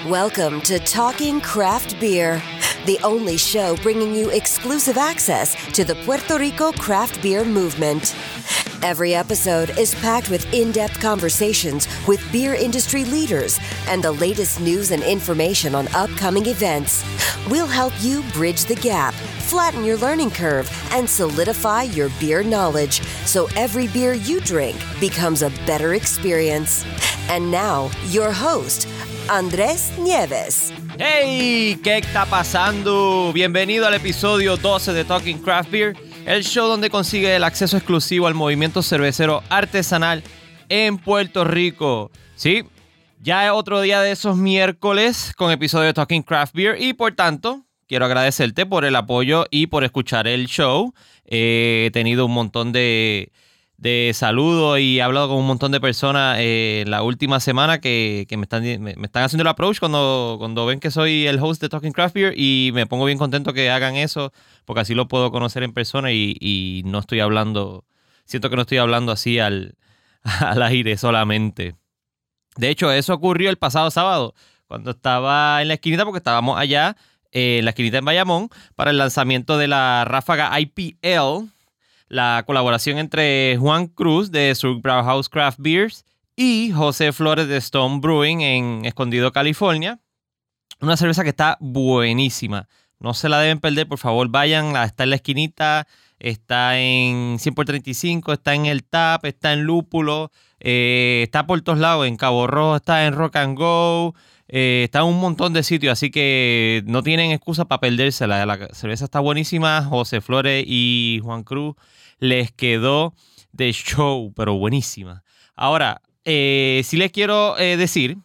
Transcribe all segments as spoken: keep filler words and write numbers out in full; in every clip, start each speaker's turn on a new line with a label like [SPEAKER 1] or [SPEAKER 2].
[SPEAKER 1] Welcome to Talking Craft Beer, the only show bringing you exclusive access to the Puerto Rico craft beer movement. Every episode is packed with in-depth conversations with beer industry leaders and the latest news and information on upcoming events. We'll help you bridge the gap, flatten your learning curve, and solidify your beer knowledge so every beer you drink becomes a better experience. And now, your host, Andrés Nieves.
[SPEAKER 2] ¡Hey! ¿Qué está pasando? Bienvenido al episodio doce de Talking Craft Beer, el show donde consigue el acceso exclusivo al movimiento cervecero artesanal en Puerto Rico. Sí, ya es otro día de esos miércoles con episodio de Talking Craft Beer y por tanto quiero agradecerte por el apoyo y por escuchar el show. Eh, he tenido un montón de... de saludos y he hablado con un montón de personas eh, la última semana que, que me, están, me, me están haciendo el approach cuando, cuando ven que soy el host de Talking Craft Beer y me pongo bien contento que hagan eso porque así lo puedo conocer en persona y, y no estoy hablando, siento que no estoy hablando así al, al aire solamente. De hecho, eso ocurrió el pasado sábado cuando estaba en la esquinita porque estábamos allá eh, en la esquinita en Bayamón para el lanzamiento de la Ráfaga I P L, la colaboración entre Juan Cruz de Surk Brewhouse Craft Beers y José Flores de Stone Brewing en Escondido, California. Una cerveza que está buenísima. No se la deben perder, por favor, vayan. Está en la esquinita, está en cien por treinta y cinco, está en el Tap, está en Lúpulo, eh, está por todos lados. En Cabo Rojo, está en Rock and Go, eh, está en un montón de sitios, así que no tienen excusa para perdérsela. La cerveza está buenísima. José Flores y Juan Cruz les quedó de show, pero buenísima. Ahora, eh, sí les quiero eh, decir,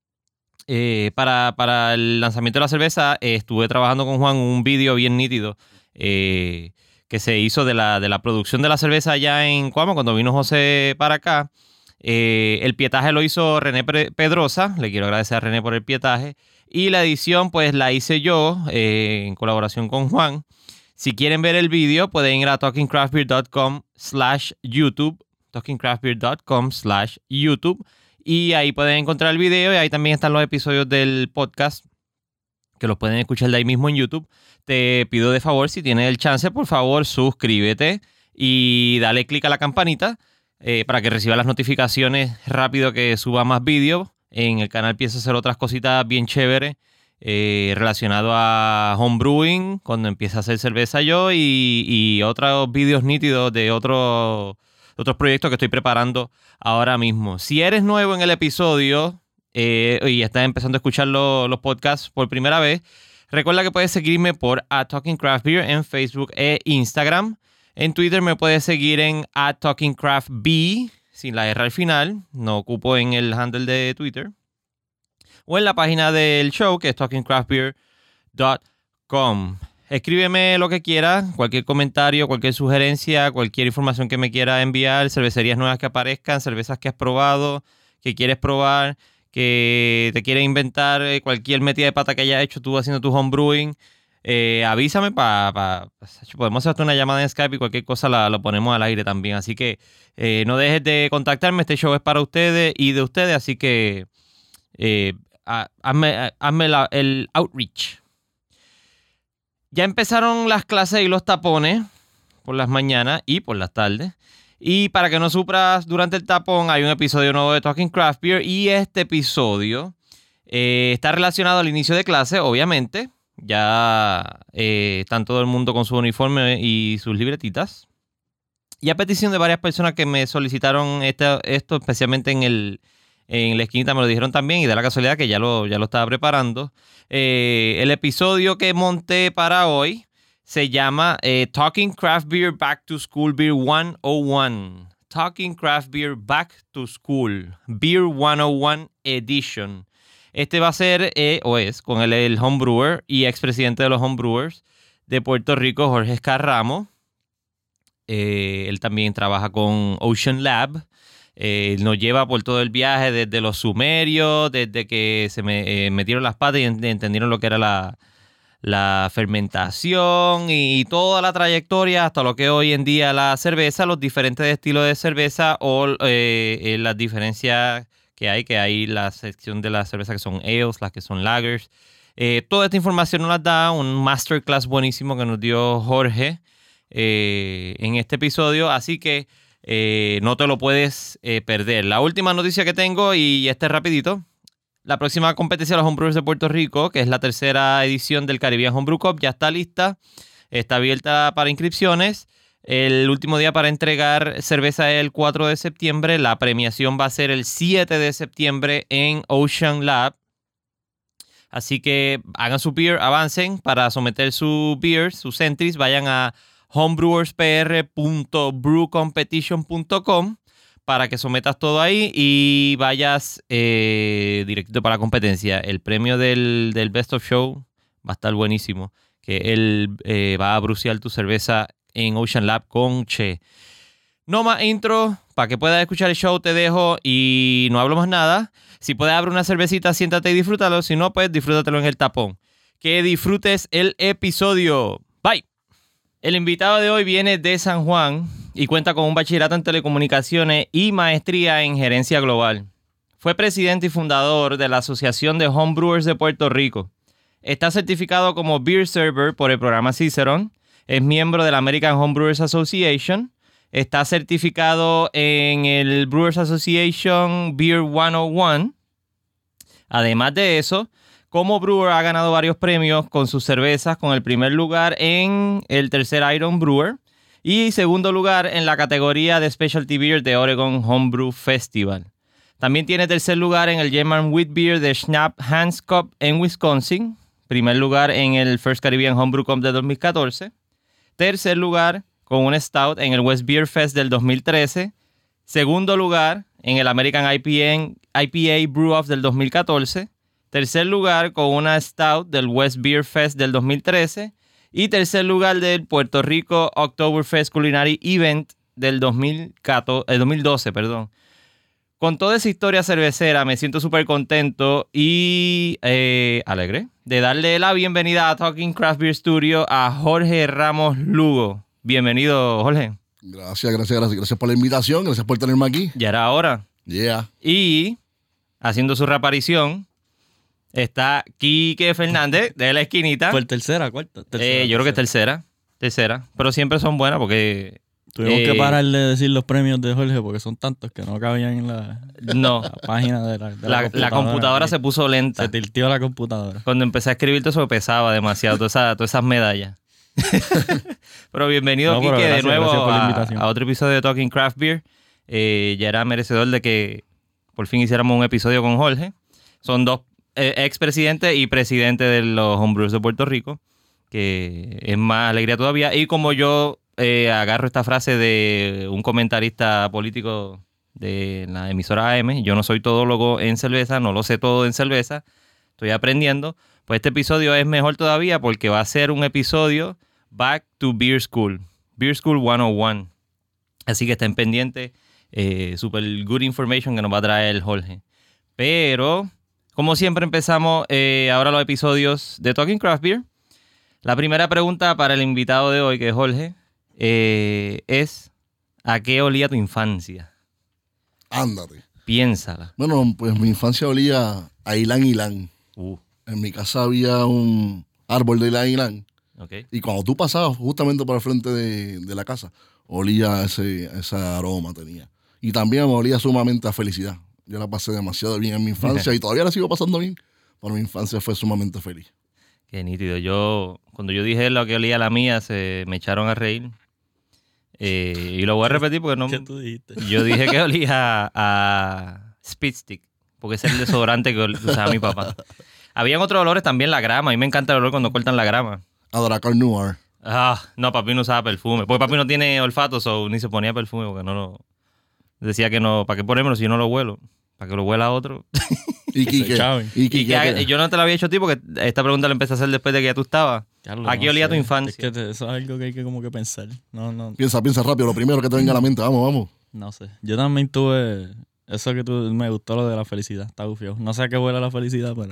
[SPEAKER 2] eh, para, para el lanzamiento de la cerveza, eh, estuve trabajando con Juan un vídeo bien nítido eh, que se hizo de la, de la producción de la cerveza allá en Cuamo, cuando vino José para acá. Eh, el pietaje lo hizo René Pedrosa, le quiero agradecer a René por el pietaje, y la edición pues la hice yo eh, en colaboración con Juan. Si quieren ver el vídeo, pueden ir a talkingcraftbeer.com slash YouTube, talkingcraftbeer.com slash YouTube, y ahí pueden encontrar el video, y ahí también están los episodios del podcast, que los pueden escuchar de ahí mismo en YouTube. Te pido de favor, si tienes el chance, por favor, suscríbete y dale click a la campanita eh, para que reciba las notificaciones rápido que suba más vídeos. En el canal pienso hacer otras cositas bien chéveres. Eh, relacionado a homebrewing, cuando empiece a hacer cerveza yo, y, y otros vídeos nítidos de otros otros proyectos que estoy preparando ahora mismo. Si eres nuevo en el episodio eh, y estás empezando a escuchar lo, los podcasts por primera vez, recuerda que puedes seguirme por at Talking Craft Beer en Facebook e Instagram. En Twitter me puedes seguir en at Talking Craft B, sin la R al final, no ocupo en el handle de Twitter. O en la página del show, que es talking craft beer dot com. Escríbeme lo que quieras, cualquier comentario, cualquier sugerencia, cualquier información que me quiera enviar, cervecerías nuevas que aparezcan, cervezas que has probado, que quieres probar, que te quieres inventar, cualquier metida de pata que hayas hecho tú haciendo tu homebrewing. Eh, avísame para... Pa, podemos hacer una llamada en Skype y cualquier cosa la, la ponemos al aire también. Así que eh, no dejes de contactarme. Este show es para ustedes y de ustedes, así que... Eh, Hazme, hazme la, el outreach. Ya empezaron las clases y los tapones por las mañanas y por las tardes. Y para que no sufras durante el tapón, hay un episodio nuevo de Talking Craft Beer. Y este episodio eh, está relacionado al inicio de clase, obviamente. Ya eh, están todo el mundo con su uniforme y sus libretitas. Y a petición de varias personas que me solicitaron esto, esto especialmente en el... En la esquinita me lo dijeron también y da la casualidad que ya lo, ya lo estaba preparando. Eh, el episodio que monté para hoy se llama eh, Talking Craft Beer Back to School Beer ciento uno. Talking Craft Beer Back to School Beer ciento uno Edition. Este va a ser, eh, o es, con el, el homebrewer y expresidente de los homebrewers de Puerto Rico, Jorge Escarramo. Eh, él también trabaja con Ocean Lab. Eh, nos lleva por todo el viaje desde los sumerios, desde que se me, eh, metieron las patas y entendieron lo que era la, la fermentación y toda la trayectoria hasta lo que es hoy en día la cerveza, los diferentes estilos de cerveza o eh, eh, las diferencias que hay, que hay la sección de las cervezas que son ales, las que son lagers. Eh, toda esta información nos la da un masterclass buenísimo que nos dio Jorge eh, en este episodio, así que eh, no te lo puedes eh, perder. La última noticia que tengo, y este es rapidito, la próxima competencia de los Homebrewers de Puerto Rico, que es la tercera edición del Caribbean Homebrew Cup, ya está lista, está abierta para inscripciones. El último día para entregar cerveza es el cuatro de septiembre. La premiación va a ser el siete de septiembre en Ocean Lab. Así que hagan su beer, avancen para someter su beer, sus entries. Vayan a homebrewers p r punto brew competition punto com para que sometas todo ahí y vayas eh, directo para la competencia. El premio del, del Best of Show va a estar buenísimo. Que él eh, va a bruciar tu cerveza en Ocean Lab con Che. No más intro. Para que puedas escuchar el show te dejo y no hablo más nada. Si puedes abrir una cervecita, siéntate y disfrútalo. Si no, pues disfrútatelo en el tapón. Que disfrutes el episodio. Bye. El invitado de hoy viene de San Juan y cuenta con un bachillerato en telecomunicaciones y maestría en gerencia global. Fue presidente y fundador de la Asociación de Homebrewers de Puerto Rico. Está certificado como Beer Server por el programa Cicerón. Es miembro de la American Homebrewers Association. Está certificado en el Brewers Association Beer ciento uno. Además de eso, como brewer ha ganado varios premios con sus cervezas, con el primer lugar en el tercer Iron Brewer y segundo lugar en la categoría de Specialty Beer de Oregon Homebrew Festival. También tiene tercer lugar en el German Wheat Beer de Schnapp Hans Cup en Wisconsin. Primer lugar en el First Caribbean Homebrew Cup de dos mil catorce. Tercer lugar con un Stout en el West Beer Fest del dos mil trece. Segundo lugar en el American I P A, I P A Brew Off del dos mil catorce. Tercer lugar con una Stout del West Beer Fest del dos mil trece. Y tercer lugar del Puerto Rico Oktoberfest Culinary Event del dos mil catorce, eh, dos mil doce. Perdón. Con toda esa historia cervecera me siento súper contento y eh, alegre de darle la bienvenida a Talking Craft Beer Studio a Jorge Ramos Lugo. Bienvenido, Jorge.
[SPEAKER 3] Gracias, gracias, gracias. Gracias por la invitación, gracias por tenerme aquí.
[SPEAKER 2] Ya era hora.
[SPEAKER 3] Yeah.
[SPEAKER 2] Y haciendo su reaparición está Quique Fernández de la esquinita.
[SPEAKER 4] ¿Fue tercera, cuarta? Tercera,
[SPEAKER 2] eh, yo creo que es tercera. Tercera. Pero siempre son buenas porque...
[SPEAKER 4] Tuvimos
[SPEAKER 2] eh,
[SPEAKER 4] que parar de decir los premios de Jorge porque son tantos que no cabían en la,
[SPEAKER 2] no.
[SPEAKER 4] la página de la, de
[SPEAKER 2] la,
[SPEAKER 4] la computadora.
[SPEAKER 2] La computadora se puso lenta.
[SPEAKER 4] Se tiltió la computadora.
[SPEAKER 2] Cuando empecé a escribir todo eso pesaba demasiado, todas esas, todas esas medallas. Pero bienvenido, no, Quique, pero gracias, de nuevo a, a otro episodio de Talking Craft Beer. Eh, ya era merecedor de que por fin hiciéramos un episodio con Jorge. Son dos eh, expresidentes y presidente de los Homebrewers de Puerto Rico, que es más alegría todavía. Y como yo eh, agarro esta frase de un comentarista político de la emisora A M, yo no soy todólogo en cerveza, no lo sé todo en cerveza, estoy aprendiendo. Pues este episodio es mejor todavía porque va a ser un episodio Back to Beer School, Beer School ciento uno. Así que estén pendientes, eh, super good information que nos va a traer Jorge. Pero, como siempre empezamos eh, ahora los episodios de Talking Craft Beer. La primera pregunta para el invitado de hoy, que es Jorge, eh, es ¿a qué olía tu infancia?
[SPEAKER 3] Ándate.
[SPEAKER 2] Piénsala.
[SPEAKER 3] Bueno, pues mi infancia olía a Ilán Ilán. Uh. En mi casa había un árbol de Ilán Ilán.
[SPEAKER 2] Okay.
[SPEAKER 3] Y cuando tú pasabas justamente por el frente de, de la casa, olía ese, ese aroma tenía. Y también me olía sumamente a felicidad. Yo la pasé demasiado bien en mi infancia y todavía la sigo pasando bien, pero mi infancia fue sumamente feliz.
[SPEAKER 2] Qué nítido. Yo, cuando yo dije lo que olía la mía, se me echaron a reír. Eh, y lo voy a repetir porque no...
[SPEAKER 4] ¿Qué tú dijiste?
[SPEAKER 2] Yo dije que olía a, a Speed Stick, porque es el desodorante que usaba mi papá. Habían otros olores también, la grama. A mí me encanta el olor cuando cortan la grama.
[SPEAKER 3] A Dracar Noir.
[SPEAKER 2] Ah, no, papi no usaba perfume. Porque papi no tiene olfato, so, ni se ponía perfume porque no lo... Decía que no, ¿para qué ponérmelo si yo no lo huelo? ¿Para que lo huela otro?
[SPEAKER 3] ¿Y Quique? ¿Y Quique?
[SPEAKER 2] Y yo no te la había hecho a ti porque esta pregunta la empecé a hacer después de que ya tú estabas.
[SPEAKER 4] Carlos,
[SPEAKER 2] Aquí
[SPEAKER 4] no
[SPEAKER 2] olía
[SPEAKER 4] sé.
[SPEAKER 2] tu infancia.
[SPEAKER 4] Es que te, eso es algo que hay que como que pensar. No, no.
[SPEAKER 3] Piensa, piensa rápido. Lo primero que te venga a la mente. Vamos, vamos.
[SPEAKER 4] No sé. Yo también tuve... Eso que tú... Me gustó lo de la felicidad. Está bufio. No sé a qué huele la felicidad, pero...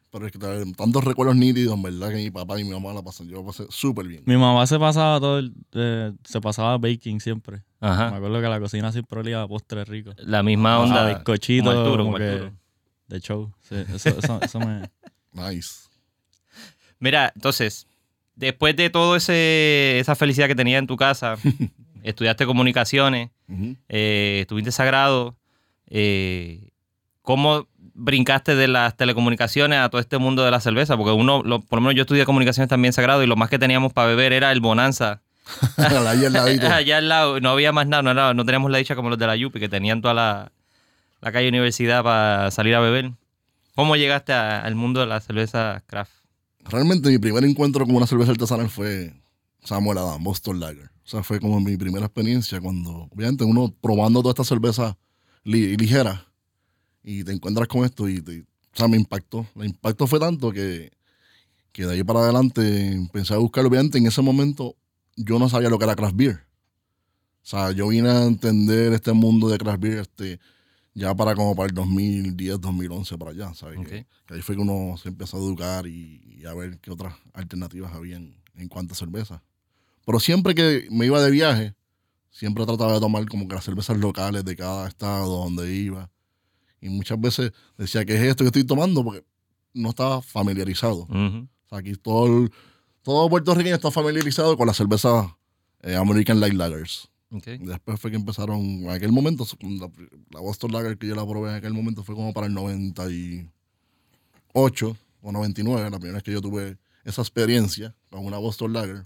[SPEAKER 3] Pero es que tantos recuerdos nítidos, en verdad, que mi papá y mi mamá la pasan. Yo la pasé súper bien.
[SPEAKER 4] Mi mamá se pasaba todo el, eh, se pasaba baking siempre.
[SPEAKER 2] Ajá.
[SPEAKER 4] Me acuerdo que la cocina siempre olía a postre rico.
[SPEAKER 2] La misma onda.
[SPEAKER 4] Ah, bizcochito,
[SPEAKER 2] como Arturo,
[SPEAKER 4] como
[SPEAKER 2] como
[SPEAKER 4] que
[SPEAKER 2] Arturo.
[SPEAKER 4] de show. Sí, eso, eso, eso me...
[SPEAKER 3] Nice.
[SPEAKER 2] Mira, entonces, después de todo ese esa felicidad que tenías en tu casa, estudiaste comunicaciones,
[SPEAKER 3] Uh-huh.
[SPEAKER 2] eh, estuviste sagrado, eh, ¿cómo brincaste de las telecomunicaciones a todo este mundo de la cerveza? Porque uno, lo, por lo menos yo estudié comunicaciones también sagrado y lo más que teníamos para beber era el Bonanza.
[SPEAKER 3] Ahí al ladito.
[SPEAKER 2] Allá al lado, no había más nada, no, era, no teníamos la dicha como los de la Yupi, que tenían toda la, la calle universidad para salir a beber. ¿Cómo llegaste a- al mundo de la cerveza craft?
[SPEAKER 3] Realmente mi primer encuentro con una cerveza artesanal fue Samuel Adam, Boston Lager. O sea, fue como mi primera experiencia cuando, obviamente, uno probando toda esta cerveza li- ligera y te encuentras con esto y te, o sea, me impactó. El impacto fue tanto que, que de ahí para adelante empecé a buscar. Obviamente, en ese momento yo no sabía lo que era craft beer. O sea, yo vine a entender este mundo de craft beer este, ya para como para el dos mil diez, dos mil once, para allá, ¿sabes?
[SPEAKER 2] Ok.
[SPEAKER 3] Que, que ahí fue que uno se empezó a educar y, y a ver qué otras alternativas habían en cuanto a cerveza. Pero siempre que me iba de viaje, siempre trataba de tomar como que las cervezas locales de cada estado donde iba. Y muchas veces decía, ¿qué es esto que estoy tomando? Porque no estaba familiarizado.
[SPEAKER 2] Ujú.
[SPEAKER 3] O sea, aquí todo, el, todo puertorriqueño está familiarizado con la cerveza eh, American Light Lagers.
[SPEAKER 2] Okay.
[SPEAKER 3] Después fue que empezaron, en aquel momento, la, la Boston Lager que yo la probé en aquel momento fue como para el noventa y ocho o noventa y nueve, la primera vez que yo tuve esa experiencia con una Boston Lager.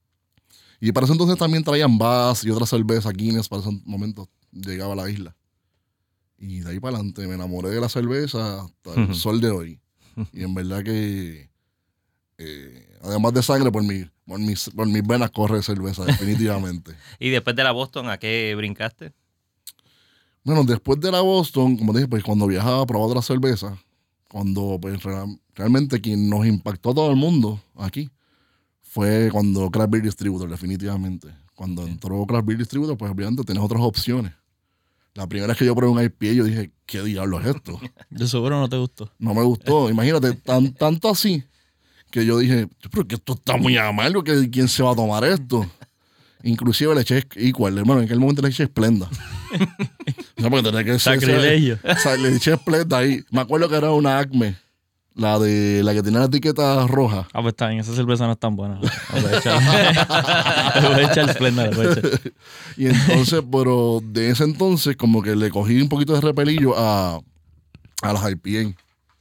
[SPEAKER 3] Y para ese entonces también traían Bass y otras cervezas, Guinness, para ese momento llegaba a la isla. Y de ahí para adelante me enamoré de la cerveza hasta el sol de hoy. Y en verdad que, eh, además de sangre, por, mi, por, mis, por mis venas corre cerveza, definitivamente.
[SPEAKER 2] ¿Y después de la Boston, a qué brincaste?
[SPEAKER 3] Bueno, después de la Boston, como te dije, pues cuando viajaba a probar otra cerveza, cuando pues real- realmente quien nos impactó a todo el mundo aquí fue cuando Craft Beer Distributor, definitivamente. Cuando
[SPEAKER 2] Okay.
[SPEAKER 3] entró Craft Beer Distributor, pues obviamente tenés otras opciones. La primera vez que yo probé un I P A, yo dije, ¿qué diablo es esto?
[SPEAKER 4] De seguro no te gustó.
[SPEAKER 3] No me gustó. Imagínate, tan, tanto así que yo dije, pero que esto está muy amargo, que ¿quién se va a tomar esto? Inclusive le eché Equal, hermano, en aquel momento le eché Splenda. O sea, porque tenía que ser-
[SPEAKER 4] Sacrilegio.
[SPEAKER 3] O sea, le eché Splenda ahí. Me acuerdo que era una Acme, la de la que tenía la etiqueta roja.
[SPEAKER 4] Ah, pues está bien, esa cerveza no es tan buena. Le voy a echar, le voy a echar Splenda, le voy a echar.
[SPEAKER 3] Y entonces, pero de ese entonces, como que le cogí un poquito de repelillo a, a las I P A.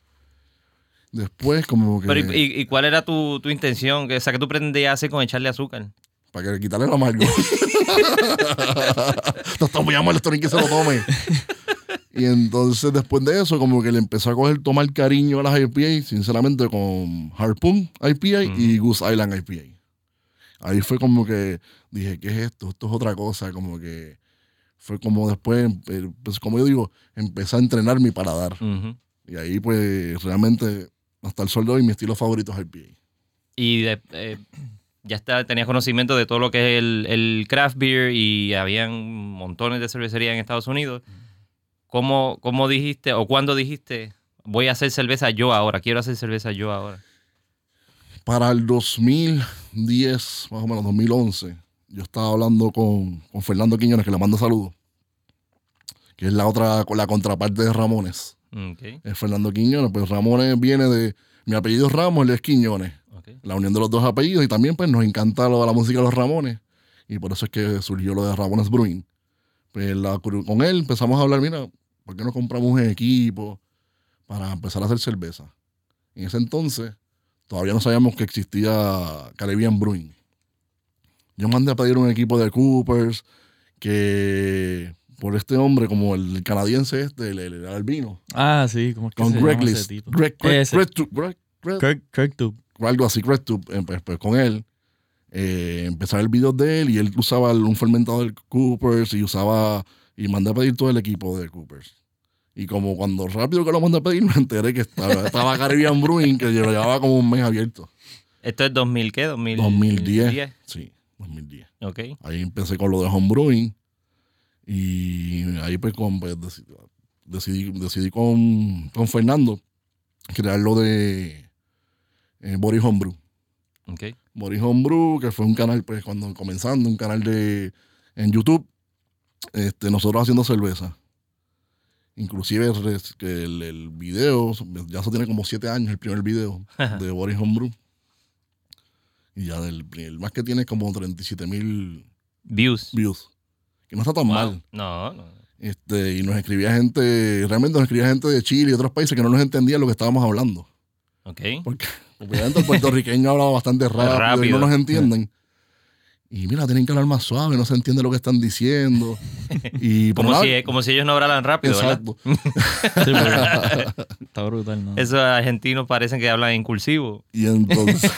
[SPEAKER 3] Después, como que.
[SPEAKER 2] Pero, ¿y, y cuál era tu, tu intención? O sea, ¿qué tú pretendías hacer con echarle azúcar?
[SPEAKER 3] Para que quitarle el amargo. Esto está muy amargo, esto ni que se lo tome. Y entonces, después de eso, como que le empezó a coger, tomar cariño a las I P A, sinceramente, con Harpoon I P A uh-huh. y Goose Island I P A. Ahí fue como que dije, ¿qué es esto? Esto es otra cosa. Como que fue como después, pues, como yo digo, empecé a entrenar mi paladar.
[SPEAKER 2] Uh-huh.
[SPEAKER 3] Y ahí, pues, realmente, hasta el sol de hoy, mi estilo favorito es I P A.
[SPEAKER 2] Y de, eh, ya está, tenías conocimiento de todo lo que es el, el craft beer y habían montones de cervecerías en Estados Unidos. ¿Cómo, ¿Cómo dijiste o cuándo dijiste, voy a hacer cerveza yo ahora, quiero hacer cerveza yo ahora?
[SPEAKER 3] Para el dos mil diez, más o menos dos mil once, yo estaba hablando con, con Fernando Quiñones, que le mando saludos, que es la otra, la contraparte de Ramones.
[SPEAKER 2] Okay.
[SPEAKER 3] Es Fernando Quiñones, pues Ramones viene de, mi apellido es Ramos, él es Quiñones.
[SPEAKER 2] Okay. La
[SPEAKER 3] unión de los dos apellidos, y también pues nos encanta lo de la música de los Ramones, y por eso es que surgió lo de Ramones Brewing. Pues la, con él empezamos a hablar, mira, ¿por qué no compramos un equipo para empezar a hacer cerveza? En ese entonces todavía no sabíamos que existía Caribbean Brewing. Yo mandé a pedir un equipo de Coopers, que por este hombre, como el canadiense este, le, le da el vino.
[SPEAKER 4] Ah, sí, como que
[SPEAKER 3] con
[SPEAKER 4] se
[SPEAKER 3] Greg
[SPEAKER 4] llama
[SPEAKER 3] List.
[SPEAKER 4] ese tipo.
[SPEAKER 3] Greg, Greg,
[SPEAKER 4] Ese.
[SPEAKER 3] Greg, Greg, Greg, Greg,
[SPEAKER 4] Kirk, Kirk Tube.
[SPEAKER 3] algo así, Greg Tube, eh, pues, pues con él. Eh, empezar el video de él y él usaba un fermentador Coopers y usaba, y mandé a pedir todo el equipo de Coopers. Y como cuando rápido que lo mandé a pedir, me enteré que estaba, estaba Caribbean Brewing, que llevaba como un mes abierto.
[SPEAKER 2] ¿Esto es dos mil qué? ¿dos mil
[SPEAKER 3] dos mil diez. Sí, dos mil diez.
[SPEAKER 2] Ok.
[SPEAKER 3] Ahí empecé con lo de homebrewing y ahí pues, con, pues decidí, decidí, decidí con, con Fernando crear lo de eh, Body Homebrew.
[SPEAKER 2] Okay.
[SPEAKER 3] Body Homebrew, que fue un canal, pues, cuando comenzando, un canal de en YouTube, este, nosotros haciendo cerveza. Inclusive que el, el video, ya eso tiene como siete años, el primer video de Body Homebrew. Y ya del el más que tiene como treinta y siete mil
[SPEAKER 2] views.
[SPEAKER 3] views. Que no está tan
[SPEAKER 2] Wow.
[SPEAKER 3] mal.
[SPEAKER 2] No, no.
[SPEAKER 3] Este, y nos escribía gente, realmente nos escribía gente de Chile y otros países que no nos entendía lo que estábamos hablando.
[SPEAKER 2] Ok.
[SPEAKER 3] Porque obviamente el puertorriqueño habla bastante rápido,
[SPEAKER 2] Rápido.
[SPEAKER 3] y no nos entienden. Y mira, tienen que hablar más suave, no se entiende lo que están diciendo. Y
[SPEAKER 2] Como
[SPEAKER 3] pero
[SPEAKER 2] si,
[SPEAKER 3] nada,
[SPEAKER 2] como si ellos no hablaran rápido,
[SPEAKER 3] exacto.
[SPEAKER 2] ¿verdad?
[SPEAKER 4] Sí, porque está brutal, ¿no?
[SPEAKER 2] Esos argentinos parecen que hablan incursivo.
[SPEAKER 3] Y entonces.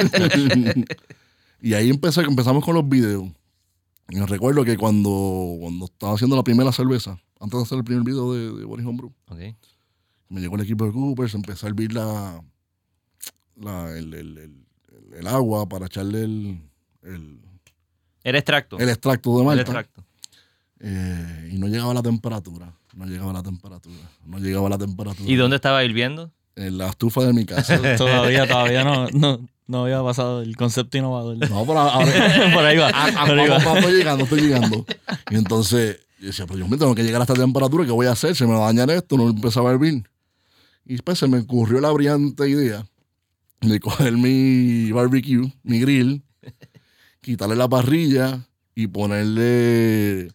[SPEAKER 3] y ahí empecé, empezamos con los videos. Y me recuerdo que cuando, cuando estaba haciendo la primera cerveza, antes de hacer el primer video de, de Body Homebrew,
[SPEAKER 2] Okay.
[SPEAKER 3] me llegó el equipo de Coopers, empecé a hervir la, la, el, el, el, el agua para echarle el, el,
[SPEAKER 2] Era extracto.
[SPEAKER 3] el extracto de
[SPEAKER 2] El
[SPEAKER 3] malta.
[SPEAKER 2] extracto.
[SPEAKER 3] Eh, y no llegaba la temperatura. No llegaba la temperatura. No llegaba la temperatura.
[SPEAKER 2] ¿Y dónde estaba hirviendo?
[SPEAKER 3] En la estufa de mi casa.
[SPEAKER 4] Todavía, todavía no, no, no había pasado el concepto innovador.
[SPEAKER 3] No, pero ahora.
[SPEAKER 4] Por ahí va.
[SPEAKER 3] Ah, ah,
[SPEAKER 4] por ahí va.
[SPEAKER 3] vamos, vamos, estoy llegando, estoy llegando. Y entonces, yo decía, pero yo me tengo que llegar a esta temperatura, ¿qué voy a hacer? Se me va a dañar esto, no empezaba a hervir. Y después se me ocurrió la brillante idea de coger mi barbecue, mi grill, quitarle la parrilla y ponerle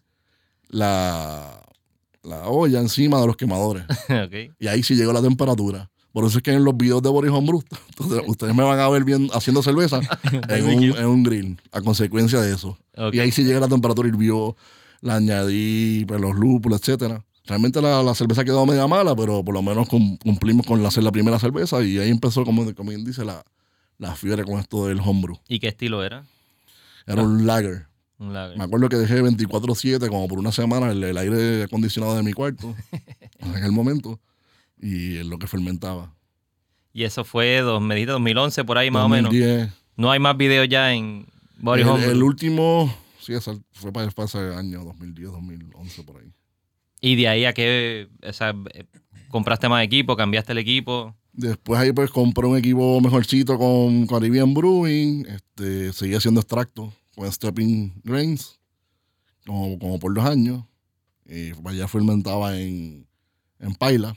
[SPEAKER 3] la, la olla encima de los quemadores.
[SPEAKER 2] Okay.
[SPEAKER 3] Y ahí sí llegó la temperatura. Por eso es que en los videos de Body Homebrew, ustedes me van a ver bien haciendo cerveza en un, en un grill, a consecuencia de eso.
[SPEAKER 2] Okay.
[SPEAKER 3] Y ahí sí llega la temperatura, hirvió, la añadí, pues, los lúpulos, etcétera. Realmente la, la cerveza quedó media mala, pero por lo menos cum, cumplimos con la, hacer la primera cerveza y ahí empezó, como, como bien dice, la, la fiebre con esto del homebrew.
[SPEAKER 2] ¿Y qué estilo era?
[SPEAKER 3] Era un lager.
[SPEAKER 2] Un lager.
[SPEAKER 3] Me acuerdo que dejé veinticuatro siete como por una semana el, el aire acondicionado de mi cuarto en aquel momento y en lo que fermentaba.
[SPEAKER 2] Y eso fue, dos, me dijiste, dos mil once, por ahí más
[SPEAKER 3] dos mil diez.
[SPEAKER 2] o menos. No hay más videos ya en Body
[SPEAKER 3] El,
[SPEAKER 2] Homebrew.
[SPEAKER 3] el último, sí, esa fue para, para ese año, dos mil diez, dos mil once, por ahí.
[SPEAKER 2] Y de ahí a qué, o sea, compraste más equipo, cambiaste el equipo.
[SPEAKER 3] Después ahí pues compré un equipo mejorcito con Caribbean Brewing, este, seguí haciendo extractos con Stepping Grains, como, como por dos años. Y allá fermentaba en, en paila.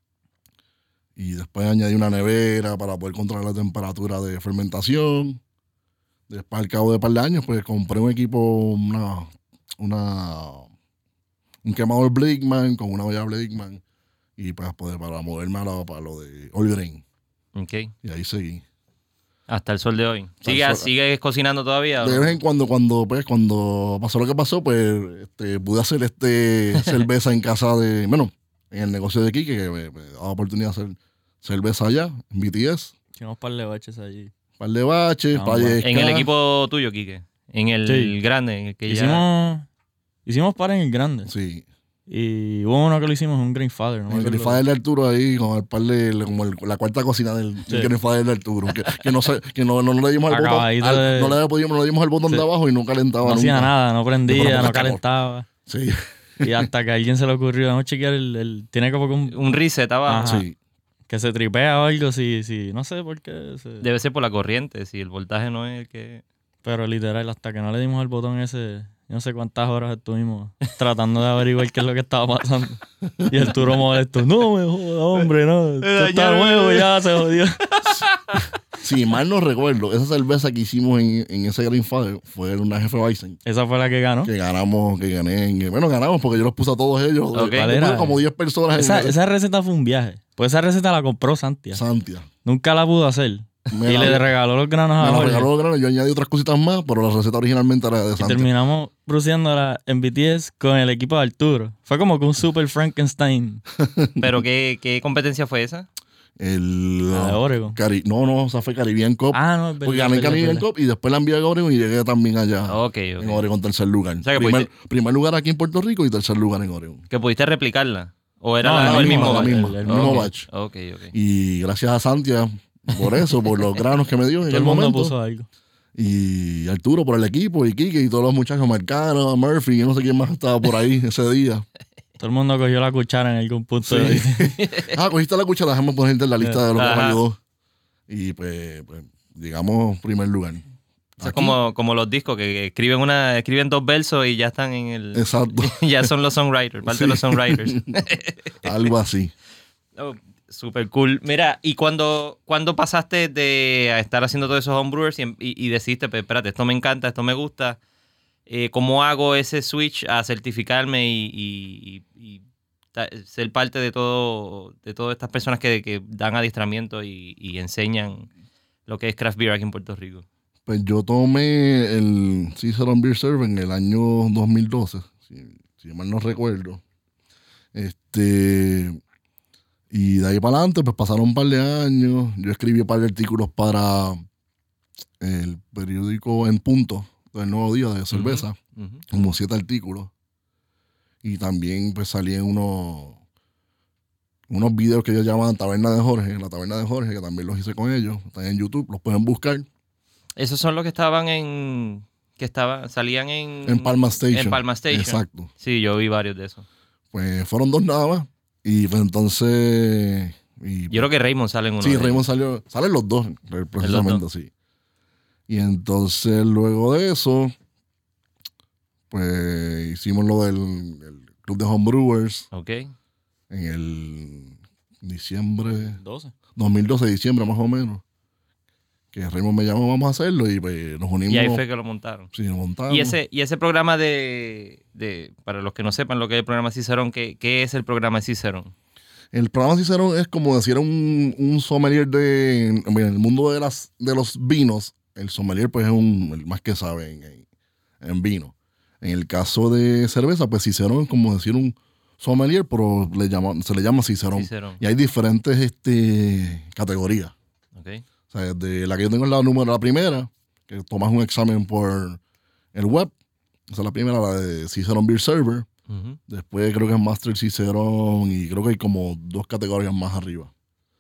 [SPEAKER 3] Y después añadí una nevera para poder controlar la temperatura de fermentación. Después, al cabo de un par de años, pues compré un equipo, una, una, un quemador Blakeman con una olla Blakeman. Y pues poder, para moverme a lo, para lo de All Grain.
[SPEAKER 2] Okay.
[SPEAKER 3] Y ahí seguí.
[SPEAKER 2] Hasta el sol de hoy.
[SPEAKER 3] Hasta el
[SPEAKER 2] ¿Sigue,
[SPEAKER 3] sol.
[SPEAKER 2] ¿Sigues cocinando todavía? o
[SPEAKER 3] De
[SPEAKER 2] no?
[SPEAKER 3] vez en cuando, cuando, pues, cuando pasó lo que pasó, pues este, pude hacer este cerveza en casa de, bueno, en el negocio de Quique, que me, me daba oportunidad de hacer cerveza allá, en B T S.
[SPEAKER 4] Hicimos un par de baches allí.
[SPEAKER 3] Un par de baches,
[SPEAKER 4] Ah,
[SPEAKER 3] par de
[SPEAKER 2] En el
[SPEAKER 3] esca-
[SPEAKER 2] equipo tuyo, Quique. En el
[SPEAKER 4] Sí.
[SPEAKER 2] grande, en el que ya...
[SPEAKER 4] Hicimos, hicimos par en el grande.
[SPEAKER 3] Sí.
[SPEAKER 4] Y hubo uno que lo hicimos en un Grandfather. ¿no?
[SPEAKER 3] En el Grandfather de Arturo ahí, con el par de, como el- la cuarta cocina del,
[SPEAKER 4] Sí.
[SPEAKER 3] del Grandfather de Arturo. Que, que, no, se- que no, no, no le dimos al botón.
[SPEAKER 4] Acabadito
[SPEAKER 3] al-
[SPEAKER 4] de-
[SPEAKER 3] no, le podíamos, no le dimos al botón
[SPEAKER 4] Sí.
[SPEAKER 3] de abajo y no calentaba
[SPEAKER 4] No hacía
[SPEAKER 3] nunca.
[SPEAKER 4] nada, no
[SPEAKER 3] Yo
[SPEAKER 4] prendía,
[SPEAKER 3] creo
[SPEAKER 4] no
[SPEAKER 3] que está
[SPEAKER 4] calentaba.
[SPEAKER 3] Sí,
[SPEAKER 4] Y hasta que a alguien se le ocurrió, vamos a chequear el, el- tiene como que un,
[SPEAKER 2] Un reset abajo.
[SPEAKER 4] Ajá.
[SPEAKER 3] sí.
[SPEAKER 4] que se tripea o algo, sí, sí, no sé por qué. se-
[SPEAKER 2] Debe ser por la corriente, si el voltaje no es el que...
[SPEAKER 4] Pero literal, hasta que no le dimos el botón ese, yo no sé cuántas horas estuvimos tratando de averiguar qué es lo que estaba pasando. Y el Turo molesto, no me jodas, hombre, no, esto está nuevo, ya se jodió.
[SPEAKER 3] Si mal no recuerdo, esa cerveza que hicimos en, en ese Grandfather fue una Jefe Bison.
[SPEAKER 4] Esa fue la que ganó.
[SPEAKER 3] Que ganamos, que gané. en- bueno, ganamos porque yo los puse a todos ellos.
[SPEAKER 2] Ok.
[SPEAKER 3] Yo
[SPEAKER 4] ¿Cuál era?
[SPEAKER 3] puse como diez personas en
[SPEAKER 4] Esa,
[SPEAKER 3] el-
[SPEAKER 4] esa receta fue un viaje. Pues esa receta la compró Santia.
[SPEAKER 3] Santia.
[SPEAKER 4] Nunca la pudo hacer.
[SPEAKER 3] Me
[SPEAKER 4] y
[SPEAKER 3] la-
[SPEAKER 4] le regaló los granos
[SPEAKER 3] Me
[SPEAKER 4] a
[SPEAKER 3] la
[SPEAKER 4] Jorge.
[SPEAKER 3] regaló los granos, yo añadí otras cositas más, pero la receta originalmente era de
[SPEAKER 4] Y
[SPEAKER 3] Santia.
[SPEAKER 4] terminamos produciéndola en B T S con el equipo de Arturo. Fue como que un super Frankenstein.
[SPEAKER 2] ¿Pero qué, qué competencia fue esa?
[SPEAKER 3] El,
[SPEAKER 4] La de Oregon.
[SPEAKER 3] Cari- no, no, o sea, fue Caribbean Cup.
[SPEAKER 4] Ah, no, es verdad.
[SPEAKER 3] porque gané
[SPEAKER 4] es verdad,
[SPEAKER 3] Caribbean
[SPEAKER 4] es verdad.
[SPEAKER 3] Cup y después la envié a Oregon y llegué también allá.
[SPEAKER 2] Ok, ok.
[SPEAKER 3] En Oregon, tercer lugar.
[SPEAKER 2] O sea, que
[SPEAKER 3] primer,
[SPEAKER 2] pudiste-
[SPEAKER 3] primer lugar aquí en Puerto Rico y tercer lugar en Oregon.
[SPEAKER 2] ¿Que pudiste replicarla? ¿O era
[SPEAKER 4] No,
[SPEAKER 2] la-
[SPEAKER 4] la
[SPEAKER 2] o el
[SPEAKER 4] misma,
[SPEAKER 2] mismo?
[SPEAKER 3] la
[SPEAKER 2] batch?
[SPEAKER 3] misma,
[SPEAKER 4] el- el
[SPEAKER 3] el mismo
[SPEAKER 2] Ok,
[SPEAKER 3] batch.
[SPEAKER 2] Ok, ok.
[SPEAKER 3] Y gracias a Santia por eso, por los granos que me dio en
[SPEAKER 4] Todo
[SPEAKER 3] el
[SPEAKER 4] el mundo
[SPEAKER 3] momento.
[SPEAKER 4] puso algo.
[SPEAKER 3] Y Arturo por el equipo, y Quique y todos los muchachos, Marcano, Murphy, yo no sé quién más estaba por ahí ese día.
[SPEAKER 4] Todo el mundo cogió la cuchara en algún punto.
[SPEAKER 3] Sí.
[SPEAKER 4] De...
[SPEAKER 3] ah, cogiste la cuchara, déjame ponerte en la lista de los que
[SPEAKER 2] Ajá.
[SPEAKER 3] me ayudó. Y pues, pues llegamos primer lugar.
[SPEAKER 2] Eso es
[SPEAKER 3] Aquí,
[SPEAKER 2] como, como los discos que, que escriben una escriben dos versos y ya están en el...
[SPEAKER 3] Exacto.
[SPEAKER 2] ya son los songwriters, parte
[SPEAKER 3] Sí.
[SPEAKER 2] de los songwriters.
[SPEAKER 3] Algo así.
[SPEAKER 2] Oh, super cool. Mira, ¿y cuando, cuando pasaste de a estar haciendo todos esos homebrewers y, y, y decidiste, pues, espérate, esto me encanta, esto me gusta, eh, ¿cómo hago ese switch a certificarme y, y, y, y ta- ser parte de todo de todas estas personas que, que dan adiestramiento y, y enseñan lo que es craft beer aquí en Puerto Rico?
[SPEAKER 3] Pues yo tomé el Cicerone Beer Server en el año dos mil doce, si, si mal no recuerdo. Este... Y de ahí para adelante, pues pasaron un par de años. Yo escribí un par de artículos para el periódico En Punto, del Nuevo Día de Cerveza,
[SPEAKER 2] Ujú, ujú.
[SPEAKER 3] como siete artículos. Y también pues salí en unos, unos videos que ellos llamaban Taberna de Jorge, la Taberna de Jorge, que también los hice con ellos. Están en YouTube, los pueden buscar.
[SPEAKER 2] Esos son los que estaban en... que estaban salían en...
[SPEAKER 3] En Palma Station.
[SPEAKER 2] En Palma Station.
[SPEAKER 3] Exacto.
[SPEAKER 2] Sí, yo vi varios de esos.
[SPEAKER 3] Pues fueron dos nada más. Y pues entonces... y,
[SPEAKER 2] Yo creo que Raymond sale en uno
[SPEAKER 3] Sí,
[SPEAKER 2] de ellos.
[SPEAKER 3] Raymond salió, salen los dos, precisamente,
[SPEAKER 2] dos.
[SPEAKER 3] sí. Y entonces luego de eso, pues hicimos lo del el Club de Homebrewers
[SPEAKER 2] Ok.
[SPEAKER 3] en el diciembre,
[SPEAKER 4] doce.
[SPEAKER 3] dos mil doce, diciembre más o menos. Que Raymond me llamó, vamos a hacerlo, y pues nos unimos.
[SPEAKER 2] Y ahí fue que lo montaron.
[SPEAKER 3] Sí, nos montamos.
[SPEAKER 2] Y ese, y ese programa de, de, para los que no sepan lo que es el programa Cicerón, ¿qué, qué es el programa Cicerón?
[SPEAKER 3] El programa Cicerón es como decir un, un sommelier de... En el mundo de, las, de los vinos, el sommelier pues es un, el más que sabe en, en, en vino. En el caso de cerveza, pues Cicerón es como decir un sommelier, pero le llama, se le llama Cicerón.
[SPEAKER 2] Cicerón.
[SPEAKER 3] Y hay diferentes este, categorías.
[SPEAKER 2] Okay.
[SPEAKER 3] O sea, de la que yo tengo es la número, la primera, que tomas un examen por el web. Esa es la primera, la de Cicerón Beer Server.
[SPEAKER 2] Uh-huh.
[SPEAKER 3] Después creo que es Master Cicerón y creo que hay como dos categorías más arriba.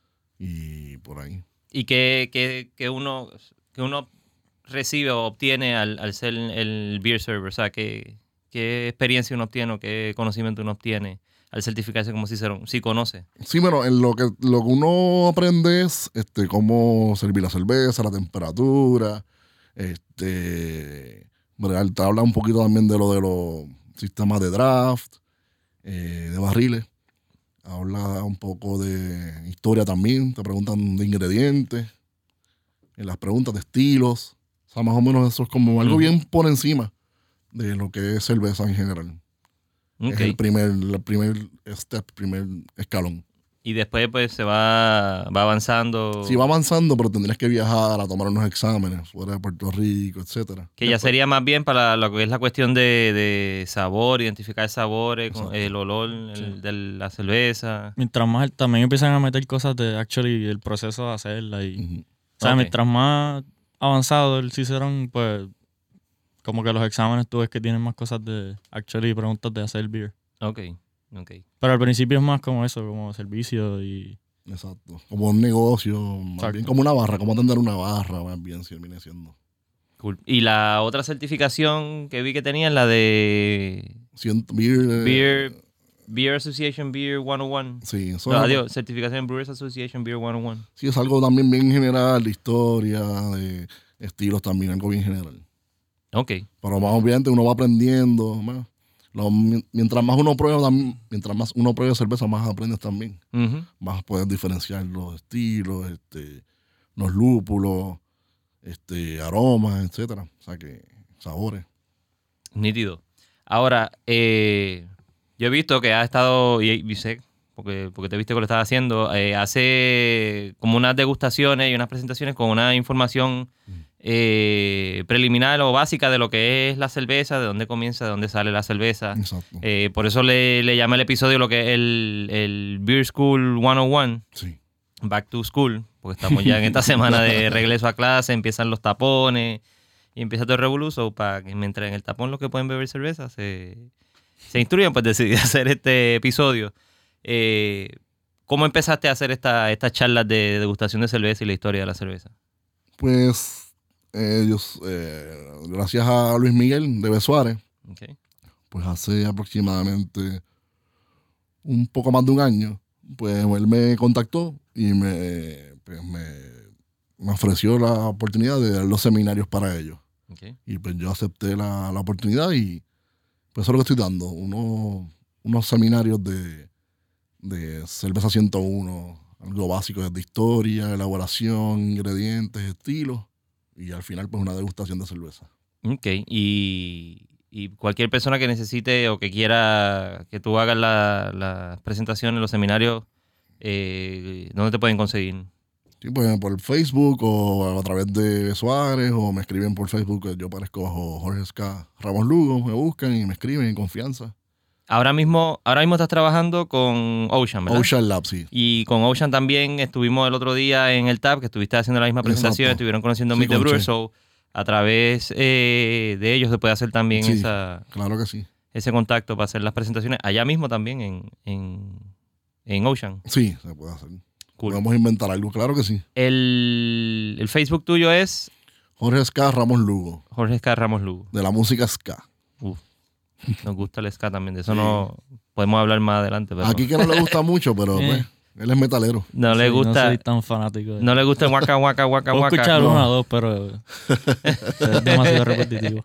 [SPEAKER 3] Y por ahí.
[SPEAKER 2] ¿Y qué, qué, qué uno, qué uno recibe o obtiene al, al ser el beer server? O sea, ¿qué, qué experiencia uno obtiene o qué conocimiento uno obtiene al certificarse como Cicerón? Sí conoce.
[SPEAKER 3] Sí, bueno, en lo que, lo que uno aprende es este, cómo servir la cerveza, la temperatura. Este, bueno, te habla un poquito también de lo de los sistemas de draft, eh, de barriles. Habla un poco de historia también. Te preguntan de ingredientes. En las preguntas de estilos. O sea, más o menos eso es como algo
[SPEAKER 2] Ujú.
[SPEAKER 3] bien por encima de lo que es cerveza en general. Es
[SPEAKER 2] Okay.
[SPEAKER 3] el primer, el primer step, primer escalón.
[SPEAKER 2] Y después pues se va, va avanzando.
[SPEAKER 3] Sí, va avanzando, pero tendrías que viajar a tomar unos exámenes fuera de Puerto Rico, etcétera.
[SPEAKER 2] Que ya sería más bien para lo que es la cuestión de, de sabor, identificar sabores, con
[SPEAKER 3] Exacto.
[SPEAKER 2] el olor el,
[SPEAKER 4] Sí.
[SPEAKER 2] de la cerveza.
[SPEAKER 4] Mientras más también empiezan a meter cosas de actually el proceso de hacerla. Y,
[SPEAKER 3] Ujú.
[SPEAKER 4] o sea,
[SPEAKER 2] Ok.
[SPEAKER 4] mientras más avanzado el Cicerón, pues como que los exámenes tú ves que tienen más cosas de actually preguntas de hacer beer.
[SPEAKER 2] Ok, ok.
[SPEAKER 4] Pero al principio es más como eso, como servicio y...
[SPEAKER 3] Exacto. Como un negocio, más
[SPEAKER 4] Exacto.
[SPEAKER 3] bien como una barra, como atender una barra, más bien, si viene siendo.
[SPEAKER 2] Cool. Y la otra certificación que vi que tenían, la de
[SPEAKER 3] Cient- beer, eh,
[SPEAKER 2] Beer, Beer Association Beer ciento uno.
[SPEAKER 3] Sí, eso
[SPEAKER 2] No,
[SPEAKER 3] es,
[SPEAKER 2] adiós, certificación Brewers Association Beer ciento uno.
[SPEAKER 3] sí, es algo también bien general, de historia, de estilos también, algo bien general.
[SPEAKER 2] Ok.
[SPEAKER 3] Pero más obviamente uno va aprendiendo más. Lo- mientras más uno prueba, tam- mientras más uno prueba cerveza, más aprendes también.
[SPEAKER 2] Ujú.
[SPEAKER 3] Más puedes diferenciar los estilos, este, los lúpulos, este, aromas, etcétera. O sea que sabores.
[SPEAKER 2] Nítido. Ahora, eh, yo he visto que ha estado, y, y sé, porque, porque te viste que lo estás haciendo, eh, hace como unas degustaciones y unas presentaciones con una información eh, preliminar o básica de lo que es la cerveza, de dónde comienza, de dónde sale la cerveza.
[SPEAKER 3] Exacto.
[SPEAKER 2] Eh, por eso le, le llamé el episodio lo que es el, el Beer School ciento uno,
[SPEAKER 3] Sí.
[SPEAKER 2] Back to School, porque estamos ya en esta semana de regreso a clase, empiezan los tapones y empieza todo el revoluzo. Para que mientras en el tapón los que pueden beber cerveza se, se instruyan, pues decidí hacer este episodio. Eh, ¿Cómo empezaste a hacer esta, estas charlas de degustación de cerveza y la historia de la cerveza?
[SPEAKER 3] Pues eh, yo, eh, gracias a Luis Miguel de Besuárez,
[SPEAKER 2] Okay.
[SPEAKER 3] pues hace aproximadamente un poco más de un año, pues él me contactó y me, pues, me, me ofreció la oportunidad de dar los seminarios para ellos.
[SPEAKER 2] Okay.
[SPEAKER 3] Y pues yo acepté la, la oportunidad y pues eso es lo que estoy dando, unos, unos seminarios de, de cerveza ciento uno, algo básico de historia, elaboración, ingredientes, estilos, y al final pues una degustación de cerveza.
[SPEAKER 2] Ok, y, y cualquier persona que necesite o que quiera que tú hagas las la presentaciones, los seminarios, eh, ¿dónde te pueden conseguir?
[SPEAKER 3] Sí, pues por Facebook o a través de Suárez o me escriben por Facebook. Yo aparezco bajo Jorge Ska Ramos Lugo, me buscan y me escriben en confianza.
[SPEAKER 2] Ahora mismo, ahora mismo estás trabajando con Ocean, ¿verdad?
[SPEAKER 3] Ocean Lab, sí.
[SPEAKER 2] Y con Ocean también estuvimos el otro día en el T A B, que estuviste haciendo la misma presentación,
[SPEAKER 3] Exacto.
[SPEAKER 2] estuvieron conociendo
[SPEAKER 3] Sí,
[SPEAKER 2] Meet the
[SPEAKER 3] con
[SPEAKER 2] Brewers,
[SPEAKER 3] Che.
[SPEAKER 2] so a través eh, de ellos se puede hacer también
[SPEAKER 3] Sí,
[SPEAKER 2] esa,
[SPEAKER 3] claro que sí.
[SPEAKER 2] ese contacto para hacer las presentaciones allá mismo también en, en, en Ocean.
[SPEAKER 3] Sí, se puede hacer.
[SPEAKER 2] Cool.
[SPEAKER 3] Podemos inventar algo, claro que sí.
[SPEAKER 2] El, el Facebook tuyo es
[SPEAKER 3] Jorge Ska Ramos Lugo,
[SPEAKER 2] Jorge Ska Ramos Lugo.
[SPEAKER 3] de la música ska.
[SPEAKER 2] Uf, nos gusta el ska también, de eso no podemos hablar más adelante. Pero
[SPEAKER 3] Aquí que no le gusta mucho, pero pues, él es metalero.
[SPEAKER 2] no le
[SPEAKER 4] Sí,
[SPEAKER 2] gusta,
[SPEAKER 4] No soy tan fanático. De...
[SPEAKER 2] no le gusta el waka waka waka
[SPEAKER 4] Puedo
[SPEAKER 2] waka.
[SPEAKER 4] escuchar
[SPEAKER 2] No.
[SPEAKER 4] uno o dos, pero es demasiado repetitivo.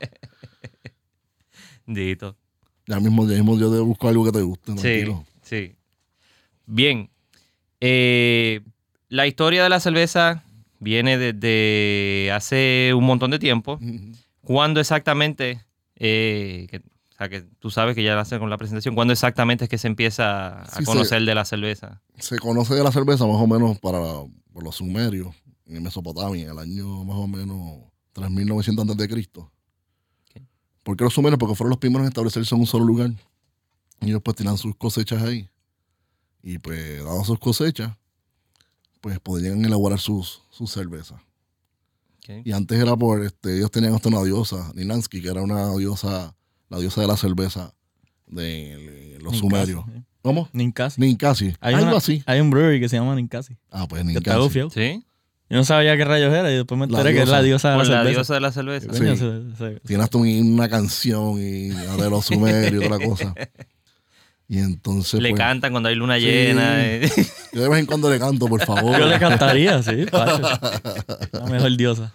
[SPEAKER 2] Dito.
[SPEAKER 3] Ya mismo, ya mismo yo te busco algo que te guste,
[SPEAKER 2] Sí,
[SPEAKER 3] tranquilo.
[SPEAKER 2] sí. Bien. Eh, la historia de la cerveza viene desde hace un montón de tiempo.
[SPEAKER 3] Ujú.
[SPEAKER 2] ¿Cuándo exactamente, eh, que, o sea, que tú sabes que ya lo hace con la presentación, cuándo exactamente es que se empieza a
[SPEAKER 3] Sí,
[SPEAKER 2] conocer de la cerveza?
[SPEAKER 3] Se conoce de la cerveza más o menos para por los sumerios en Mesopotamia, en el año más o menos tres mil novecientos antes de Cristo.
[SPEAKER 2] Okay.
[SPEAKER 3] ¿Por qué los sumerios? Porque fueron los primeros en establecerse en un solo lugar. Y ellos pues tenían sus cosechas ahí. Y pues, dadas sus cosechas, pues podían elaborar sus, sus cervezas.
[SPEAKER 2] Okay.
[SPEAKER 3] Y antes era por, este, ellos tenían hasta una diosa, Ninansky, que era una diosa, la diosa de la cerveza de, de los
[SPEAKER 4] Ninkasi,
[SPEAKER 3] sumerios.
[SPEAKER 4] sí.
[SPEAKER 3] ¿Cómo?
[SPEAKER 4] Ninkasi.
[SPEAKER 3] Ninkasi.
[SPEAKER 4] Hay,
[SPEAKER 3] Algo
[SPEAKER 4] una-
[SPEAKER 3] así.
[SPEAKER 4] hay un brewery que se llama Ninkasi.
[SPEAKER 3] Ah, pues
[SPEAKER 4] Que está
[SPEAKER 3] Ninkasi.
[SPEAKER 4] gufiado.
[SPEAKER 2] ¿Sí?
[SPEAKER 4] Yo no sabía qué rayos era y después me
[SPEAKER 3] La
[SPEAKER 4] enteré que es la diosa de la
[SPEAKER 2] Por la
[SPEAKER 4] cerveza.
[SPEAKER 2] diosa de la cerveza.
[SPEAKER 3] Sí.
[SPEAKER 4] Coño, se- se-
[SPEAKER 3] Tiene hasta un- una canción y la de los sumerios y otra cosa. Y entonces,
[SPEAKER 2] Le
[SPEAKER 3] pues,
[SPEAKER 2] cantan cuando hay luna
[SPEAKER 3] Sí.
[SPEAKER 2] llena. eh.
[SPEAKER 3] yo de vez en cuando le canto, por favor.
[SPEAKER 4] Yo le cantaría, sí, pacho. La mejor diosa.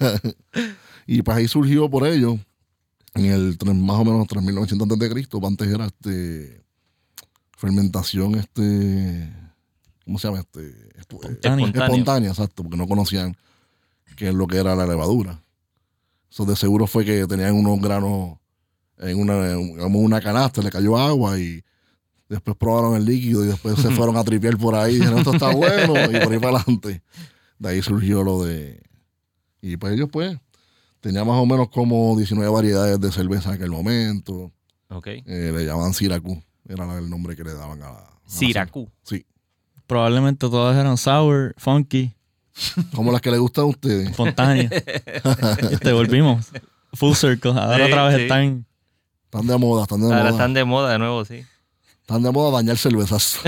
[SPEAKER 3] Y pues ahí surgió por ello, en el tres- más o menos tres mil novecientos antes de Cristo, antes era este fermentación, este, ¿cómo se llama? Este, Espo-
[SPEAKER 4] Espontánea.
[SPEAKER 3] espontánea. Espontánea, exacto, porque no conocían qué es lo que era la levadura. Eso de seguro fue que tenían unos granos en una, en una canasta, le cayó agua y después probaron el líquido y después se fueron a tripear por ahí y dijeron, esto está bueno, y por ahí para adelante. De ahí surgió lo de... Y pues ellos pues tenían más o menos como diecinueve variedades de cerveza en aquel momento.
[SPEAKER 2] Ok.
[SPEAKER 3] Eh, le llamaban Syracuse, era el nombre que le daban a la... a la
[SPEAKER 2] Syracuse.
[SPEAKER 3] cerveza. Sí.
[SPEAKER 4] Probablemente todas eran sour, funky,
[SPEAKER 3] Como las que les gustan a ustedes.
[SPEAKER 4] espontáneas. Y te volvimos. Full circle. Ahora
[SPEAKER 2] Sí,
[SPEAKER 4] otra vez
[SPEAKER 2] sí.
[SPEAKER 4] están...
[SPEAKER 3] Están de moda, están de
[SPEAKER 2] Ahora
[SPEAKER 3] moda.
[SPEAKER 2] están de moda de nuevo, sí.
[SPEAKER 3] Están de moda dañar cervezas.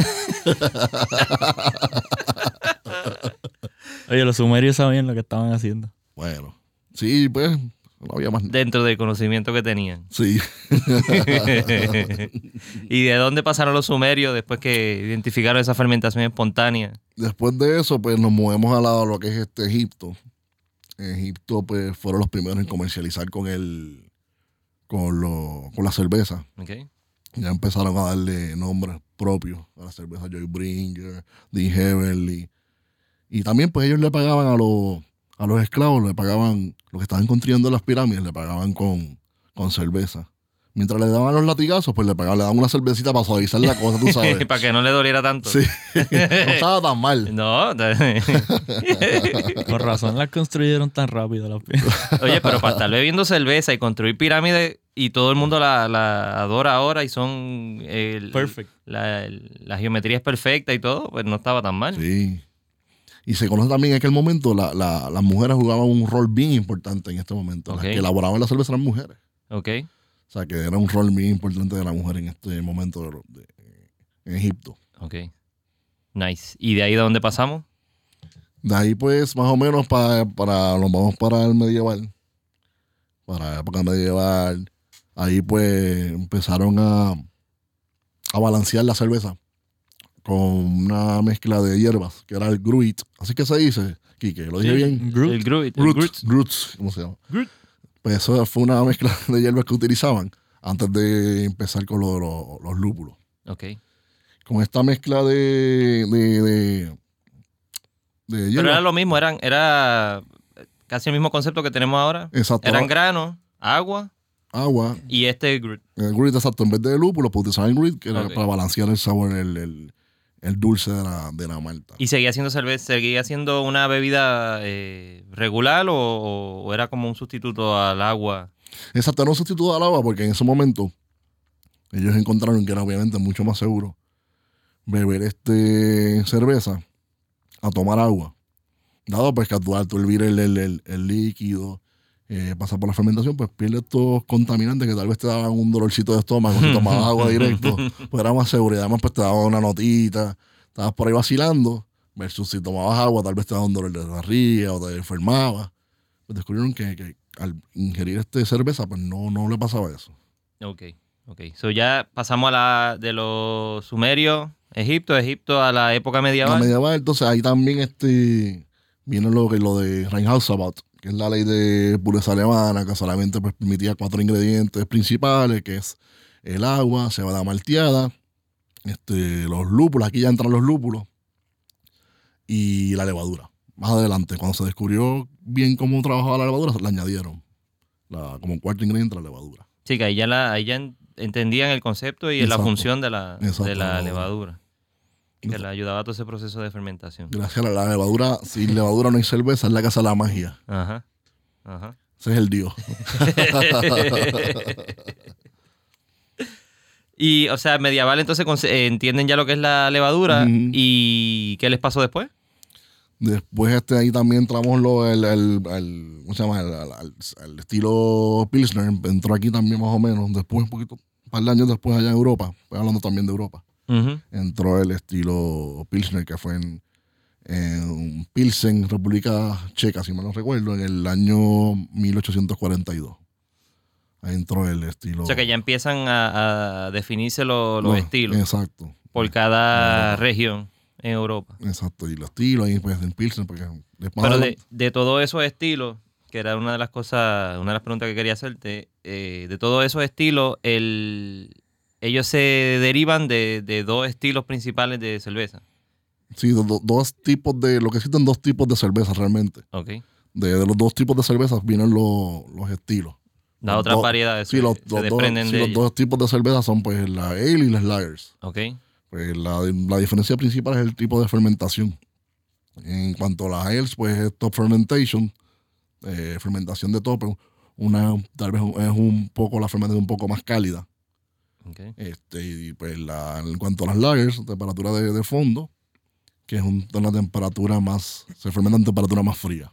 [SPEAKER 4] Oye, los sumerios sabían lo que estaban haciendo.
[SPEAKER 3] Bueno, sí, pues, no había más.
[SPEAKER 2] Dentro del conocimiento que tenían.
[SPEAKER 3] Sí.
[SPEAKER 2] ¿Y de dónde pasaron los sumerios después que identificaron esa fermentación espontánea?
[SPEAKER 3] Después de eso, pues nos movemos al lado de lo que es este Egipto. En Egipto, pues, fueron los primeros en comercializar con el, con lo, con la cerveza.
[SPEAKER 2] Okay.
[SPEAKER 3] Ya empezaron a darle nombres propios a la cerveza Joybringer, The Heavenly. Y también, pues, ellos le pagaban a los, a los esclavos, le pagaban, los que estaban construyendo las pirámides, le pagaban con, con cerveza. Mientras le daban los latigazos, pues le pagaban, le daban una cervecita para suavizar la cosa, tú sabes.
[SPEAKER 2] Para que no le doliera tanto.
[SPEAKER 3] Sí, no estaba tan mal.
[SPEAKER 2] No.
[SPEAKER 4] Por razón las construyeron tan rápido las piezas.
[SPEAKER 2] Oye, pero para estar bebiendo cerveza y construir pirámides y todo el mundo la, la adora ahora y son... el-
[SPEAKER 4] Perfect.
[SPEAKER 2] La, la geometría es perfecta y todo, pues no estaba tan mal.
[SPEAKER 3] Sí. Y se conoce también en aquel momento, la, la, las mujeres jugaban un rol bien importante en este momento.
[SPEAKER 2] Ok.
[SPEAKER 3] Las que elaboraban la cerveza eran mujeres.
[SPEAKER 2] Ok.
[SPEAKER 3] O sea, que era un rol bien importante de la mujer en este momento de, de- en Egipto.
[SPEAKER 2] Ok. Nice. ¿Y de ahí de dónde pasamos?
[SPEAKER 3] De ahí, pues, más o menos pa- para, nos vamos para el medieval. Para la época medieval. Ahí, pues, empezaron a, a balancear la cerveza con una mezcla de hierbas, que era el Gruit. Así que se dice, Quique, ¿lo dije
[SPEAKER 2] Sí,
[SPEAKER 3] bien?
[SPEAKER 4] Groot.
[SPEAKER 2] El Groot. el
[SPEAKER 3] Groot,
[SPEAKER 2] Groot.
[SPEAKER 3] Groot, ¿cómo se llama?
[SPEAKER 2] Groot.
[SPEAKER 3] Pues eso fue una mezcla de hierbas que utilizaban antes de empezar con lo de los, los lúpulos.
[SPEAKER 2] Ok.
[SPEAKER 3] Con esta mezcla de, de, de, de
[SPEAKER 2] Pero
[SPEAKER 3] hierbas.
[SPEAKER 2] era lo mismo, eran, era casi el mismo concepto que tenemos ahora.
[SPEAKER 3] Exacto.
[SPEAKER 2] Eran granos, agua
[SPEAKER 3] Agua.
[SPEAKER 2] y este Groot.
[SPEAKER 3] El Gruit, exacto. En vez de lúpulo, pues utilizaban el Gruit, que era
[SPEAKER 2] Ok.
[SPEAKER 3] para balancear el sabor, el, el, el dulce de la, de la malta.
[SPEAKER 2] ¿Y seguía siendo cerveza, seguía siendo una bebida eh, regular o, o- o era como un sustituto al agua?
[SPEAKER 3] Exacto, no sustituto al agua, porque en ese momento ellos encontraron que era obviamente mucho más seguro beber este cerveza a tomar agua. Dado pues que al tu hervir el, el, el, el líquido, eh, pasar por la fermentación, pues pierde estos contaminantes que tal vez te daban un dolorcito de estómago si tomabas agua directo. Pues era más seguro. Y además pues te daban una notita, estabas por ahí vacilando, versus si tomabas agua tal vez te daba un dolor de barriga o te enfermabas. Pues descubrieron que, que al ingerir este cerveza pues no, no le pasaba eso.
[SPEAKER 2] Ok, ok. So ya pasamos a la de los sumerios, Egipto, Egipto a la época
[SPEAKER 3] La
[SPEAKER 2] medieval.
[SPEAKER 3] medieval, entonces ahí también este, viene lo, que- lo de Reinhausverbot, que es la ley de pureza alemana, que solamente pues, permitía cuatro ingredientes principales, que es el agua, cebada malteada, este, los lúpulos, aquí ya entran los lúpulos, y la levadura. Más adelante, cuando se descubrió bien cómo trabajaba la levadura, le añadieron la, como cuarto ingrediente la levadura.
[SPEAKER 2] Sí, que ahí ya, la, ahí ya en- entendían el concepto y la
[SPEAKER 3] Exacto.
[SPEAKER 2] función de la,
[SPEAKER 3] Exacto,
[SPEAKER 2] de la
[SPEAKER 3] la
[SPEAKER 2] levadura. Que
[SPEAKER 3] Exacto.
[SPEAKER 2] le ayudaba a todo ese proceso de fermentación.
[SPEAKER 3] Gracias a la, la levadura, sin levadura no hay cerveza, es la que hace la magia.
[SPEAKER 2] Ajá, ajá.
[SPEAKER 3] Ese es el dios.
[SPEAKER 2] Y, o sea, medieval entonces conce- eh, entienden ya lo que es la levadura.
[SPEAKER 3] Ujú.
[SPEAKER 2] ¿Y qué les pasó después?
[SPEAKER 3] Después este ahí también entramos lo, el, el, el- ¿cómo se llama? El, el- el estilo Pilsner. Entró aquí también más o menos. Después, un poquito, un par de años después allá en Europa. Estoy hablando también de Europa.
[SPEAKER 2] Ujú.
[SPEAKER 3] Entró el estilo Pilsner, que fue en, en Pilsen, República Checa, si mal no recuerdo, en el año mil ochocientos cuarenta y dos. Ahí entró el estilo...
[SPEAKER 2] O sea, que ya empiezan a, a definirse lo- los
[SPEAKER 3] No,
[SPEAKER 2] estilos
[SPEAKER 3] Exacto.
[SPEAKER 2] por cada
[SPEAKER 3] Europa.
[SPEAKER 2] región en Europa.
[SPEAKER 3] Exacto. Y los estilos ahí pues en Pilsen, porque... después
[SPEAKER 2] Pero de,
[SPEAKER 3] adelante-
[SPEAKER 2] de todos esos estilos, que era una de las cosas, una de las preguntas que quería hacerte, eh, de todos esos estilos, el, ellos se derivan de, de dos estilos principales de cerveza.
[SPEAKER 3] Sí, do- do- dos tipos de... Lo que existen dos tipos de cerveza realmente.
[SPEAKER 2] Ok.
[SPEAKER 3] De, de los dos tipos de cervezas vienen los, los estilos.
[SPEAKER 2] Las
[SPEAKER 3] Los
[SPEAKER 2] otras
[SPEAKER 3] dos-
[SPEAKER 2] variedades
[SPEAKER 3] Sí,
[SPEAKER 2] se,
[SPEAKER 3] los,
[SPEAKER 2] se
[SPEAKER 3] los dos,
[SPEAKER 2] desprenden
[SPEAKER 3] sí,
[SPEAKER 2] de
[SPEAKER 3] los
[SPEAKER 2] ellas.
[SPEAKER 3] dos tipos de cerveza son pues la ale y las lagers.
[SPEAKER 2] Ok.
[SPEAKER 3] Pues la, la diferencia principal es el tipo de fermentación. En cuanto a las ales, pues es top fermentation, eh, fermentación de tope. Una, tal vez es un poco la fermentación un poco más cálida.
[SPEAKER 2] Ok.
[SPEAKER 3] Este, y pues la, en cuanto a las lagers, temperatura de, de fondo, que es un- una temperatura más, se fermenta en temperatura más fría.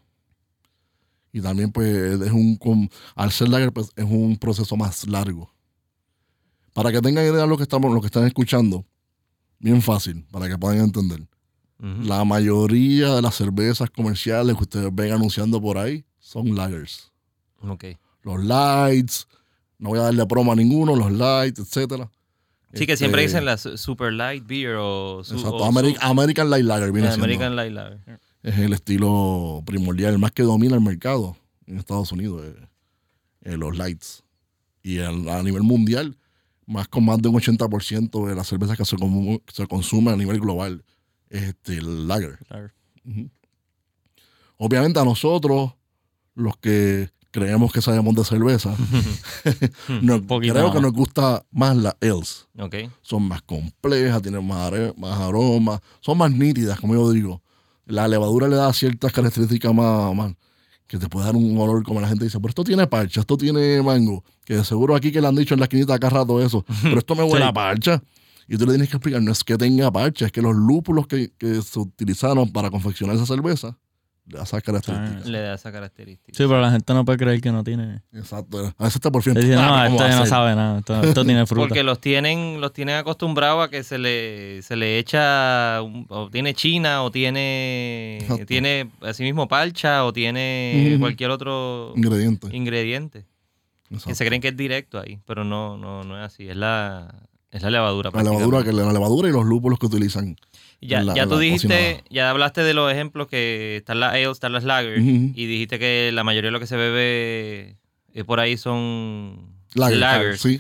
[SPEAKER 3] Y también pues es un, con- al ser lager pues, es un proceso más largo. Para que tengan idea de lo que estamos, lo que están escuchando, bien fácil, para que puedan entender.
[SPEAKER 2] Ujú.
[SPEAKER 3] La mayoría de las cervezas comerciales que ustedes ven anunciando por ahí son lagers.
[SPEAKER 2] Ok.
[SPEAKER 3] Los lights, no voy a darle promo a ninguno, los lights, etcétera.
[SPEAKER 2] Sí, que siempre
[SPEAKER 3] Este,
[SPEAKER 2] dicen la su- Super Light Beer o, su,
[SPEAKER 3] Exacto,
[SPEAKER 2] o
[SPEAKER 3] Ameri-
[SPEAKER 2] su-
[SPEAKER 3] American Light Lager viene
[SPEAKER 2] eh,
[SPEAKER 3] siendo.
[SPEAKER 2] American Light Lager.
[SPEAKER 3] Es el estilo primordial, el más que domina el mercado en Estados Unidos, eh, eh, los lights. Y el- a nivel mundial, más con más de un ochenta por ciento de las cervezas que se, comu- se consumen a nivel global es este, el lager.
[SPEAKER 4] Lager.
[SPEAKER 3] Ujú. Obviamente a nosotros, los que creemos que sabemos de cerveza, nos-
[SPEAKER 4] poquito
[SPEAKER 3] creo
[SPEAKER 4] más.
[SPEAKER 3] que nos gusta más las ales.
[SPEAKER 2] Ok.
[SPEAKER 3] Son más complejas, tienen más, are- más aromas, son más nítidas, como yo digo. La levadura le da ciertas características más, más que te puede dar un olor, como la gente dice, pero esto tiene parcha, esto tiene mango, que de seguro aquí que le han dicho en la esquinita acá rato eso, pero esto me huele
[SPEAKER 4] Sí.
[SPEAKER 3] a parcha. Y tú le tienes que explicar, no es que tenga parcha, es que los lúpulos que, que se utilizaron para confeccionar esa cerveza le da esas características.
[SPEAKER 2] Le da esa característica.
[SPEAKER 4] Sí, pero la gente no puede creer que no tiene.
[SPEAKER 3] Exacto. A veces está por fin.
[SPEAKER 4] Se dice,
[SPEAKER 3] ah,
[SPEAKER 4] no,
[SPEAKER 3] ¿cómo
[SPEAKER 4] esto
[SPEAKER 3] va a
[SPEAKER 4] no
[SPEAKER 3] ser?
[SPEAKER 4] sabe nada. Esto, esto tiene fruta.
[SPEAKER 2] Porque los tienen, los tienen acostumbrados a que se le, se le echa, un- o tiene china, o tiene,
[SPEAKER 3] Exacto.
[SPEAKER 2] tiene así mismo parcha, o tiene
[SPEAKER 3] Ujú.
[SPEAKER 2] cualquier otro
[SPEAKER 3] Ingrediente.
[SPEAKER 2] ingrediente. Que
[SPEAKER 3] Exacto.
[SPEAKER 2] se creen que es directo ahí, pero no, no, no es así. Es la, Es la levadura.
[SPEAKER 3] La levadura, que la levadura y los lúpulos que utilizan.
[SPEAKER 2] Ya,
[SPEAKER 3] la,
[SPEAKER 2] ya tú
[SPEAKER 3] la
[SPEAKER 2] dijiste,
[SPEAKER 3] cocina.
[SPEAKER 2] ya hablaste de los ejemplos que están las ales, están las lagers,
[SPEAKER 3] Ujú.
[SPEAKER 2] y dijiste que la mayoría de lo que se bebe eh, por ahí son
[SPEAKER 3] Lager,
[SPEAKER 2] lagers.
[SPEAKER 3] sí.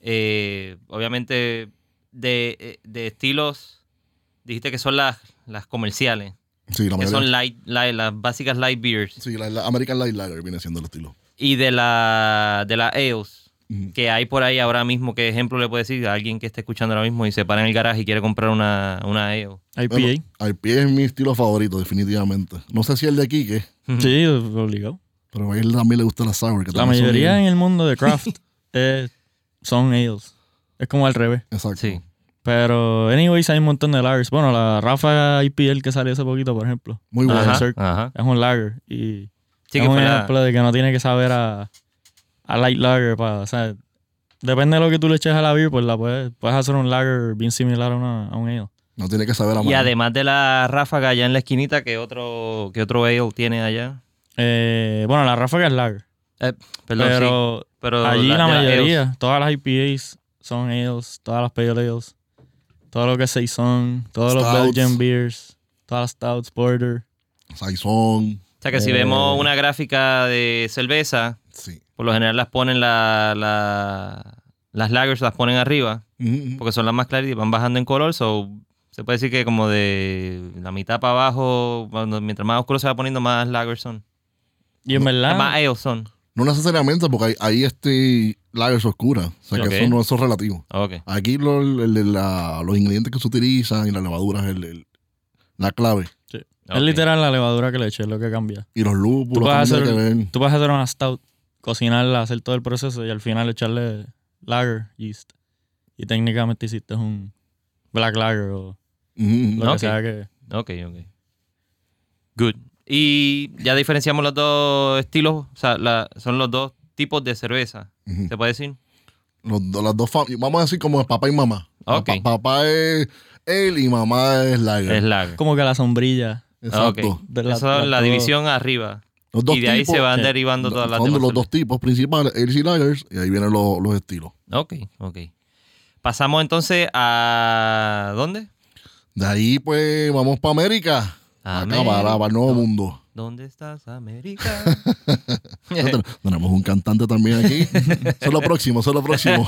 [SPEAKER 2] Eh, obviamente, de, de estilos, dijiste que son las, las comerciales,
[SPEAKER 3] Sí, la
[SPEAKER 2] que
[SPEAKER 3] mayoría.
[SPEAKER 2] son light, light, las básicas light beers.
[SPEAKER 3] Sí, la, la American Light Lager viene siendo el estilo.
[SPEAKER 2] Y de la de las ales,
[SPEAKER 3] Ujú.
[SPEAKER 2] que hay por ahí ahora mismo, ¿qué ejemplo le puede decir a alguien que esté escuchando ahora mismo y se para en el garaje y quiere comprar una, una ale?
[SPEAKER 4] I P A.
[SPEAKER 3] Bueno, I P A es mi estilo favorito, definitivamente. No sé si el de aquí, ¿qué?
[SPEAKER 4] Sí, obligado.
[SPEAKER 3] Pero a él también le gusta la sour. Que
[SPEAKER 4] La
[SPEAKER 3] también son
[SPEAKER 4] mayoría
[SPEAKER 3] bien-
[SPEAKER 4] en el mundo de craft eh, son ales. Es como al revés.
[SPEAKER 3] Exacto.
[SPEAKER 2] Sí.
[SPEAKER 4] Pero, anyways, hay un montón de lagers. Bueno, la Rafa I P L que salió hace poquito, por ejemplo,
[SPEAKER 3] Muy bueno.
[SPEAKER 2] Ajá,
[SPEAKER 4] Cirque.
[SPEAKER 2] ajá.
[SPEAKER 4] es un lager. Y
[SPEAKER 2] Sí,
[SPEAKER 4] es
[SPEAKER 2] que
[SPEAKER 4] un
[SPEAKER 2] fue la-
[SPEAKER 4] ejemplo de que no tiene que saber a, a light lager. Para, o sea, depende de lo que tú le eches a la beer, pues la puedes, puedes hacer un lager bien similar a, una, a un ale.
[SPEAKER 3] No tiene que saber a
[SPEAKER 2] Y
[SPEAKER 3] mano.
[SPEAKER 2] además de la ráfaga allá en la esquinita, ¿qué otro, qué otro ale tiene allá?
[SPEAKER 4] Eh, bueno, la Ráfaga es lager.
[SPEAKER 2] Eh, perdón,
[SPEAKER 4] pero
[SPEAKER 2] sí, pero
[SPEAKER 4] allí
[SPEAKER 2] la-
[SPEAKER 4] la,
[SPEAKER 2] de las
[SPEAKER 4] mayoría,
[SPEAKER 2] ales.
[SPEAKER 4] todas las I P As son ales, todas las pale ales, todo lo que es saison, todos los
[SPEAKER 3] Stouts.
[SPEAKER 4] Belgian beers, todas las stouts, porter.
[SPEAKER 3] Saison.
[SPEAKER 2] O sea que si
[SPEAKER 4] Eh.
[SPEAKER 2] vemos una gráfica de cerveza,
[SPEAKER 3] Sí.
[SPEAKER 2] por lo general las ponen la, la- las lagers las ponen arriba,
[SPEAKER 3] Ujú.
[SPEAKER 2] porque son las más claras y van bajando en color, so se puede decir que como de la mitad para abajo, cuando- mientras más oscuro se va poniendo, más lagers son.
[SPEAKER 4] Y en verdad,
[SPEAKER 2] Más ales son.
[SPEAKER 3] No necesariamente, porque hay, hay este lagers oscuras. O sea,
[SPEAKER 2] Ok.
[SPEAKER 3] que eso no eso es relativo.
[SPEAKER 2] Ok.
[SPEAKER 3] Aquí lo- el- el- la- los ingredientes que se utilizan y las levaduras es el- el- la clave.
[SPEAKER 4] sí.
[SPEAKER 2] Ok.
[SPEAKER 4] es literal la levadura que le eché, es lo que cambia.
[SPEAKER 3] Y los
[SPEAKER 4] Tú
[SPEAKER 3] lúpulos
[SPEAKER 4] puedes,
[SPEAKER 3] también
[SPEAKER 4] hacer,
[SPEAKER 3] hay que ver.
[SPEAKER 4] tú puedes hacer una stout, cocinarla, hacer todo el proceso y al final echarle lager yeast. Y técnicamente hiciste un black lager o
[SPEAKER 3] Ujú.
[SPEAKER 4] lo
[SPEAKER 2] Ok.
[SPEAKER 4] que sea que...
[SPEAKER 2] Ok, ok. Good. Y ya diferenciamos los dos estilos, o sea, la- son los dos tipos de cerveza,
[SPEAKER 3] Ujú.
[SPEAKER 2] ¿se puede decir?
[SPEAKER 3] Los, do- las dos fam- vamos a decir como papá y mamá.
[SPEAKER 2] Ok.
[SPEAKER 3] Pa- papá es él y mamá es lager.
[SPEAKER 2] Es lager.
[SPEAKER 4] Como que la sombrilla.
[SPEAKER 3] Exacto.
[SPEAKER 2] Ok.
[SPEAKER 4] De la-
[SPEAKER 2] Eso es
[SPEAKER 4] la-
[SPEAKER 2] la
[SPEAKER 4] todo.
[SPEAKER 2] división arriba.
[SPEAKER 3] Los dos
[SPEAKER 2] Y de ahí
[SPEAKER 3] tipos,
[SPEAKER 2] se van
[SPEAKER 4] sí.
[SPEAKER 2] derivando todas las
[SPEAKER 3] son de
[SPEAKER 2] demás
[SPEAKER 3] los dos
[SPEAKER 2] cervezas.
[SPEAKER 3] tipos principales, ales y lagers, y ahí vienen los, los estilos.
[SPEAKER 2] Ok, ok. Pasamos entonces a... ¿Dónde?
[SPEAKER 3] De ahí, pues, vamos para América. Acá,
[SPEAKER 2] América.
[SPEAKER 3] para, para el nuevo mundo.
[SPEAKER 2] ¿Dónde estás, América?
[SPEAKER 3] Ten- Tenemos un cantante también aquí. Eso es lo próximo, eso es lo próximo.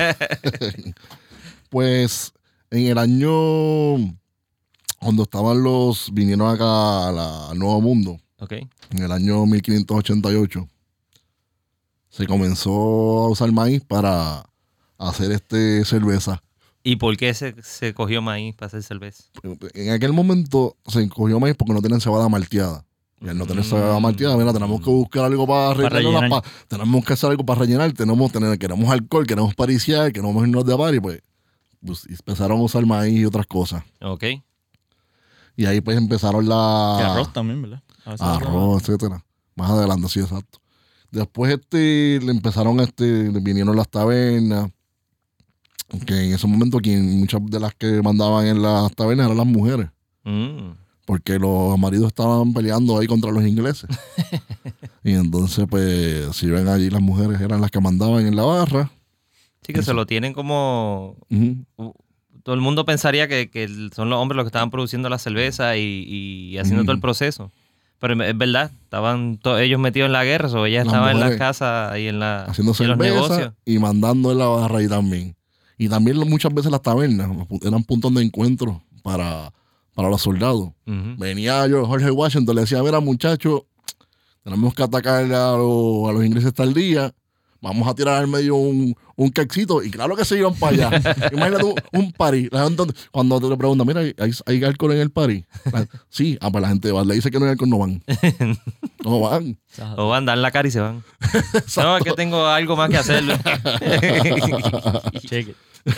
[SPEAKER 3] Pues en el año cuando estaban los, vinieron acá a la- al Nuevo Mundo,
[SPEAKER 2] Ok.
[SPEAKER 3] en el año mil quinientos ochenta y ocho, se comenzó a usar maíz para hacer este cerveza.
[SPEAKER 2] ¿Y por qué se, se cogió maíz para hacer cerveza?
[SPEAKER 3] En aquel momento se cogió maíz porque no tenían cebada malteada. Y al no tener cebada
[SPEAKER 2] Mm.
[SPEAKER 3] malteada, mira, tenemos que buscar algo para
[SPEAKER 4] Para
[SPEAKER 3] rellenar.
[SPEAKER 4] rellenar.
[SPEAKER 3] pa- tenemos que hacer algo para rellenar. Tenemos, tener, queremos alcohol, queremos pariciar, queremos irnos de bar y pues, pues empezaron a usar maíz y otras cosas.
[SPEAKER 2] Ok.
[SPEAKER 3] Y ahí pues empezaron la...
[SPEAKER 4] Que arroz también, ¿verdad? A veces
[SPEAKER 3] Arroz, etcétera. Más adelante, sí, exacto. Después este, le empezaron, este, vinieron las tabernas, que en ese momento quien, muchas de las que mandaban en las tabernas eran las mujeres,
[SPEAKER 2] Mm.
[SPEAKER 3] porque los maridos estaban peleando ahí contra los ingleses. Y entonces, pues, si ven allí, las mujeres eran las que mandaban en la barra.
[SPEAKER 2] Sí, que se lo tienen como...
[SPEAKER 3] Ujú.
[SPEAKER 2] uh, Todo el mundo pensaría que, que son los hombres los que estaban produciendo la cerveza y, y haciendo
[SPEAKER 3] Ujú.
[SPEAKER 2] todo el proceso. Pero es verdad, estaban todos ellos metidos en la guerra, o ellas
[SPEAKER 3] Las
[SPEAKER 2] estaban en las
[SPEAKER 3] mujeres
[SPEAKER 2] casas y en, la,
[SPEAKER 3] Haciendo
[SPEAKER 2] y en los negocios.
[SPEAKER 3] cerveza y mandando en la barra ahí también. Y también lo- muchas veces las tabernas eran puntos de encuentro para, para los soldados.
[SPEAKER 2] Ujú.
[SPEAKER 3] Venía yo, Jorge Washington, le decía, mira muchachos, tenemos que atacar a, los- a los ingleses tal día, vamos a tirar al medio un, un quexito, y claro que se iban para allá. Imagínate un, un party. La gente, cuando te le preguntan, mira, ¿hay, hay alcohol en el party? La- sí, ah, pues la gente va, le dice que no hay alcohol, no van. No van.
[SPEAKER 2] O van, dan la cara y se van. No, es que tengo algo más que hacer.
[SPEAKER 4] Cheque.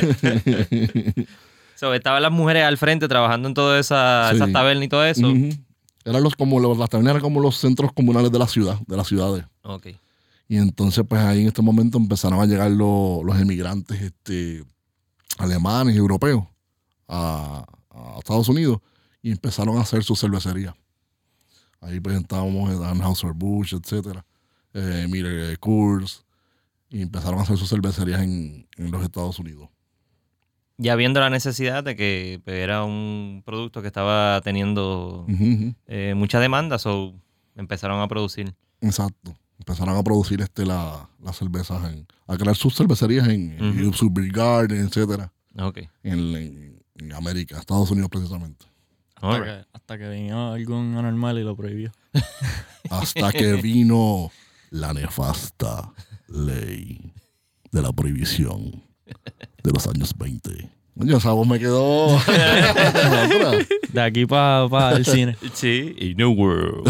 [SPEAKER 2] So, estaban las mujeres al frente trabajando en todas esa,
[SPEAKER 3] Sí.
[SPEAKER 2] esas tabernas y todo eso.
[SPEAKER 3] Ujú. Eran los, como los, las tabernas eran como los centros comunales de la ciudad, de las ciudades.
[SPEAKER 2] Ok.
[SPEAKER 3] Y entonces, pues ahí en este momento empezaron a llegar los, los emigrantes este, alemanes y europeos a, a Estados Unidos y empezaron a hacer su cervecería. Ahí pues estábamos en Anheuser-Busch, etcétera, eh, Miller Coors, y empezaron a hacer sus cervecerías en, en los Estados Unidos.
[SPEAKER 2] Ya viendo la necesidad de que pues, era un producto que estaba teniendo
[SPEAKER 3] Uh -huh.
[SPEAKER 2] eh, mucha demanda, so empezaron a producir.
[SPEAKER 3] Exacto. Empezaron a producir este la, las cervezas, en, a crear sus cervecerías en,
[SPEAKER 2] Uh -huh.
[SPEAKER 3] en sus beer garden, etcétera.
[SPEAKER 2] Okay.
[SPEAKER 3] En, en, en América, Estados Unidos precisamente.
[SPEAKER 4] Hasta, right. que, hasta que vino algún anormal y lo prohibió.
[SPEAKER 3] Hasta que vino la nefasta ley de la prohibición de los años veinte. Coño, esa voz me quedó.
[SPEAKER 4] De aquí para pa el cine.
[SPEAKER 2] Sí, y New World.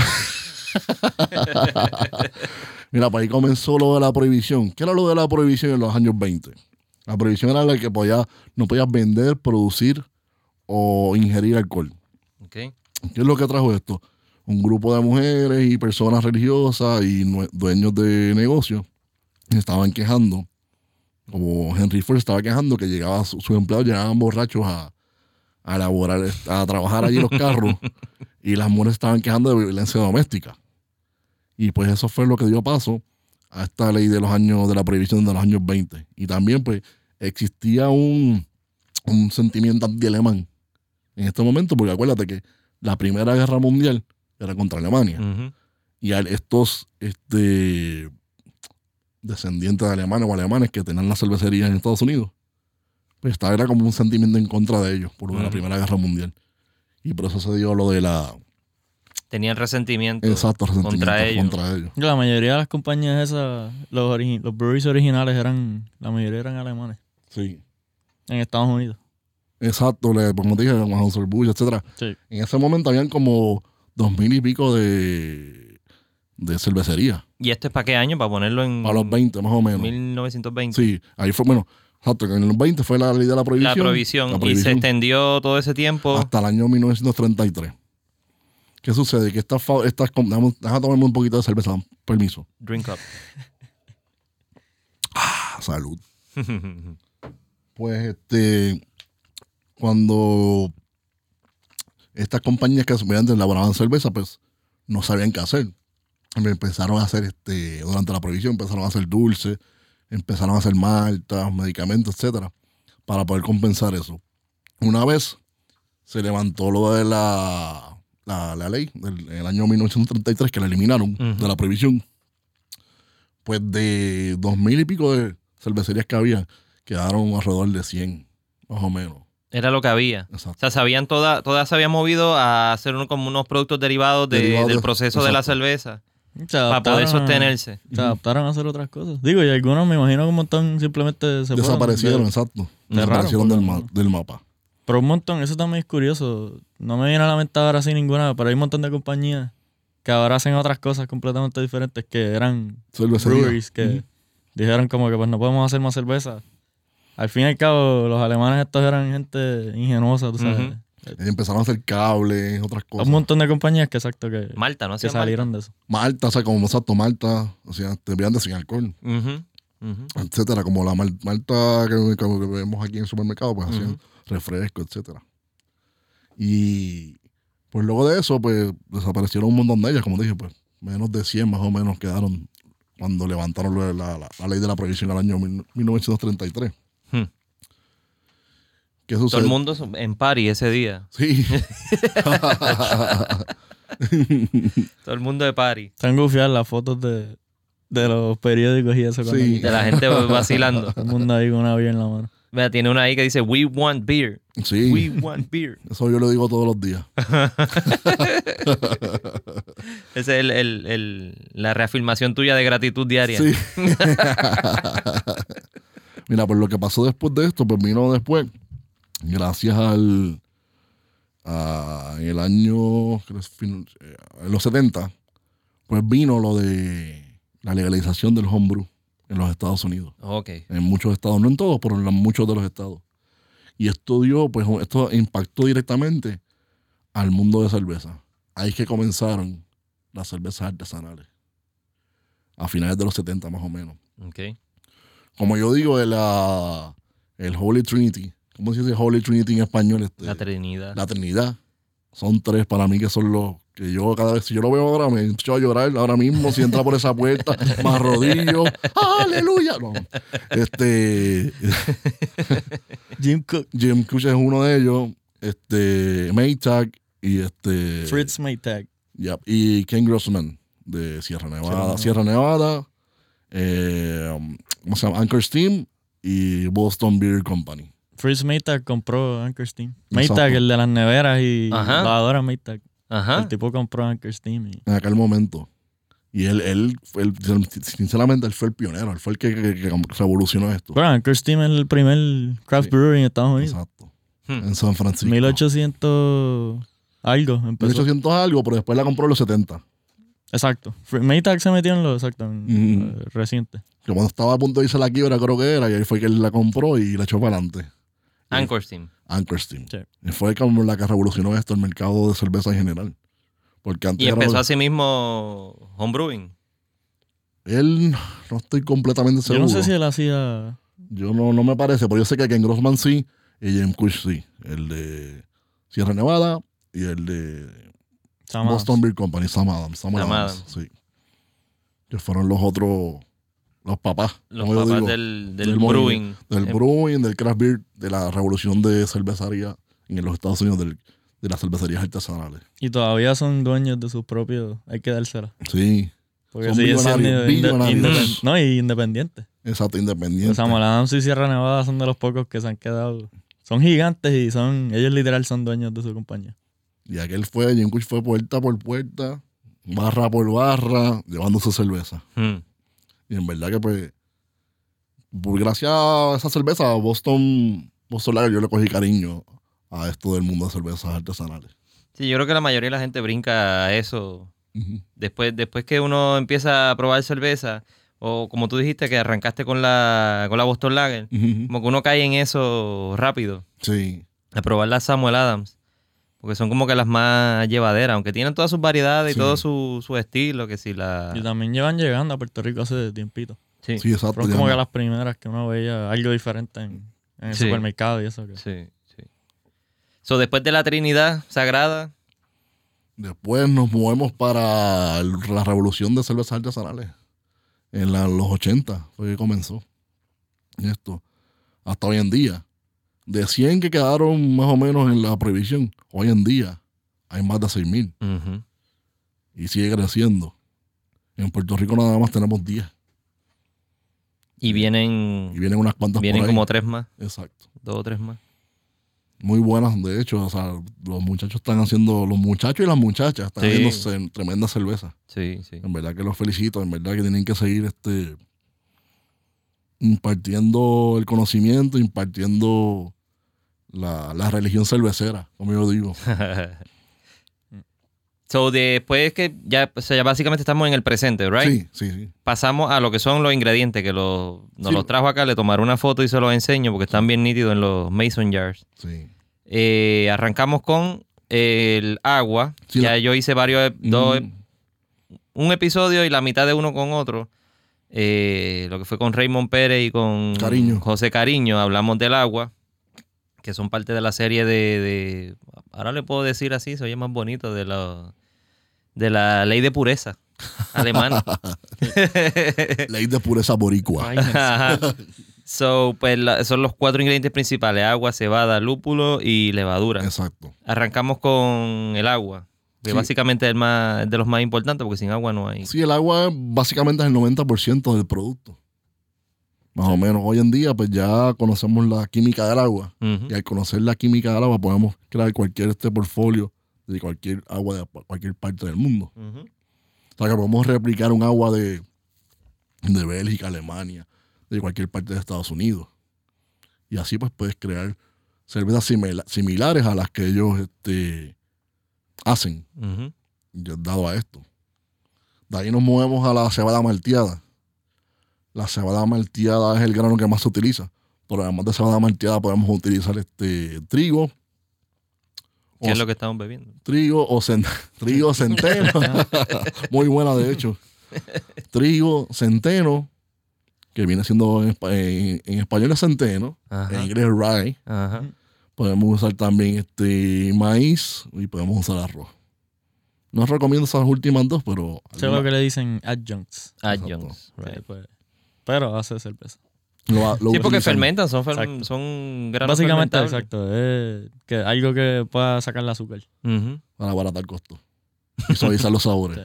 [SPEAKER 3] Mira, para ahí comenzó lo de la prohibición. ¿Qué era lo de la prohibición en los años veinte? La prohibición era la que podía, no podías vender, producir o ingerir alcohol.
[SPEAKER 2] Okay.
[SPEAKER 3] ¿Qué es lo que trajo esto? Un grupo de mujeres y personas religiosas y dueños de negocios estaban quejando, como Henry Ford estaba quejando que llegaba sus su empleados llegaban borrachos a, a elaborar, a trabajar allí los carros y las mujeres estaban quejando de violencia doméstica. Y pues eso fue lo que dio paso a esta ley de los años, de la prohibición de los años veinte. Y también pues existía un, un sentimiento anti-alemán en este momento, porque acuérdate que la Primera Guerra Mundial era contra Alemania.
[SPEAKER 2] Uh-huh.
[SPEAKER 3] Y estos este, descendientes de alemanes o alemanes que tenían las cervecerías en Estados Unidos, pues esta era como un sentimiento en contra de ellos por lo de uh-huh. la Primera Guerra Mundial. Y por eso se dio lo de la...
[SPEAKER 2] Tenían resentimiento,
[SPEAKER 3] Exacto, resentimiento
[SPEAKER 2] contra, ellos.
[SPEAKER 3] contra ellos.
[SPEAKER 4] La mayoría de las compañías esas, los, los breweries originales eran, la mayoría eran alemanes.
[SPEAKER 3] Sí.
[SPEAKER 4] En Estados Unidos.
[SPEAKER 3] Exacto, le, como te dije, Anheuser-Busch, etcétera.
[SPEAKER 4] Sí.
[SPEAKER 3] En ese momento habían como dos mil y pico de, de cervecerías.
[SPEAKER 2] ¿Y esto es para qué año? Para ponerlo en...
[SPEAKER 3] A los veinte, más o menos.
[SPEAKER 2] mil novecientos veinte.
[SPEAKER 3] Sí, ahí fue, bueno, exacto, en los veinte fue la ley de la prohibición.
[SPEAKER 2] La prohibición.
[SPEAKER 3] La prohibición.
[SPEAKER 2] Y se extendió todo ese tiempo.
[SPEAKER 3] Hasta el año mil novecientos treinta y tres. ¿Qué sucede? Que estas... estas déjame, déjame tomarme un poquito de cerveza, permiso.
[SPEAKER 2] Drink up.
[SPEAKER 3] Ah, salud. Pues este... Cuando estas compañías que antes elaboraban cerveza, pues no sabían qué hacer. Empezaron a hacer, este, durante la prohibición, empezaron a hacer dulces, empezaron a hacer maltas, medicamentos, etcétera, para poder compensar eso. Una vez se levantó lo de la, la, la ley del el año mil novecientos treinta y tres, que la eliminaron uh-huh. de la prohibición, pues de dos mil y pico de cervecerías que había, quedaron alrededor de cien, más o menos.
[SPEAKER 2] Era lo que había.
[SPEAKER 3] Exacto.
[SPEAKER 2] O sea, sabían toda, todas se habían movido a hacer uno, como unos productos derivados de,
[SPEAKER 3] Derivados
[SPEAKER 2] del
[SPEAKER 3] de,
[SPEAKER 2] proceso
[SPEAKER 3] exacto.
[SPEAKER 2] de la cerveza. Para poder sostenerse.
[SPEAKER 4] Se adaptaron a hacer otras cosas. Digo, y algunos me imagino que un montón simplemente se
[SPEAKER 3] desaparecieron,
[SPEAKER 4] fueron,
[SPEAKER 3] exacto. Desaparecieron del, ma del mapa.
[SPEAKER 4] Pero un montón, eso también es curioso. No me viene a la mente ahora así ninguna, pero hay un montón de compañías que ahora hacen otras cosas completamente diferentes que eran breweries que uh-huh. dijeron como que pues no podemos hacer más cerveza. Al fin y al cabo, los alemanes estos eran gente ingenuosa, tú sabes. Uh-huh.
[SPEAKER 3] Ellos empezaron a hacer cables, otras cosas.
[SPEAKER 4] Un montón de compañías que, exacto, que,
[SPEAKER 2] Malta, ¿no?
[SPEAKER 4] que salieron
[SPEAKER 2] Malta.
[SPEAKER 4] de eso.
[SPEAKER 3] Malta, o sea, como exacto, Malta, o sea, te veían de sin alcohol,
[SPEAKER 2] uh-huh. Uh-huh.
[SPEAKER 3] etcétera. Como la mal Malta que, que vemos aquí en el supermercado, pues uh-huh. hacían refresco, etcétera. Y pues luego de eso, pues desaparecieron un montón de ellas, como dije, pues menos de cien más o menos quedaron cuando levantaron la, la, la, la ley de la prohibición al año mil novecientos treinta y tres.
[SPEAKER 2] Hmm.
[SPEAKER 3] ¿Qué sucede?
[SPEAKER 2] Todo el mundo en party ese día.
[SPEAKER 3] Sí.
[SPEAKER 2] Todo el mundo de party.
[SPEAKER 4] Están gufiadas las fotos de, de los periódicos y eso.
[SPEAKER 3] Sí.
[SPEAKER 2] De la gente vacilando.
[SPEAKER 4] Todo el mundo ahí con una beer en la mano.
[SPEAKER 2] Mira, tiene una ahí que dice, we want beer.
[SPEAKER 3] Sí.
[SPEAKER 2] We want beer.
[SPEAKER 3] Eso yo lo digo todos los días.
[SPEAKER 2] Esa es el, el, el, la reafirmación tuya de gratitud diaria.
[SPEAKER 3] Sí. Mira, pues lo que pasó después de esto, pues vino después, gracias al, a, en el año, en los setenta, pues vino lo de la legalización del homebrew en los Estados Unidos.
[SPEAKER 2] Okay.
[SPEAKER 3] En muchos estados, no en todos, pero en muchos de los estados. Y esto dio, pues esto impactó directamente al mundo de cerveza. Ahí es que comenzaron las cervezas artesanales. A finales de los setenta más o menos.
[SPEAKER 2] Okay.
[SPEAKER 3] Como yo digo, el, uh, el Holy Trinity. ¿Cómo se dice Holy Trinity en español? Este,
[SPEAKER 2] la Trinidad.
[SPEAKER 3] La Trinidad. Son tres para mí que son los que yo cada vez, si yo lo veo ahora, me echo a llorar ahora mismo, si entra por esa puerta, más rodillo, ¡aleluya! No, este...
[SPEAKER 4] Jim Cook.
[SPEAKER 3] Jim Cook es uno de ellos. Este, Maytag y este...
[SPEAKER 4] Fritz Maytag.
[SPEAKER 3] Yep, y Ken Grossman de Sierra Nevada. Sierra Nevada. Eh, ¿Cómo se llama? Anchor Steam y Boston Beer Company.
[SPEAKER 4] Fritz Maytag compró Anchor Steam.
[SPEAKER 3] Exacto.
[SPEAKER 4] Maytag, el de las neveras y
[SPEAKER 2] Ajá.
[SPEAKER 4] lavadoras Maytag.
[SPEAKER 2] Ajá.
[SPEAKER 4] El tipo compró Anchor Steam. Y...
[SPEAKER 3] En aquel momento. Y él, él, él, sinceramente, él fue el pionero. Él fue el que, que, que revolucionó esto.
[SPEAKER 4] Bueno, Anchor Steam es el primer craft
[SPEAKER 3] Sí.
[SPEAKER 4] brewery en Estados Unidos.
[SPEAKER 3] Exacto.
[SPEAKER 2] Hmm.
[SPEAKER 3] En San Francisco.
[SPEAKER 4] mil ochocientos algo empezó.
[SPEAKER 3] mil ochocientos algo, pero después la compró en los setenta.
[SPEAKER 4] Exacto. Fr- Maytag se metió en lo exacto, en,
[SPEAKER 3] Mm.
[SPEAKER 4] eh, reciente.
[SPEAKER 3] Que cuando estaba a punto de irse a la quiebra, creo que era, y ahí fue que él la compró y la echó para adelante.
[SPEAKER 2] Anchor Steam.
[SPEAKER 3] Anchor Steam.
[SPEAKER 4] Sí.
[SPEAKER 3] Y fue como la que revolucionó esto, el mercado de cerveza en general. Porque antes
[SPEAKER 2] Y
[SPEAKER 3] era-
[SPEAKER 2] empezó así mismo homebrewing.
[SPEAKER 3] Él, no estoy completamente
[SPEAKER 4] Yo
[SPEAKER 3] seguro.
[SPEAKER 4] no sé si él hacía...
[SPEAKER 3] Yo no, no me parece, pero yo sé que Ken Grossman sí y Jim Cook sí. El de Sierra Nevada y el de
[SPEAKER 4] Sam
[SPEAKER 3] Boston
[SPEAKER 4] Adams.
[SPEAKER 3] Beer Company, Sam Adams. Samuel
[SPEAKER 2] Sam
[SPEAKER 3] Adams, sí. Que fueron los otros, los papás.
[SPEAKER 2] Los
[SPEAKER 3] como yo
[SPEAKER 2] papás
[SPEAKER 3] digo,
[SPEAKER 2] del, del,
[SPEAKER 3] del
[SPEAKER 2] brewing.
[SPEAKER 3] Del
[SPEAKER 2] Eh,
[SPEAKER 3] brewing, del craft beer, de la revolución de cervecería en los Estados Unidos, del- de las cervecerías artesanales.
[SPEAKER 4] Y todavía son dueños de sus propios... Hay que dársela.
[SPEAKER 3] Sí,
[SPEAKER 4] Porque
[SPEAKER 3] Son
[SPEAKER 4] siguen siendo
[SPEAKER 3] billonarios,
[SPEAKER 4] inde-
[SPEAKER 3] billonarios.
[SPEAKER 4] independ- No, y independientes.
[SPEAKER 3] exacto, independiente.
[SPEAKER 4] Samuel Adams y Sierra Nevada son de los pocos que se han quedado... Son gigantes y son... Ellos literal son dueños de su compañía.
[SPEAKER 3] Y aquel fue, Jim Cook fue puerta por puerta, barra por barra, llevando su cerveza.
[SPEAKER 2] hmm.
[SPEAKER 3] Y en verdad que pues, por gracias a esa cerveza, Boston, Boston Lager, yo le cogí cariño a esto del mundo de cervezas artesanales.
[SPEAKER 2] Sí, yo creo que la mayoría de la gente brinca a eso.
[SPEAKER 3] Ujú.
[SPEAKER 2] Después, después que uno empieza a probar cerveza, o como tú dijiste, que arrancaste con la, con la Boston Lager,
[SPEAKER 3] Ujú.
[SPEAKER 2] como que uno cae en eso rápido,
[SPEAKER 3] Sí,
[SPEAKER 2] a probar la Samuel Adams, porque son como que las más llevaderas, aunque tienen todas sus variedades y
[SPEAKER 3] Sí.
[SPEAKER 2] todo su, su estilo, que si la...
[SPEAKER 4] Y también llevan llegando a Puerto Rico hace tiempito.
[SPEAKER 2] Sí,
[SPEAKER 3] sí, exacto.
[SPEAKER 4] Fueron
[SPEAKER 3] ya
[SPEAKER 4] como
[SPEAKER 3] no.
[SPEAKER 4] que las primeras que uno veía algo diferente en, en el
[SPEAKER 2] Sí.
[SPEAKER 4] supermercado y eso. Que...
[SPEAKER 2] sí, sí. So, después de la Trinidad Sagrada,
[SPEAKER 3] Después nos movemos para el- la revolución de cervezas artesanales. En la- los ochenta fue que comenzó esto. Hasta hoy en día. De cien que quedaron más o menos en la prohibición, hoy en día hay más de seis mil.
[SPEAKER 2] ujú,
[SPEAKER 3] Y sigue creciendo. En Puerto Rico nada más tenemos diez.
[SPEAKER 2] y vienen,
[SPEAKER 3] Y vienen unas cuantas
[SPEAKER 2] vienen
[SPEAKER 3] por ahí.
[SPEAKER 2] como tres más,
[SPEAKER 3] Exacto.
[SPEAKER 2] dos o tres más.
[SPEAKER 3] Muy buenas, de hecho. O sea, los muchachos están haciendo, los muchachos y las muchachas están
[SPEAKER 2] Sí.
[SPEAKER 3] haciendo ce- tremenda cerveza.
[SPEAKER 2] Sí, sí.
[SPEAKER 3] En verdad que los felicito. En verdad que tienen que seguir este impartiendo el conocimiento, impartiendo la, la religión cervecera, como yo digo.
[SPEAKER 2] So, después que ya, o sea, ya básicamente estamos en el presente, ¿right?
[SPEAKER 3] Sí, sí, sí.
[SPEAKER 2] Pasamos a lo que son los ingredientes, que los, nos
[SPEAKER 3] Sí.
[SPEAKER 2] los trajo acá, le tomaré una foto y se los enseño porque están bien nítidos en los mason jars.
[SPEAKER 3] Sí.
[SPEAKER 2] Eh, arrancamos con el agua.
[SPEAKER 3] Sí,
[SPEAKER 2] ya
[SPEAKER 3] la-
[SPEAKER 2] yo hice varios, ep- dos,
[SPEAKER 3] Mm,
[SPEAKER 2] ep- un episodio y la mitad de uno con otro. Eh, lo que fue con Raymond Pérez y con
[SPEAKER 3] Cariño.
[SPEAKER 2] José Cariño, hablamos del agua, que son parte de la serie de, de- ahora le puedo decir así, se oye más bonito, de la, de la ley de pureza alemana.
[SPEAKER 3] Ley de pureza boricua.
[SPEAKER 2] Ajá. So, pues la- son los cuatro ingredientes principales: agua, cebada, lúpulo y levadura.
[SPEAKER 3] Exacto.
[SPEAKER 2] Arrancamos con el agua, que
[SPEAKER 3] Sí.
[SPEAKER 2] básicamente es el más, es de los más importantes porque sin agua no hay.
[SPEAKER 3] Sí, el agua básicamente es el noventa por ciento del producto. Más o menos. Hoy en día, pues ya conocemos la química del agua.
[SPEAKER 2] Ujú.
[SPEAKER 3] Y al conocer la química del agua, podemos crear cualquier este portfolio de cualquier agua de cualquier parte del mundo.
[SPEAKER 2] Ujú.
[SPEAKER 3] O sea, que podemos replicar un agua de, de Bélgica, Alemania, de cualquier parte de Estados Unidos. Y así pues puedes crear cervezas simila- similares a las que ellos este, hacen,
[SPEAKER 2] Ujú.
[SPEAKER 3] ya dado a esto. De ahí nos movemos a la cebada malteada. La cebada malteada es el grano que más se utiliza. Pero además de cebada malteada podemos utilizar este trigo.
[SPEAKER 2] ¿Qué
[SPEAKER 3] o
[SPEAKER 2] es lo que estamos bebiendo?
[SPEAKER 3] Trigo o cen- trigo centeno. Muy buena, de hecho. Trigo centeno, que viene siendo en, espa- en- en español es centeno,
[SPEAKER 2] Ajá.
[SPEAKER 3] en inglés es rye.
[SPEAKER 2] Ajá.
[SPEAKER 3] Podemos usar también este maíz y podemos usar arroz. No recomiendo esas últimas dos, pero
[SPEAKER 4] Eso es lo que le dicen adjuncts.
[SPEAKER 2] Adjuncts.
[SPEAKER 4] Sí,
[SPEAKER 2] Right.
[SPEAKER 4] pues. Pero hace cerveza.
[SPEAKER 3] Lo, lo
[SPEAKER 2] Sí, porque
[SPEAKER 3] utilizan.
[SPEAKER 2] fermentan, son, fer-
[SPEAKER 4] Exacto.
[SPEAKER 2] son granos
[SPEAKER 4] Básicamente,
[SPEAKER 2] fermentables.
[SPEAKER 4] exacto. Es que algo que pueda sacar el azúcar.
[SPEAKER 2] Ujú.
[SPEAKER 3] Para abaratar costos. Y suavizar los sabores.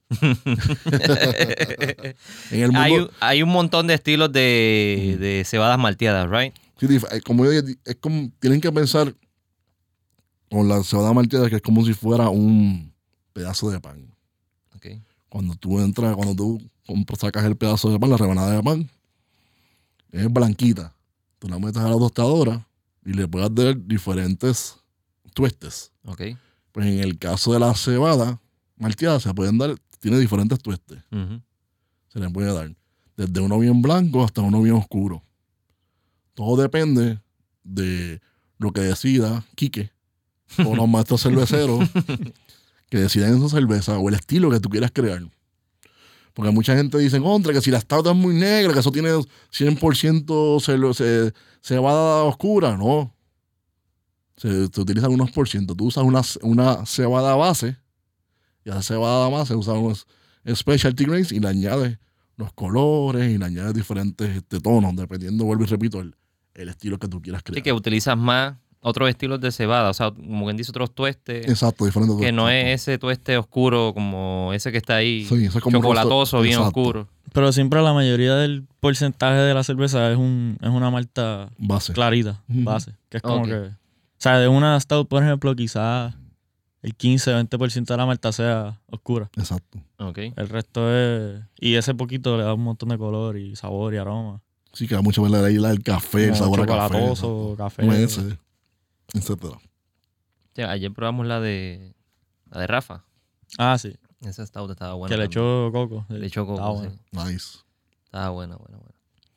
[SPEAKER 3] En el mundo,
[SPEAKER 2] hay, un- hay un montón de estilos de, de cebadas malteadas, right?
[SPEAKER 3] sí, dif- eh, como yo dije, es como, tienen que pensar con la cebada malteada que es como si fuera un pedazo de pan.
[SPEAKER 2] Okay.
[SPEAKER 3] Cuando tú entras, cuando tú compras, sacas el pedazo de pan, la rebanada de pan, es blanquita. Tú la metes a la tostadora y le puedes dar diferentes tuestes.
[SPEAKER 2] Okay.
[SPEAKER 3] Pues en el caso de la cebada malteada se pueden dar, tiene diferentes tuestes.
[SPEAKER 2] Ujú.
[SPEAKER 3] Se le puede dar desde uno bien blanco hasta uno bien oscuro. Todo depende de lo que decida Quique o los maestros cerveceros que decidan en su cerveza o el estilo que tú quieras crear. Porque mucha gente dice, contra, que si la stout es muy negra, que eso tiene cien por ciento celo- ce- cebada oscura. No. Se, se utilizan unos por ciento. Tú usas una, una cebada base y a esa cebada base usas unos specialty grains y le añades los colores y le añades diferentes este, tonos, dependiendo, vuelvo y repito, el, el estilo que tú quieras crear.
[SPEAKER 2] Sí, que utilizas más otros estilos de cebada, o sea, como quien dice, otros tuestes,
[SPEAKER 3] Exacto, diferentes.
[SPEAKER 2] que no
[SPEAKER 3] exacto.
[SPEAKER 2] es ese tueste oscuro como ese que está ahí,
[SPEAKER 3] Sí, eso es como
[SPEAKER 2] chocolatoso,
[SPEAKER 3] rosto-
[SPEAKER 2] bien
[SPEAKER 3] exacto.
[SPEAKER 2] oscuro.
[SPEAKER 4] Pero siempre la mayoría del porcentaje de la cerveza es un es una malta
[SPEAKER 3] Base.
[SPEAKER 4] clarita,
[SPEAKER 3] Ujú.
[SPEAKER 4] base. Que es como
[SPEAKER 2] Ok.
[SPEAKER 4] que... O sea, de una stout, por ejemplo, quizás el quince, veinte por ciento de la malta sea oscura.
[SPEAKER 3] Exacto.
[SPEAKER 2] Okay.
[SPEAKER 4] El resto es... Y ese poquito le da un montón de color y sabor y aroma.
[SPEAKER 3] Sí, que da mucho ver ahí el café, el
[SPEAKER 4] Como
[SPEAKER 3] sabor a café.
[SPEAKER 4] chocolatoso, café.
[SPEAKER 3] Nueces, etcétera.
[SPEAKER 2] Sí, ayer probamos la de la de Rafa.
[SPEAKER 4] Ah, sí.
[SPEAKER 2] Esa stout estaba buena.
[SPEAKER 4] que le
[SPEAKER 2] también.
[SPEAKER 4] echó coco.
[SPEAKER 2] Le echó coco,
[SPEAKER 4] Estaba
[SPEAKER 2] sí.
[SPEAKER 4] bueno.
[SPEAKER 3] Nice.
[SPEAKER 2] Estaba buena, buena, buena.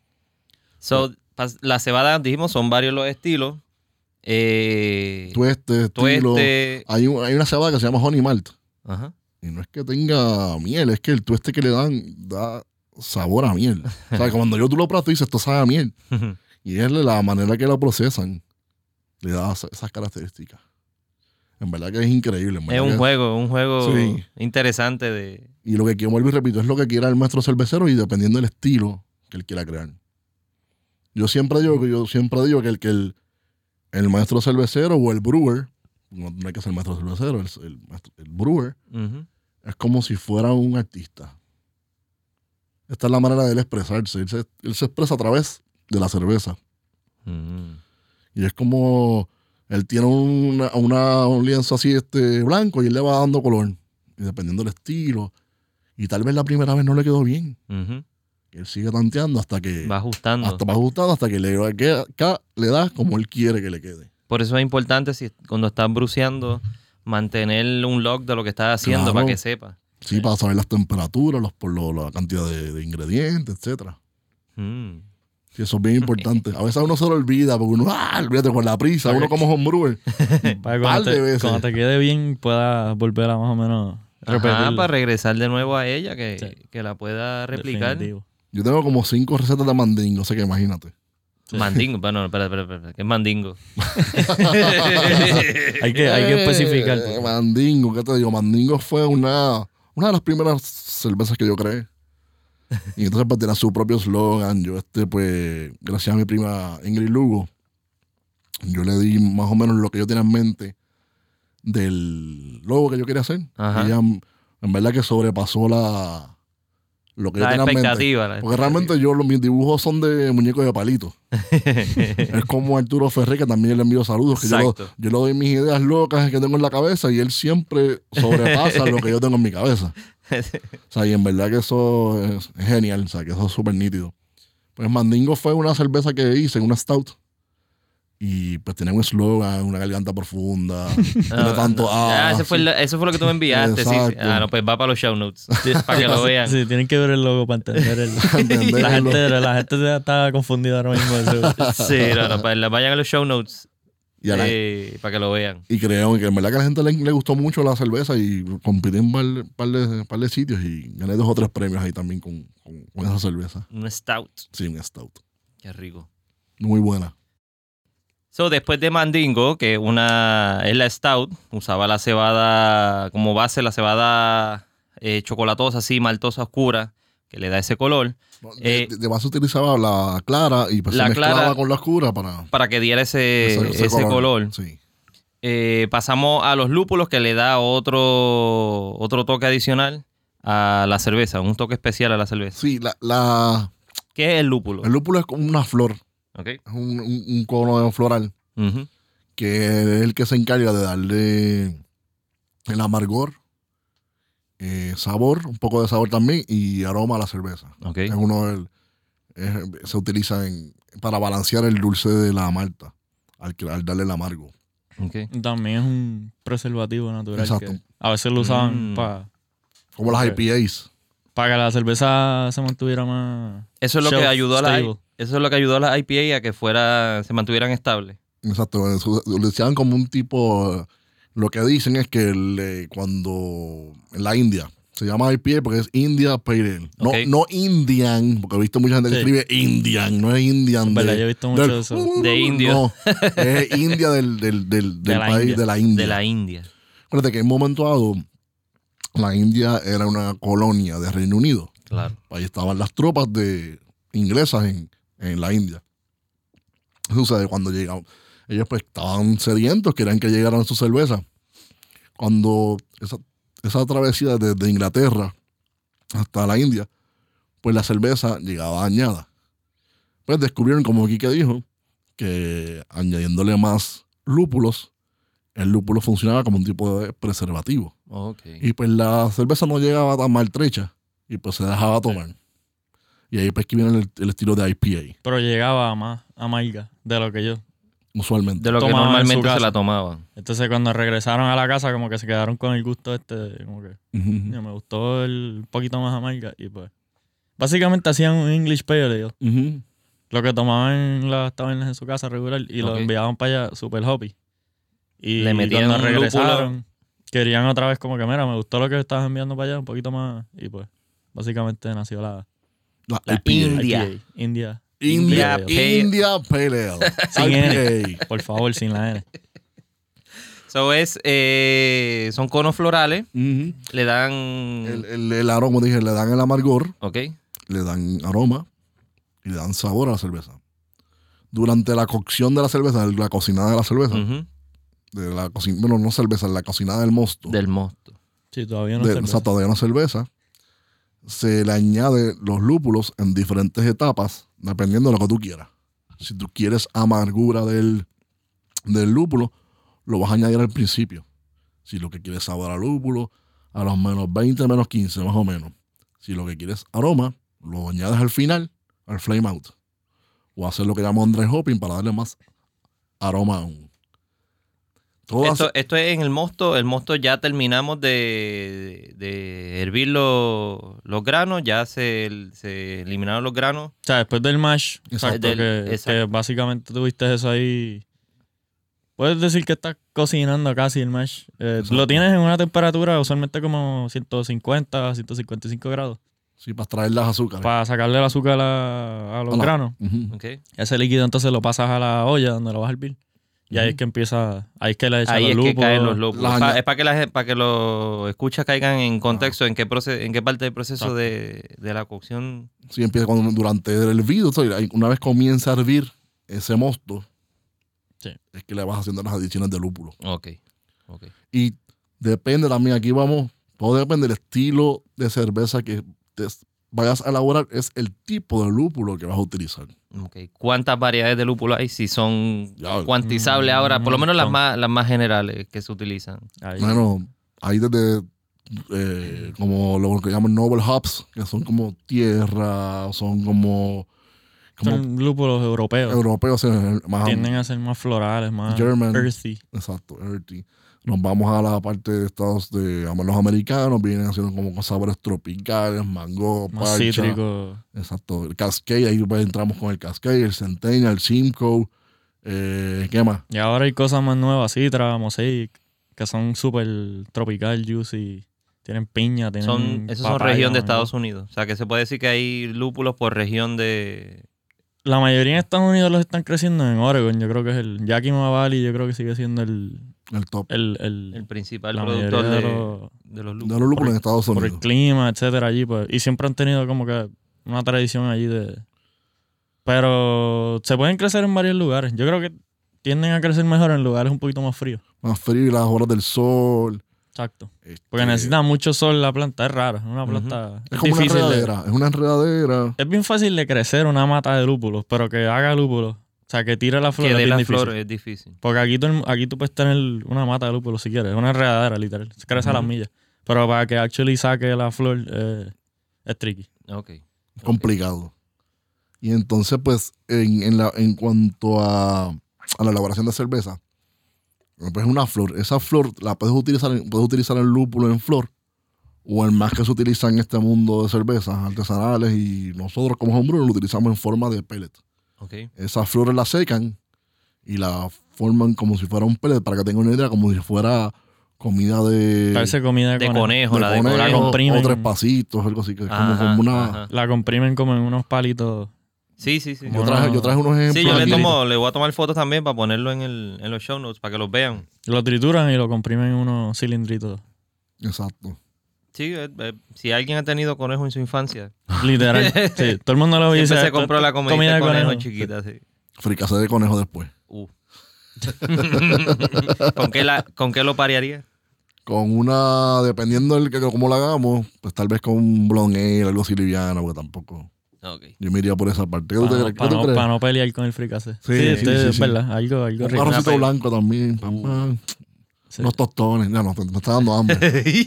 [SPEAKER 2] So, pas- la cebada, dijimos, son varios los estilos. Eh,
[SPEAKER 3] Tueste, estilo.
[SPEAKER 2] tueste.
[SPEAKER 3] Hay, un- hay una cebada que se llama Honey Malt.
[SPEAKER 2] Ajá.
[SPEAKER 3] Y no es que tenga miel, es que el tueste que le dan da sabor a miel. O sea, cuando yo tú lo pruebas, tú dices, esto sabe a miel. Y es la manera que lo procesan. Le da esa- esas características. En verdad que es increíble. en
[SPEAKER 2] Es
[SPEAKER 3] verdad
[SPEAKER 2] un
[SPEAKER 3] que-
[SPEAKER 2] juego, un juego
[SPEAKER 3] Sí.
[SPEAKER 2] interesante de...
[SPEAKER 3] Y lo que quiero, vuelvo y repito, es lo que quiera el maestro cervecero y dependiendo del estilo que él quiera crear. Yo siempre digo que yo siempre digo que el que el, el maestro cervecero o el brewer, no, no hay que ser maestro cervecero, el, el, maestro- el brewer
[SPEAKER 2] Ujú.
[SPEAKER 3] es como si fuera un artista. Esta es la manera de él expresarse. Él se, él se expresa a través de la cerveza.
[SPEAKER 2] Mm.
[SPEAKER 3] Y es como él tiene una, una- un lienzo así este blanco y él le va dando color. Y dependiendo del estilo. Y tal vez la primera vez no le quedó bien.
[SPEAKER 2] Ujú.
[SPEAKER 3] Y él sigue tanteando hasta que
[SPEAKER 2] Va ajustando.
[SPEAKER 3] hasta va ajustando hasta que le, que, que le da como él quiere que le quede.
[SPEAKER 2] Por eso es importante, si cuando estás bruceando, mantener un log de lo que estás haciendo
[SPEAKER 3] Claro.
[SPEAKER 2] para que sepa.
[SPEAKER 3] Sí, para saber las temperaturas, los, por lo- la cantidad de, de ingredientes, etcétera.
[SPEAKER 2] Mm.
[SPEAKER 3] Sí, eso es bien importante. A veces a uno se lo olvida porque uno, ah, olvídate con la prisa, uno como homebrewer.
[SPEAKER 4] Para que
[SPEAKER 3] par
[SPEAKER 4] cuando
[SPEAKER 3] de
[SPEAKER 4] te,
[SPEAKER 3] veces.
[SPEAKER 4] cuando te quede bien puedas volver a más o menos repetir.
[SPEAKER 2] Ajá, para regresar de nuevo a ella, que,
[SPEAKER 4] Sí.
[SPEAKER 2] que la pueda replicar.
[SPEAKER 3] Yo tengo como cinco recetas de mandingo, o sea que imagínate.
[SPEAKER 4] Sí.
[SPEAKER 2] Mandingo, bueno, espera, espera, espera, ¿qué es mandingo?
[SPEAKER 4] Hay que, hay que especificar.
[SPEAKER 3] Eh, mandingo, ¿qué te digo? Mandingo fue una, una de las primeras cervezas que yo creé. Y entonces pues tenía su propio slogan. Yo, este, pues, gracias a mi prima Ingrid Lugo, yo le di más o menos lo que yo tenía en mente del logo que yo quería hacer.
[SPEAKER 2] Ajá.
[SPEAKER 3] Ella, en verdad, que sobrepasó la lo que
[SPEAKER 2] La
[SPEAKER 3] yo tenía en mente.
[SPEAKER 2] expectativa. la
[SPEAKER 3] Porque realmente yo, los- mis dibujos son de muñecos de palito. Es como Arturo Ferrer, que también le envío saludos. Que yo, lo-
[SPEAKER 2] Exacto.
[SPEAKER 3] yo le doy mis ideas locas que tengo en la cabeza y él siempre sobrepasa lo que yo tengo en mi cabeza. O sea, y en verdad que eso es, es genial. O sea, que eso es súper nítido. Pues Mandingo fue una cerveza que hice, una stout. Y pues tenía un eslogan, una garganta profunda. tiene
[SPEAKER 2] Ah,
[SPEAKER 3] tanto
[SPEAKER 2] no.
[SPEAKER 3] ah,
[SPEAKER 2] Ah, ese fue
[SPEAKER 3] sí.
[SPEAKER 2] el- eso fue lo que tú me enviaste. Sí, sí.
[SPEAKER 3] Exacto.
[SPEAKER 2] Ah, no, pues va para los show notes. para que lo vean.
[SPEAKER 4] Sí, tienen que ver el logo para entender el...
[SPEAKER 3] Entenderlo.
[SPEAKER 4] La gente, la gente está confundida ahora mismo. de seguro.
[SPEAKER 2] Sí, no, no, para- vayan a los show notes
[SPEAKER 3] Y, a la-
[SPEAKER 2] eh, para que lo vean.
[SPEAKER 3] y creo que en verdad que a la gente le, le gustó mucho la cerveza y competí en un par, par de, par de sitios y gané dos o tres premios ahí también con, con, con esa cerveza.
[SPEAKER 2] Un stout.
[SPEAKER 3] Sí, un stout.
[SPEAKER 2] Qué rico.
[SPEAKER 3] Muy buena.
[SPEAKER 2] So, después de Mandingo, que una es la stout, usaba la cebada como base, la cebada eh, chocolatosa, así, maltosa oscura, que le da ese color.
[SPEAKER 3] De,
[SPEAKER 2] Eh,
[SPEAKER 3] de, de base utilizaba la clara y pues
[SPEAKER 2] la
[SPEAKER 3] se mezclaba
[SPEAKER 2] clara
[SPEAKER 3] con la oscura para
[SPEAKER 2] para que diera ese, ese, ese color.
[SPEAKER 3] Sí.
[SPEAKER 2] Eh, pasamos a los lúpulos, que le da otro, otro toque adicional a la cerveza, un toque especial a la cerveza.
[SPEAKER 3] Sí, la, la,
[SPEAKER 2] ¿Qué es el lúpulo?
[SPEAKER 3] el lúpulo es como una flor,
[SPEAKER 2] Okay.
[SPEAKER 3] es un, un, un cono floral
[SPEAKER 2] Uh-huh.
[SPEAKER 3] que es el que se encarga de darle el amargor, eh, sabor, un poco de sabor también y aroma a la cerveza.
[SPEAKER 2] Okay.
[SPEAKER 3] Es uno del, es- se utiliza en, para balancear el dulce de la malta al, que- al darle el amargo.
[SPEAKER 2] Okay.
[SPEAKER 4] También es un preservativo natural.
[SPEAKER 3] Exacto.
[SPEAKER 4] Que a veces lo usaban
[SPEAKER 2] Mm.
[SPEAKER 4] para
[SPEAKER 3] Como las
[SPEAKER 4] Ok.
[SPEAKER 3] I P As.
[SPEAKER 4] que la cerveza se mantuviera más...
[SPEAKER 2] Eso es lo que
[SPEAKER 4] Shelf
[SPEAKER 2] ayudó a la,
[SPEAKER 4] stable.
[SPEAKER 2] eso es lo que ayudó a las I P A a que fuera, se mantuvieran estables.
[SPEAKER 3] Exacto. Eso, lo decían como un tipo. Lo que dicen es que le- cuando en la India se llama I P A porque es India Pale Ale. No,
[SPEAKER 2] Ok.
[SPEAKER 3] no Indian, porque he visto mucha gente que
[SPEAKER 4] Sí.
[SPEAKER 3] escribe Indian, no es Indian.
[SPEAKER 4] Verdad,
[SPEAKER 3] de,
[SPEAKER 4] yo he visto mucho
[SPEAKER 3] del-
[SPEAKER 4] de eso.
[SPEAKER 2] De indio.
[SPEAKER 3] No, es India del, del, del,
[SPEAKER 4] De
[SPEAKER 3] del
[SPEAKER 4] la
[SPEAKER 3] país
[SPEAKER 4] India.
[SPEAKER 3] de la India.
[SPEAKER 2] De la India.
[SPEAKER 3] Acuérdate que en un momento dado, la India era una colonia de Reino Unido.
[SPEAKER 2] Claro.
[SPEAKER 3] Ahí estaban las tropas de inglesas en, en la India. Eso sucede cuando llegaban. Ellos pues estaban sedientos, querían que llegaran su cerveza. Cuando esa, esa travesía desde Inglaterra hasta la India, pues la cerveza llegaba dañada. Pues descubrieron, como Quique dijo, que añadiéndole más lúpulos, el lúpulo funcionaba como un tipo de preservativo.
[SPEAKER 2] Okay.
[SPEAKER 3] Y pues la cerveza no llegaba tan maltrecha y pues se dejaba tomar. Y ahí pues que viene el, el estilo de I P A,
[SPEAKER 4] Pero llegaba a más amarga de lo que yo.
[SPEAKER 3] usualmente.
[SPEAKER 2] De lo que
[SPEAKER 4] Tomaban en
[SPEAKER 2] normalmente
[SPEAKER 4] su
[SPEAKER 2] se la
[SPEAKER 4] casa.
[SPEAKER 2] tomaban.
[SPEAKER 4] Entonces cuando regresaron a la casa como que se quedaron con el gusto este, como que
[SPEAKER 3] Ujú,
[SPEAKER 4] "Coño, me gustó el un poquito más amarga y pues básicamente hacían un English Pale Ale,
[SPEAKER 3] ujú.
[SPEAKER 4] lo que tomaban en las tabernas en su casa regular y lo
[SPEAKER 2] Ok.
[SPEAKER 4] enviaban para allá super hoppy. Y
[SPEAKER 2] Le metían
[SPEAKER 4] cuando
[SPEAKER 2] un
[SPEAKER 4] regresaron querían otra vez como que mira, me gustó lo que estabas enviando para allá, un poquito más y pues básicamente nació la,
[SPEAKER 3] La,
[SPEAKER 2] La
[SPEAKER 3] I P A.
[SPEAKER 2] India.
[SPEAKER 4] I P A. India.
[SPEAKER 3] India,
[SPEAKER 2] India
[SPEAKER 3] India Pale Ale.
[SPEAKER 4] Sin
[SPEAKER 3] I
[SPEAKER 4] N.
[SPEAKER 3] P A.
[SPEAKER 4] Por favor, sin la N.
[SPEAKER 2] So es, eh, son conos florales.
[SPEAKER 3] Ujú.
[SPEAKER 2] Le dan...
[SPEAKER 3] el, el, el aroma, dije, le dan el amargor,
[SPEAKER 2] Ok.
[SPEAKER 3] le dan aroma y le dan sabor a la cerveza. Durante la cocción de la cerveza, la cocinada de la cerveza,
[SPEAKER 2] Ujú.
[SPEAKER 3] de la cocina, bueno, no cerveza, la cocinada del mosto,
[SPEAKER 2] Del mosto.
[SPEAKER 4] Sí, todavía no
[SPEAKER 3] de,
[SPEAKER 4] sé.
[SPEAKER 3] exacto, de una cerveza, se le añade los lúpulos en diferentes etapas, dependiendo de lo que tú quieras. Si tú quieres amargura del, del lúpulo, lo vas a añadir al principio. Si lo que quieres sabor a lúpulo, a los menos veinte, menos quince, más o menos. Si lo que quieres aroma, lo añades al final, al flame out. O hacer lo que llamamos dry hopping para darle más aroma aún. Todas,
[SPEAKER 2] Esto, esto es en el mosto. El mosto ya terminamos de, de hervir los, los granos. Ya se, se eliminaron los granos.
[SPEAKER 4] O sea, después del mash,
[SPEAKER 3] Exacto.
[SPEAKER 4] exacto,
[SPEAKER 2] Del-
[SPEAKER 4] que,
[SPEAKER 2] exacto.
[SPEAKER 4] que básicamente tuviste eso ahí. Puedes decir que estás cocinando casi el mash. Eh,
[SPEAKER 3] Exacto.
[SPEAKER 4] lo tienes en una temperatura usualmente como ciento cincuenta, ciento cincuenta y cinco grados.
[SPEAKER 3] sí, para extraer las azúcares.
[SPEAKER 4] Para sacarle el azúcar a, a los
[SPEAKER 3] A la-
[SPEAKER 4] granos.
[SPEAKER 3] Ujú.
[SPEAKER 2] Ok.
[SPEAKER 4] Ese líquido entonces lo pasas a la olla donde lo vas a hervir. Y ahí es que empieza, ahí es que le echas
[SPEAKER 2] Ahí
[SPEAKER 4] los
[SPEAKER 2] es que
[SPEAKER 4] lúpulos.
[SPEAKER 2] caen los lúpulos.
[SPEAKER 3] Las
[SPEAKER 2] Pa-
[SPEAKER 3] aña-
[SPEAKER 2] es para que, la, gen- para que los escuchas caigan en contexto en qué proce- en qué parte del proceso
[SPEAKER 4] Exacto.
[SPEAKER 2] de, de la cocción.
[SPEAKER 3] Sí, empieza cuando, durante el hervido, o sea, una vez comienza a hervir ese mosto,
[SPEAKER 4] Sí.
[SPEAKER 3] es que le vas haciendo las adiciones de lúpulo.
[SPEAKER 2] Ok. Ok.
[SPEAKER 3] Y depende también, aquí vamos, todo depende del estilo de cerveza que te vayas a elaborar, es el tipo de lúpulo que vas a utilizar.
[SPEAKER 2] Ok. ¿Cuántas variedades de lúpulo hay? Si son
[SPEAKER 3] Ya,
[SPEAKER 2] cuantizables
[SPEAKER 4] Mm,
[SPEAKER 2] ahora, por lo menos las
[SPEAKER 4] son-
[SPEAKER 2] más, las más generales que se utilizan.
[SPEAKER 4] Ahí.
[SPEAKER 3] bueno, hay desde eh, como lo que llaman noble hops, que son como tierra, son como, como
[SPEAKER 4] Son lúpulos europeos.
[SPEAKER 3] europeos, eh, más
[SPEAKER 4] Tienden a ser más florales, más
[SPEAKER 3] German.
[SPEAKER 4] earthy.
[SPEAKER 3] exacto, earthy. Nos vamos a la parte de Estados de a los americanos, vienen haciendo como con sabores tropicales, mango,
[SPEAKER 4] Más
[SPEAKER 3] parcha.
[SPEAKER 4] cítrico.
[SPEAKER 3] Exacto, el Cascade, ahí pues entramos con el Cascade, el Centennial, el Simcoe, eh, ¿qué más?
[SPEAKER 4] Y ahora hay cosas más nuevas, Citra, Mosaic, que son súper tropical, juicy. Tienen piña, tienen
[SPEAKER 2] Son, esos son
[SPEAKER 4] papaya,
[SPEAKER 2] región de
[SPEAKER 4] mango.
[SPEAKER 2] Estados Unidos. O sea, que se puede decir que hay lúpulos por región de,
[SPEAKER 4] la mayoría en Estados Unidos los están creciendo en Oregon. Yo creo que es el Yakima Valley, yo creo que sigue siendo el...
[SPEAKER 3] El top.
[SPEAKER 4] El, el,
[SPEAKER 2] El principal
[SPEAKER 4] la
[SPEAKER 2] productor
[SPEAKER 4] mayoría
[SPEAKER 2] de,
[SPEAKER 4] de los-
[SPEAKER 2] de los
[SPEAKER 3] De
[SPEAKER 2] lúpulos.
[SPEAKER 3] los lúpulos en
[SPEAKER 4] el-
[SPEAKER 3] Estados
[SPEAKER 4] por
[SPEAKER 3] Unidos.
[SPEAKER 4] el clima, etcétera, allí. Pues, y siempre han tenido como que una tradición allí de... Pero se pueden crecer en varios lugares. Yo creo que tienden a crecer mejor en lugares un poquito más fríos.
[SPEAKER 3] Más frío y las horas del sol.
[SPEAKER 4] Exacto.
[SPEAKER 3] Este,
[SPEAKER 4] Porque necesita mucho sol la planta. Es rara. Es una planta...
[SPEAKER 3] Es como una
[SPEAKER 4] difícil de-
[SPEAKER 3] enredadera. Es una enredadera.
[SPEAKER 4] Es bien fácil de crecer una mata de lúpulos, pero que haga lúpulos, o sea, que tire la flor
[SPEAKER 2] Que
[SPEAKER 4] es
[SPEAKER 2] de
[SPEAKER 4] bien
[SPEAKER 2] la
[SPEAKER 4] difícil.
[SPEAKER 2] flor es difícil.
[SPEAKER 4] Porque aquí tú, aquí tú puedes tener una mata de lúpulos si quieres, es una enredadera literal, se crece a las millas. Pero para que actually saque la flor eh, es tricky.
[SPEAKER 2] Ok.
[SPEAKER 3] Complicado. Y entonces, pues, en, en, la, en cuanto a, a la elaboración de cerveza, pues es una flor. Esa flor la puedes utilizar, en- puedes utilizar el lúpulo en flor o el más que se utiliza en este mundo de cervezas artesanales y nosotros como homebrew lo utilizamos en forma de pellet.
[SPEAKER 2] Ok.
[SPEAKER 3] Esas flores las secan y la forman como si fuera un pellet para que tengan una idea, como si fuera comida de,
[SPEAKER 4] Parece comida de,
[SPEAKER 2] De
[SPEAKER 4] conejo.
[SPEAKER 2] conejo,
[SPEAKER 3] de
[SPEAKER 2] la de
[SPEAKER 3] conejo,
[SPEAKER 2] conejo.
[SPEAKER 4] La comprimen.
[SPEAKER 3] o tres pasitos, algo así, que es como,
[SPEAKER 2] Ajá,
[SPEAKER 3] como una...
[SPEAKER 2] ajá.
[SPEAKER 4] La comprimen como en unos palitos.
[SPEAKER 2] Sí, sí, sí.
[SPEAKER 3] Yo traje, yo traje unos ejemplos.
[SPEAKER 2] Sí, yo le
[SPEAKER 3] aquí.
[SPEAKER 2] tomo, le voy a tomar fotos también para ponerlo en, el, en los show notes para que los vean.
[SPEAKER 4] Lo trituran y lo comprimen en unos cilindritos.
[SPEAKER 3] Exacto.
[SPEAKER 2] Sí, eh, eh, si alguien ha tenido conejo en su infancia,
[SPEAKER 4] Literal. Sí, todo el mundo lo dice.
[SPEAKER 2] siempre se
[SPEAKER 4] "Esto-
[SPEAKER 2] compró
[SPEAKER 4] esto
[SPEAKER 2] la
[SPEAKER 4] es
[SPEAKER 2] comidita de conejo,
[SPEAKER 4] conejo".
[SPEAKER 2] chiquita. Sí.
[SPEAKER 3] Fricasé de conejo después.
[SPEAKER 2] Uh. ¿Con, qué la, ¿Con qué lo parearía?
[SPEAKER 3] Con una, dependiendo del que cómo la hagamos, pues tal vez con un blonde ale, algo así liviano, porque tampoco.
[SPEAKER 2] Okay.
[SPEAKER 3] Yo me iría por esa parte. ¿Qué tú,
[SPEAKER 4] Para
[SPEAKER 3] te-
[SPEAKER 4] no,
[SPEAKER 3] qué
[SPEAKER 4] pa'
[SPEAKER 3] tú
[SPEAKER 4] no-
[SPEAKER 3] crees?
[SPEAKER 4] pa' no pelear con el fricase.
[SPEAKER 3] Sí,
[SPEAKER 4] Sí,
[SPEAKER 3] sí,
[SPEAKER 4] este
[SPEAKER 3] sí,
[SPEAKER 4] es
[SPEAKER 3] sí.
[SPEAKER 4] verdad. Algo, algo
[SPEAKER 3] Un
[SPEAKER 4] rico.
[SPEAKER 3] arrocito
[SPEAKER 2] Una pe-
[SPEAKER 3] blanco también. pam, pam.
[SPEAKER 4] Sí.
[SPEAKER 3] Unos tostones. Ya no, te- me está dando hambre.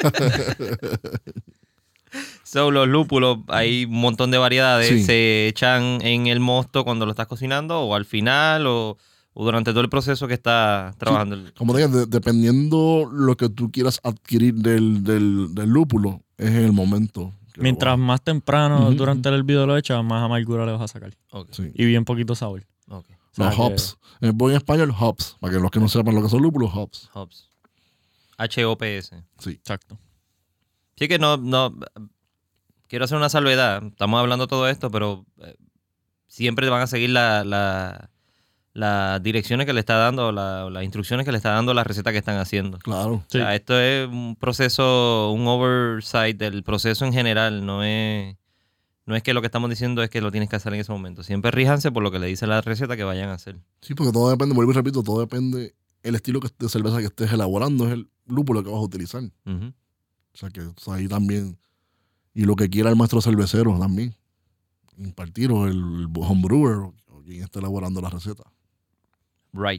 [SPEAKER 2] So, los lúpulos, hay un montón de variedades.
[SPEAKER 3] Sí.
[SPEAKER 2] ¿Se echan en el mosto cuando lo estás cocinando o al final o, o durante todo el proceso que estás trabajando? el-
[SPEAKER 3] Como te digo, de- dependiendo lo que tú quieras adquirir del, del, del lúpulo, es el momento. que lo
[SPEAKER 4] Mientras
[SPEAKER 3] vas-
[SPEAKER 4] más temprano
[SPEAKER 3] Ujú.
[SPEAKER 4] durante el hervido lo echas, más amargura le vas a sacar.
[SPEAKER 2] Ok,
[SPEAKER 3] Sí.
[SPEAKER 4] Y bien poquito sabor.
[SPEAKER 2] ok.
[SPEAKER 3] Los
[SPEAKER 4] O sea que-
[SPEAKER 3] hops. Eh, Voy en español, hops. Para que los que no sepan lo que son lúpulos, hops.
[SPEAKER 2] Hops. H O P S.
[SPEAKER 3] Sí.
[SPEAKER 4] Exacto.
[SPEAKER 2] Sí que no, no, quiero hacer una salvedad. Estamos hablando de todo esto, pero eh, siempre van a seguir la, la- las direcciones que le está dando, la- las instrucciones que le está dando la receta que están haciendo.
[SPEAKER 3] Claro.
[SPEAKER 4] Sí.
[SPEAKER 2] O sea, esto es un proceso, un oversight del proceso en general. No es, no es que lo que estamos diciendo es que lo tienes que hacer en ese momento. Siempre ríjanse por lo que le dice la receta que vayan a hacer.
[SPEAKER 3] Sí, porque todo depende, vuelvo y repito, todo depende el estilo que- de cerveza que estés elaborando, es el lúpulo que vas a utilizar.
[SPEAKER 2] Ujú.
[SPEAKER 3] O sea que o sea, ahí también, y lo que quiera el maestro cervecero también, impartir, o el homebrewer, o o quien esté elaborando la receta.
[SPEAKER 2] Right.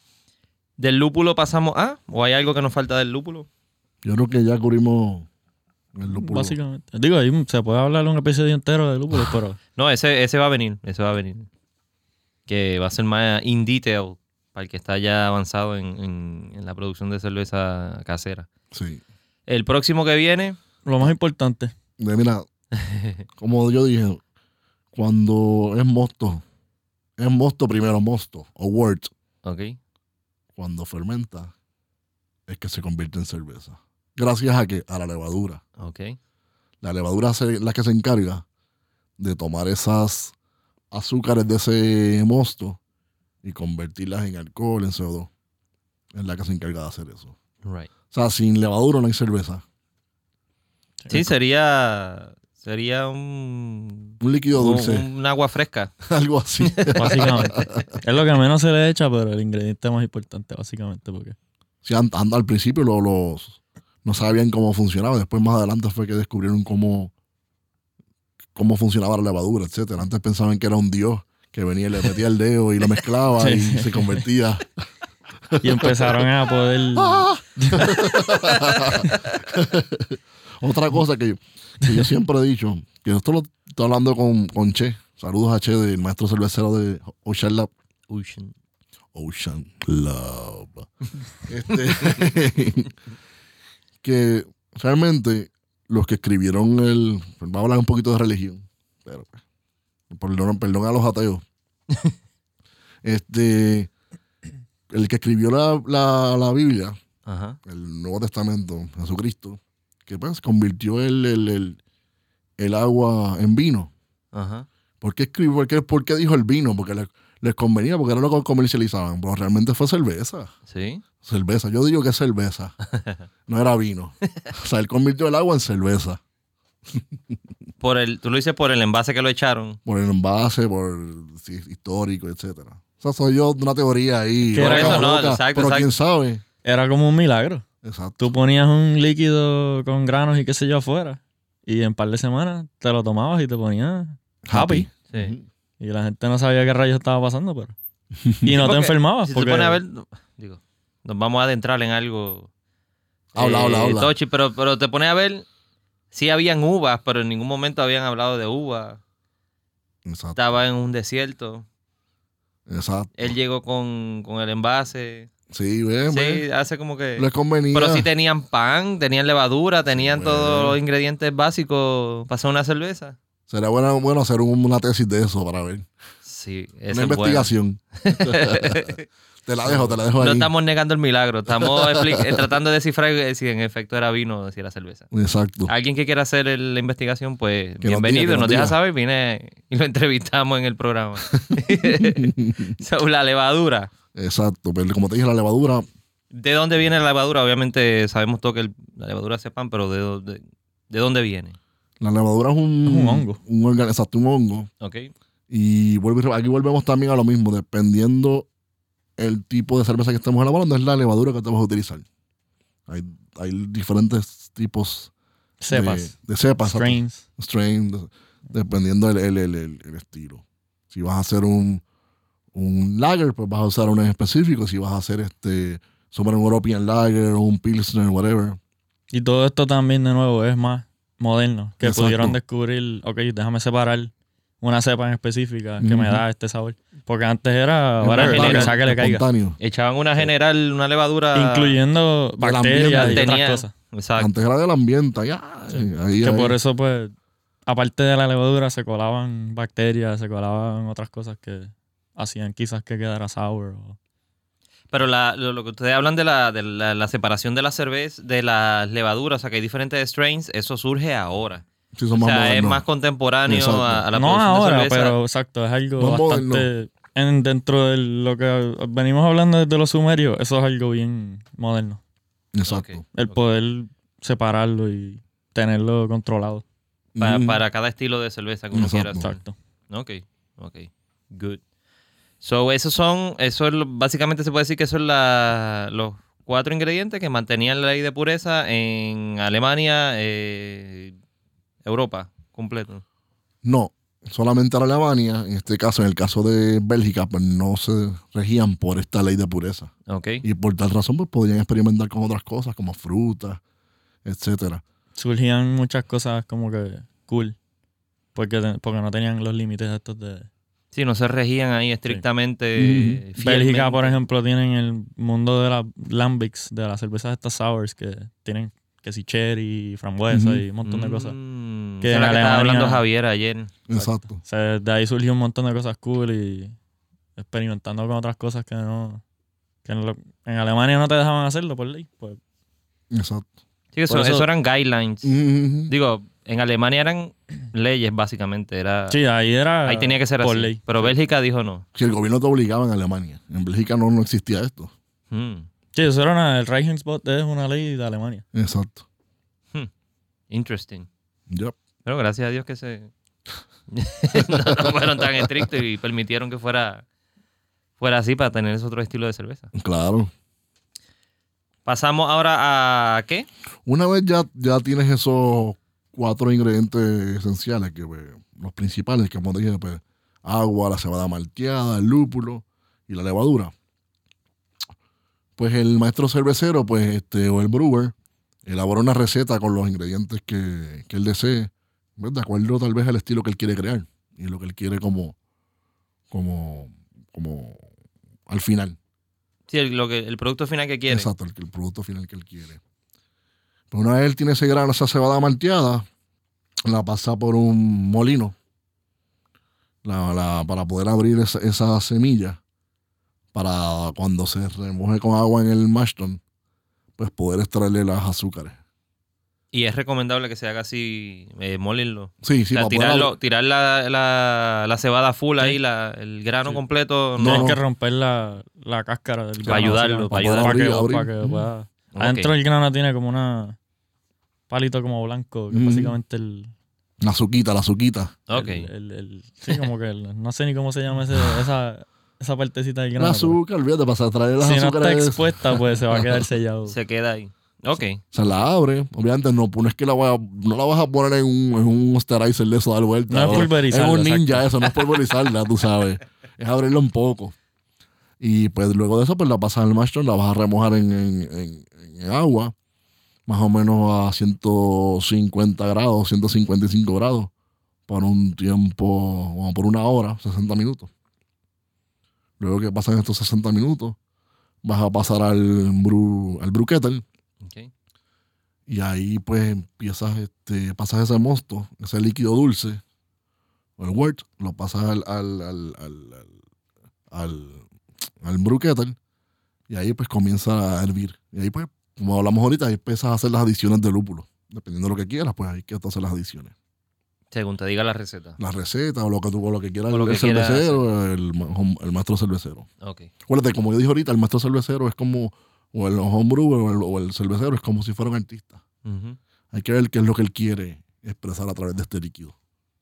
[SPEAKER 2] ¿Del lúpulo pasamos a? ¿O hay algo que nos falta del lúpulo?
[SPEAKER 3] Yo creo que ya cubrimos el lúpulo.
[SPEAKER 4] Básicamente. Digo, ahí se puede hablar un episodio entero de lúpulos, pero
[SPEAKER 2] No, ese, ese va a venir, ese va a venir. Que va a ser más in detail para el que está ya avanzado en, en- en la producción de cerveza casera.
[SPEAKER 3] Sí.
[SPEAKER 2] El próximo que viene,
[SPEAKER 4] lo más importante.
[SPEAKER 3] De, mira, como yo dije, cuando es mosto, es mosto primero, mosto, o wort,
[SPEAKER 2] ok,
[SPEAKER 3] cuando fermenta, es que se convierte en cerveza. Gracias a que a la levadura.
[SPEAKER 2] ok,
[SPEAKER 3] La levadura es la que se encarga de tomar esas azúcares de ese mosto y convertirlas en alcohol, en C O dos. Es la que se encarga de hacer eso.
[SPEAKER 2] right.
[SPEAKER 3] O sea, sin levadura no hay cerveza.
[SPEAKER 2] Sí, sería, sería un,
[SPEAKER 3] Un líquido
[SPEAKER 2] un,
[SPEAKER 3] dulce,
[SPEAKER 2] un agua fresca.
[SPEAKER 3] algo así.
[SPEAKER 4] Básicamente. Es lo que menos se le echa, pero el ingrediente más importante, básicamente. Porque
[SPEAKER 3] Sí, an- an- al principio lo- los no sabían cómo funcionaba. Después, más adelante, fue que descubrieron cómo, cómo funcionaba la levadura, etcétera. Antes pensaban que era un dios que venía y le metía el dedo y lo mezclaba
[SPEAKER 4] Sí.
[SPEAKER 3] y se convertía.
[SPEAKER 4] y empezaron a poder.
[SPEAKER 3] Otra cosa que, que yo siempre he dicho, que esto lo estoy hablando con, con Che. Saludos a Che, del maestro cervecero de Ocean Lab.
[SPEAKER 2] Ocean.
[SPEAKER 3] Ocean Lab. Este, que realmente los que escribieron el... Vamos a hablar un poquito de religión, pero pues, perdón, perdón a los ateos. Este, el que escribió la, la, la Biblia,
[SPEAKER 2] Ajá.
[SPEAKER 3] el Nuevo Testamento, Jesucristo, que pues convirtió el, el, el, el agua en vino.
[SPEAKER 2] Ajá.
[SPEAKER 3] ¿Por qué escribió? ¿Por qué, por qué dijo el vino? Porque les, les convenía, porque era lo que comercializaban. Pero realmente fue cerveza.
[SPEAKER 2] Sí.
[SPEAKER 3] Cerveza. Yo digo que es cerveza. No era vino. O sea, él convirtió el agua en cerveza.
[SPEAKER 2] Por el, tú lo dices por el envase que lo echaron.
[SPEAKER 3] Por el envase, por sí, histórico, etcétera. O sea, soy yo una teoría ahí.
[SPEAKER 4] Que era
[SPEAKER 2] eso, no,
[SPEAKER 3] loca,
[SPEAKER 2] exacto,
[SPEAKER 3] pero
[SPEAKER 2] exacto.
[SPEAKER 3] quién sabe.
[SPEAKER 4] Era como un milagro.
[SPEAKER 3] Exacto.
[SPEAKER 4] Tú ponías un líquido con granos y qué sé yo afuera. Y en un par de semanas te lo tomabas y te ponías happy.
[SPEAKER 2] Sí.
[SPEAKER 4] Y la gente no sabía qué rayos estaba pasando, pero... Y no te enfermabas.
[SPEAKER 2] Si
[SPEAKER 4] porque...
[SPEAKER 2] se pone a ver, digo, nos vamos a adentrar en algo.
[SPEAKER 3] Habla,
[SPEAKER 2] eh,
[SPEAKER 3] habla, habla.
[SPEAKER 2] Tochi, pero, pero te pones a ver, sí habían uvas, pero en ningún momento habían hablado de uvas.
[SPEAKER 3] Exacto.
[SPEAKER 2] Estaba en un desierto.
[SPEAKER 3] Exacto.
[SPEAKER 2] Él llegó con, con el envase.
[SPEAKER 3] Sí, ve,
[SPEAKER 2] Sí,
[SPEAKER 3] ve.
[SPEAKER 2] hace como que...
[SPEAKER 3] Les convenía.
[SPEAKER 2] Pero sí tenían pan, tenían levadura, tenían
[SPEAKER 3] Sí,
[SPEAKER 2] todos
[SPEAKER 3] bueno.
[SPEAKER 2] los ingredientes básicos para hacer una cerveza.
[SPEAKER 3] Sería bueno, bueno hacer un- una tesis de eso para ver.
[SPEAKER 2] Sí,
[SPEAKER 3] Una
[SPEAKER 2] eso es bueno.
[SPEAKER 3] investigación. Te la dejo, te la dejo ahí.
[SPEAKER 2] No estamos negando el milagro, estamos expli- eh, tratando de descifrar eh, si en efecto era vino o si era cerveza.
[SPEAKER 3] Exacto.
[SPEAKER 2] Alguien que quiera hacer el- la investigación, pues
[SPEAKER 3] Que nos
[SPEAKER 2] bienvenido,
[SPEAKER 3] diga, que
[SPEAKER 2] nos,
[SPEAKER 3] nos
[SPEAKER 2] deja
[SPEAKER 3] diga.
[SPEAKER 2] saber, viene y lo entrevistamos en el programa. So, la levadura.
[SPEAKER 3] Exacto. Pero como te dije, la levadura,
[SPEAKER 2] ¿De dónde viene la levadura? Obviamente sabemos todo que el- la levadura hace pan, pero ¿de, dónde- de dónde viene?
[SPEAKER 3] la levadura es un,
[SPEAKER 4] Es un hongo.
[SPEAKER 3] Un organ- exacto, un hongo.
[SPEAKER 2] ¿Ok?
[SPEAKER 3] Y vuelvo y re- aquí volvemos también a lo mismo, dependiendo el tipo de cerveza que estemos elaborando, es la levadura que te vas a utilizar. Hay, hay diferentes tipos
[SPEAKER 4] Cepas.
[SPEAKER 3] de, de cepas, exacto.
[SPEAKER 4] Strains.
[SPEAKER 3] strain, de- dependiendo el, el, el, el- el estilo. Si vas a hacer un, un lager, pues vas a usar uno en específico. Si vas a hacer este, sobre un European Lager o un Pilsner, whatever.
[SPEAKER 4] Y todo esto también, de nuevo, es más moderno. Que
[SPEAKER 3] Exacto.
[SPEAKER 4] pudieron descubrir, ok, déjame separar una cepa en específica que me
[SPEAKER 3] Ujú.
[SPEAKER 4] da este sabor. Porque antes era,
[SPEAKER 2] Una
[SPEAKER 4] whatever, lo que
[SPEAKER 2] general,
[SPEAKER 4] sea que le caiga.
[SPEAKER 3] espontáneo.
[SPEAKER 2] Echaban una general, una levadura...
[SPEAKER 4] Incluyendo
[SPEAKER 3] Del
[SPEAKER 4] bacterias y
[SPEAKER 3] ambiente.
[SPEAKER 2] tenía-
[SPEAKER 4] otras cosas.
[SPEAKER 2] Exacto.
[SPEAKER 3] Antes era del ambiente. Ahí, ahí, ahí,
[SPEAKER 4] Que
[SPEAKER 3] ahí.
[SPEAKER 4] por eso, pues, aparte de la levadura, se colaban bacterias, se colaban otras cosas que hacían quizás que quedara sour. O...
[SPEAKER 2] Pero la, lo, lo que ustedes hablan de, la, de la, la separación de la cerveza, de las levaduras, o sea, que hay diferentes strains, eso surge ahora.
[SPEAKER 3] Sí, son
[SPEAKER 2] O
[SPEAKER 3] más
[SPEAKER 2] sea, es
[SPEAKER 3] modernos.
[SPEAKER 2] más contemporáneo
[SPEAKER 3] Exacto.
[SPEAKER 2] a, a la
[SPEAKER 4] no
[SPEAKER 2] producción
[SPEAKER 4] ahora,
[SPEAKER 2] de cerveza.
[SPEAKER 4] pero exacto, es algo
[SPEAKER 3] Más
[SPEAKER 4] bastante... En, dentro de lo que venimos hablando desde los sumerios, eso es algo bien moderno.
[SPEAKER 3] Exacto.
[SPEAKER 2] Ok.
[SPEAKER 4] El poder separarlo y tenerlo controlado.
[SPEAKER 2] Pa-
[SPEAKER 3] Mm.
[SPEAKER 2] Para cada estilo de cerveza que uno
[SPEAKER 3] Exacto.
[SPEAKER 2] quiera hacer.
[SPEAKER 4] Exacto.
[SPEAKER 2] Ok, ok. Good. So, esos son, eso es lo- básicamente se puede decir que son la, los cuatro ingredientes que mantenían la ley de pureza en Alemania, eh, Europa, completo.
[SPEAKER 3] No, solamente en Alemania, en este caso, en el caso de Bélgica, pues no se regían por esta ley de pureza.
[SPEAKER 2] Ok.
[SPEAKER 3] Y por tal razón, pues podían experimentar con otras cosas, como frutas, etcétera.
[SPEAKER 4] Surgían muchas cosas como que cool. Porque, te- porque no tenían los límites estos de...
[SPEAKER 2] Sí, no se regían ahí estrictamente.
[SPEAKER 3] Ujú.
[SPEAKER 2] fielmente.
[SPEAKER 4] Bélgica, por ejemplo, tienen el mundo de las lambics, de las cervezas estas sours, que tienen que si cherry, frambuesa
[SPEAKER 3] Ujú.
[SPEAKER 4] y un montón de cosas.
[SPEAKER 2] Mm,
[SPEAKER 4] Que
[SPEAKER 2] esa es
[SPEAKER 4] en
[SPEAKER 2] la que estaba
[SPEAKER 4] Alemania-
[SPEAKER 2] hablando Javier ayer.
[SPEAKER 3] Exacto.
[SPEAKER 4] O sea, de ahí surgió un montón de cosas cool y experimentando con otras cosas que no... Que en, lo- en Alemania no te dejaban hacerlo por ley. Pues,
[SPEAKER 3] Exacto.
[SPEAKER 2] Sí, eso,
[SPEAKER 4] Por eso-
[SPEAKER 2] eso eran guidelines.
[SPEAKER 3] Ujú.
[SPEAKER 2] Digo, en Alemania eran leyes, básicamente. Era,
[SPEAKER 4] sí, ahí era...
[SPEAKER 2] ahí tenía que ser
[SPEAKER 4] por
[SPEAKER 2] así.
[SPEAKER 4] ley.
[SPEAKER 2] Pero Bélgica dijo no.
[SPEAKER 3] Si el gobierno te obligaba en Alemania. En Bélgica no, no existía esto.
[SPEAKER 2] Hmm,
[SPEAKER 4] Sí, eso era una... El Reichsbot es una ley de Alemania.
[SPEAKER 3] Exacto.
[SPEAKER 2] Interesting.
[SPEAKER 3] Yep.
[SPEAKER 2] Pero gracias a Dios que se... no, no fueron tan estrictos y permitieron que fuera, fuera así para tener ese otro estilo de cerveza.
[SPEAKER 3] Claro.
[SPEAKER 2] Pasamos ahora a... ¿qué?
[SPEAKER 3] Una vez ya, ya tienes esos cuatro ingredientes esenciales, que pues, los principales, que como te dije, pues, agua, la cebada malteada, el lúpulo y la levadura. Pues el maestro cervecero, pues, este, o el brewer, elabora una receta con los ingredientes que, que él desee, ¿ves? De acuerdo tal vez al estilo que él quiere crear y lo que él quiere como, como, como al final.
[SPEAKER 2] Sí, el, lo que, el producto final que quiere.
[SPEAKER 3] Exacto, el, el producto final que él quiere. Pues una vez él tiene ese grano, esa cebada malteada, la pasa por un molino la, la, para poder abrir esa, esa semilla, para cuando se remoje con agua en el mash tun, pues poder extraerle las azúcares.
[SPEAKER 2] Y es recomendable que se haga así, eh, molerlo.
[SPEAKER 3] Sí, sí,
[SPEAKER 2] O sea,
[SPEAKER 3] para
[SPEAKER 2] tirarlo,
[SPEAKER 3] poder-
[SPEAKER 2] tirar la, la, la cebada full
[SPEAKER 4] Sí.
[SPEAKER 2] ahí, la, el grano
[SPEAKER 4] Sí.
[SPEAKER 2] completo.
[SPEAKER 3] No,
[SPEAKER 4] Tienes
[SPEAKER 3] no.
[SPEAKER 4] que romper la, la cáscara del grano.
[SPEAKER 2] ayudarlo,
[SPEAKER 4] básicamente,
[SPEAKER 2] para
[SPEAKER 4] para,
[SPEAKER 3] ayudar.
[SPEAKER 4] que,
[SPEAKER 3] Abrir,
[SPEAKER 4] para que
[SPEAKER 3] abrir.
[SPEAKER 4] pueda...
[SPEAKER 2] Ok.
[SPEAKER 4] Adentro del grano tiene como una palito como blanco, que es
[SPEAKER 3] Mm.
[SPEAKER 4] básicamente el...
[SPEAKER 3] La azuquita, la azuquita.
[SPEAKER 2] Ok.
[SPEAKER 4] el, el- el- sí, como que el- no sé ni cómo se llama ese, esa, esa partecita del grano.
[SPEAKER 3] El
[SPEAKER 4] pero
[SPEAKER 3] azúcar, olvídate, para traer las
[SPEAKER 4] si no
[SPEAKER 3] azúcares.
[SPEAKER 4] está expuesta, pues se va a quedar sellado.
[SPEAKER 2] Se queda ahí. Ok.
[SPEAKER 3] Se la abre. Obviamente no, no es que la vaya, no la vas a poner en un, en un sterilizer de eso, dar vuelta.
[SPEAKER 4] No es pulverizarla,
[SPEAKER 3] Es un ninja
[SPEAKER 4] exacto.
[SPEAKER 3] eso, no es pulverizarla, tú sabes. Es abrirla un poco. Y pues luego de eso, pues la pasas al mash tun, la vas a remojar en, en, en, en agua, más o menos a ciento cincuenta grados, ciento cincuenta y cinco grados, por un tiempo, como por una hora, sesenta minutos. Luego que pasan estos sesenta minutos, vas a pasar al brew, al brew kettle.
[SPEAKER 2] Ok.
[SPEAKER 3] Y ahí pues empiezas, este, pasas ese mosto, ese líquido dulce, o el wort, lo pasas al, al, al, al, al, al, al brew kettle, y ahí pues comienza a hervir. Y ahí pues, como hablamos ahorita, ahí empiezas a hacer las adiciones de lúpulo. Dependiendo de lo que quieras, pues ahí que hacer las adiciones.
[SPEAKER 2] Según te diga la receta.
[SPEAKER 3] La receta, o lo que tú, o lo que quieras,
[SPEAKER 2] O lo
[SPEAKER 3] el
[SPEAKER 2] que quieras
[SPEAKER 3] cervecero, el, ma- el maestro cervecero.
[SPEAKER 2] Ok.
[SPEAKER 3] Acuérdate, como yo dije ahorita, el maestro cervecero es como, o el homebrew o el, o el cervecero es como si fuera un artista.
[SPEAKER 2] Ujú.
[SPEAKER 3] Hay que ver qué es lo que él quiere expresar a través de este líquido.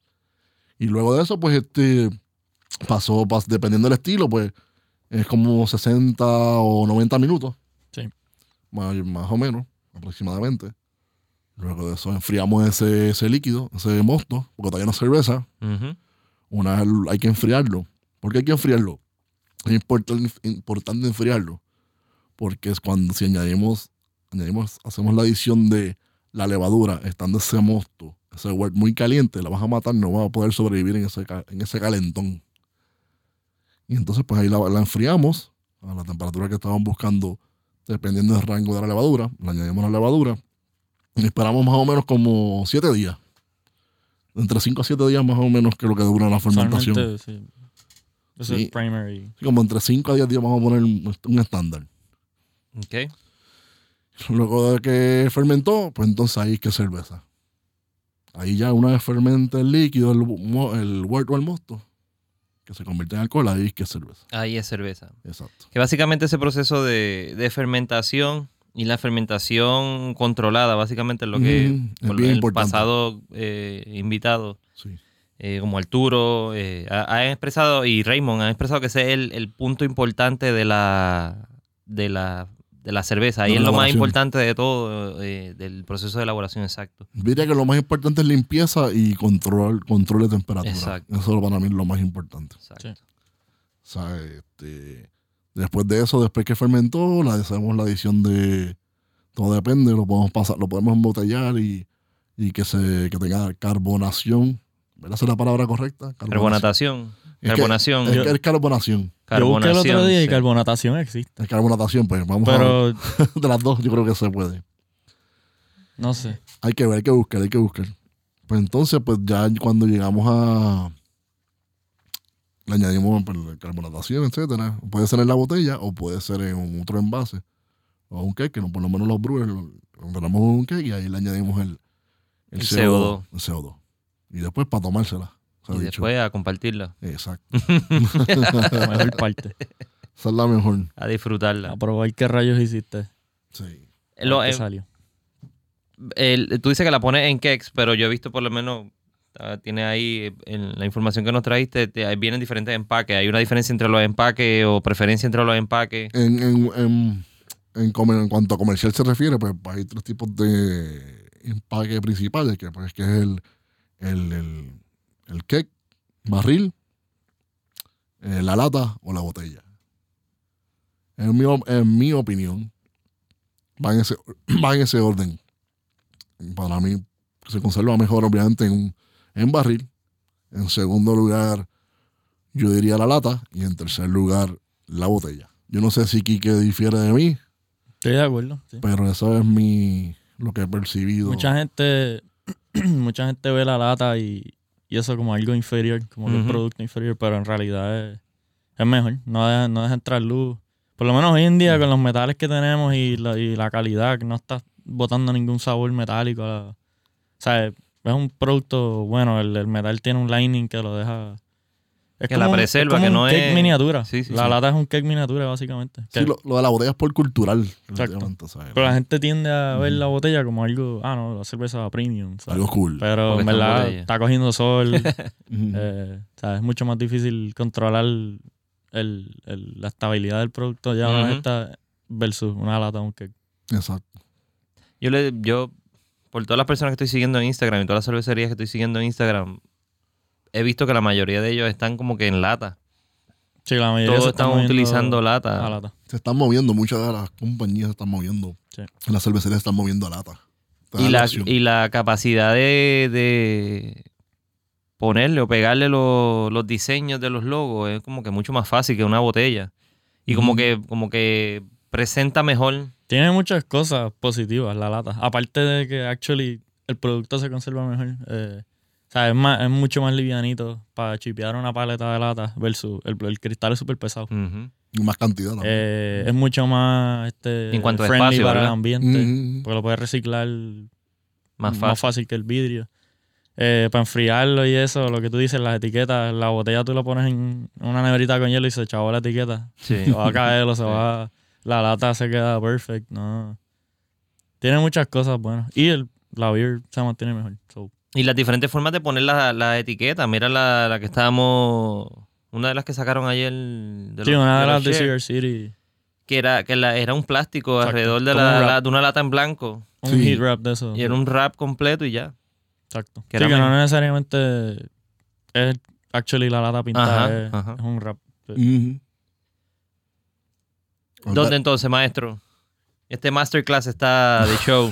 [SPEAKER 3] Y luego de eso, pues, este pasó, pas- dependiendo del estilo, pues, es como sesenta o noventa minutos.
[SPEAKER 4] Sí.
[SPEAKER 3] Más, más o menos, aproximadamente. Luego de eso enfriamos ese, ese líquido, ese mosto, porque todavía no es cerveza.
[SPEAKER 2] Ujú.
[SPEAKER 3] Una vez hay que enfriarlo. ¿Por qué hay que enfriarlo? Es importante, importante enfriarlo. Porque es cuando si añadimos, añadimos, hacemos la adición de la levadura, estando ese mosto, ese wort muy caliente, la vas a matar, no vas a poder sobrevivir en ese, ca- en ese calentón. Y entonces pues ahí la, la enfriamos a la temperatura que estaban buscando, dependiendo del rango de la levadura. Le añadimos la levadura y esperamos más o menos como siete días. Entre cinco a siete días más o menos que lo que dura la fermentación.
[SPEAKER 4] Usualmente, sí. Eso
[SPEAKER 3] Sí.
[SPEAKER 4] es primary.
[SPEAKER 3] Sí, como entre cinco a diez días vamos a poner un, un estándar.
[SPEAKER 2] Ok.
[SPEAKER 3] Luego de que fermentó, pues entonces ahí es que cerveza. Ahí ya una vez fermenta el líquido, el, mo- el wort o el mosto, que se convierte en alcohol, ahí es que es cerveza.
[SPEAKER 2] Ahí es cerveza.
[SPEAKER 3] Exacto.
[SPEAKER 2] Que básicamente ese proceso de, de fermentación y la fermentación controlada, básicamente es lo que
[SPEAKER 3] Mm, es
[SPEAKER 2] por
[SPEAKER 3] bien
[SPEAKER 2] el
[SPEAKER 3] importante.
[SPEAKER 2] pasado eh, invitado,
[SPEAKER 3] Sí.
[SPEAKER 2] eh, como Arturo, eh, ha, ha expresado, y Raymond, han expresado que ese es el, el punto importante de la, de la, de la cerveza. Ahí
[SPEAKER 3] De la
[SPEAKER 2] es lo más
[SPEAKER 3] elaboración.
[SPEAKER 2] importante de todo, eh, del proceso de elaboración exacto.
[SPEAKER 3] Diría que lo más importante es limpieza y control, control de temperatura.
[SPEAKER 2] Exacto.
[SPEAKER 3] Eso para mí es lo más importante.
[SPEAKER 2] Exacto.
[SPEAKER 4] Sí.
[SPEAKER 3] O sea, este, después de eso, después que fermentó, le hacemos la adición de... Todo depende, lo podemos pasar, lo podemos embotellar y, y que se que tenga carbonación. ¿Verdad? ¿Esa es la palabra correcta?
[SPEAKER 2] Carbonatación.
[SPEAKER 3] Es que-
[SPEAKER 2] Carbonación.
[SPEAKER 3] Es que es carbonación.
[SPEAKER 4] Yo busqué el otro
[SPEAKER 2] Carbonación,
[SPEAKER 4] día y
[SPEAKER 2] sí.
[SPEAKER 4] carbonatación existe.
[SPEAKER 3] Es carbonatación, pues vamos
[SPEAKER 4] Pero
[SPEAKER 3] a ver. De las dos, yo creo que se puede.
[SPEAKER 4] no sé.
[SPEAKER 3] Hay que ver, hay que buscar, hay que buscar. Pues entonces, pues ya cuando llegamos a... Le añadimos pues, la carbonatación, etcétera. Puede ser en la botella o puede ser en un otro envase. O un cake, que no, por lo menos los brewers lo lo ponemos en un cake y ahí le añadimos el,
[SPEAKER 2] El C O dos.
[SPEAKER 3] El C O dos. Y después para tomársela. se ha
[SPEAKER 2] Y
[SPEAKER 3] dicho.
[SPEAKER 2] después a compartirla,
[SPEAKER 3] Exacto.
[SPEAKER 4] La mejor parte.
[SPEAKER 3] Esa es la mejor.
[SPEAKER 2] a disfrutarla.
[SPEAKER 4] A probar qué rayos hiciste.
[SPEAKER 3] Sí.
[SPEAKER 2] Lo-
[SPEAKER 4] ¿Qué
[SPEAKER 2] eh,
[SPEAKER 4] salió?
[SPEAKER 2] el- tú dices que la pones en cakes, pero yo he visto por lo menos, ah, tiene ahí eh, en la información que nos trajiste, te- ahí vienen diferentes empaques. Hay una diferencia entre los empaques o preferencia entre los empaques.
[SPEAKER 3] En, en, en, en, comer- en cuanto a comercial se refiere, pues hay tres tipos de empaque principales, que pues que es el, el, el, el cake, barril, eh, la lata o la botella. En mi, op- en mi opinión, va en, ese, va en ese orden. Para mí se conserva mejor, obviamente, en, un- en barril. En segundo lugar, yo diría la lata. Y en tercer lugar, la botella. Yo no sé si Quique difiere de mí,
[SPEAKER 4] Estoy de acuerdo. Sí.
[SPEAKER 3] pero eso es mi lo que he percibido.
[SPEAKER 4] Mucha gente, mucha gente ve la lata y, y eso como algo inferior, como que un
[SPEAKER 2] Ujú.
[SPEAKER 4] producto inferior, pero en realidad es, es mejor. No deja, no deja entrar luz. Por lo menos hoy en día, con los metales que tenemos y la, y la calidad, que no está botando ningún sabor metálico. La, o sea, es un producto bueno. El, el metal tiene un lining que lo deja... Es
[SPEAKER 2] que la preserva,
[SPEAKER 4] es como
[SPEAKER 2] que
[SPEAKER 4] un
[SPEAKER 2] no
[SPEAKER 4] cake
[SPEAKER 2] es...
[SPEAKER 4] miniatura.
[SPEAKER 2] Sí, sí,
[SPEAKER 4] la
[SPEAKER 2] sí.
[SPEAKER 4] lata es un cake miniatura, básicamente.
[SPEAKER 3] Sí,
[SPEAKER 4] Que-
[SPEAKER 3] lo, lo de la botella es por cultural.
[SPEAKER 4] Exacto.
[SPEAKER 3] ¿Sabes?
[SPEAKER 4] Pero la gente tiende a ver la botella como algo... Ah, no, la cerveza premium. ¿sabes?
[SPEAKER 3] Algo cool.
[SPEAKER 4] Pero
[SPEAKER 2] Porque
[SPEAKER 4] en
[SPEAKER 2] está en
[SPEAKER 4] verdad
[SPEAKER 2] botella.
[SPEAKER 4] está cogiendo sol.
[SPEAKER 3] Ujú.
[SPEAKER 4] eh, o sea, es mucho más difícil controlar el, el- la estabilidad del producto ya una
[SPEAKER 2] Ujú.
[SPEAKER 4] esta versus una lata de un cake.
[SPEAKER 3] Exacto.
[SPEAKER 2] Yo, le, yo, por todas las personas que estoy siguiendo en Instagram y todas las cervecerías que estoy siguiendo en Instagram, he visto que la mayoría de ellos están como que en lata.
[SPEAKER 4] Sí, la mayoría
[SPEAKER 2] Todos
[SPEAKER 4] se
[SPEAKER 2] están
[SPEAKER 4] moviendo
[SPEAKER 2] utilizando
[SPEAKER 4] a
[SPEAKER 2] lata.
[SPEAKER 4] lata.
[SPEAKER 3] Se están moviendo, muchas de las compañías se están moviendo.
[SPEAKER 4] Sí.
[SPEAKER 3] Las cervecerías están moviendo a lata. Te da
[SPEAKER 2] Y la,
[SPEAKER 3] opción.
[SPEAKER 2] y la capacidad de, de ponerle o pegarle lo- los diseños de los logos es como que mucho más fácil que una botella. Y como
[SPEAKER 3] Ujú.
[SPEAKER 2] que, como que presenta mejor.
[SPEAKER 4] Tiene muchas cosas positivas la lata. Aparte de que actually el producto se conserva mejor. eh, o sea, es, más, es mucho más livianito para chipear una paleta de lata versus el, el cristal es súper pesado.
[SPEAKER 2] Ujú.
[SPEAKER 3] Y más cantidad también.
[SPEAKER 4] Eh, es mucho más este,
[SPEAKER 2] En cuanto a
[SPEAKER 4] friendly
[SPEAKER 2] espacio,
[SPEAKER 4] para el
[SPEAKER 2] ¿verdad?
[SPEAKER 4] ambiente.
[SPEAKER 3] Ujú.
[SPEAKER 4] Porque lo puedes reciclar
[SPEAKER 2] Más
[SPEAKER 4] más
[SPEAKER 2] fácil.
[SPEAKER 4] fácil que el vidrio. Eh, para enfriarlo y eso, lo que tú dices, las etiquetas, la botella tú la pones en una neverita con hielo y se chavó la etiqueta.
[SPEAKER 2] Sí.
[SPEAKER 4] Se va a caer o se
[SPEAKER 2] Sí.
[SPEAKER 4] va... La lata se queda perfect, no. Tiene muchas cosas buenas. Y el, la beer se mantiene mejor. So,
[SPEAKER 2] Y las diferentes formas de poner las la etiquetas. Mira la, la que estábamos... Una de las que sacaron ayer... De
[SPEAKER 4] sí,
[SPEAKER 2] los-
[SPEAKER 4] una de
[SPEAKER 2] los
[SPEAKER 4] las de
[SPEAKER 2] Share,
[SPEAKER 4] Cigar City.
[SPEAKER 2] Que, era, que la- era un plástico
[SPEAKER 4] Exacto.
[SPEAKER 2] alrededor de,
[SPEAKER 4] Como
[SPEAKER 2] la,
[SPEAKER 4] un wrap.
[SPEAKER 2] la- de una lata en blanco.
[SPEAKER 4] Un
[SPEAKER 3] Sí.
[SPEAKER 4] heat wrap de eso.
[SPEAKER 2] Y era un wrap completo y ya.
[SPEAKER 4] Exacto.
[SPEAKER 2] que
[SPEAKER 4] sí,
[SPEAKER 2] era
[SPEAKER 4] que no
[SPEAKER 2] mejor.
[SPEAKER 4] necesariamente es actually la lata pintada.
[SPEAKER 2] Ajá,
[SPEAKER 4] es,
[SPEAKER 2] ajá.
[SPEAKER 4] es un wrap.
[SPEAKER 3] Ujú.
[SPEAKER 2] ¿Dónde entonces, maestro? Este masterclass está de show.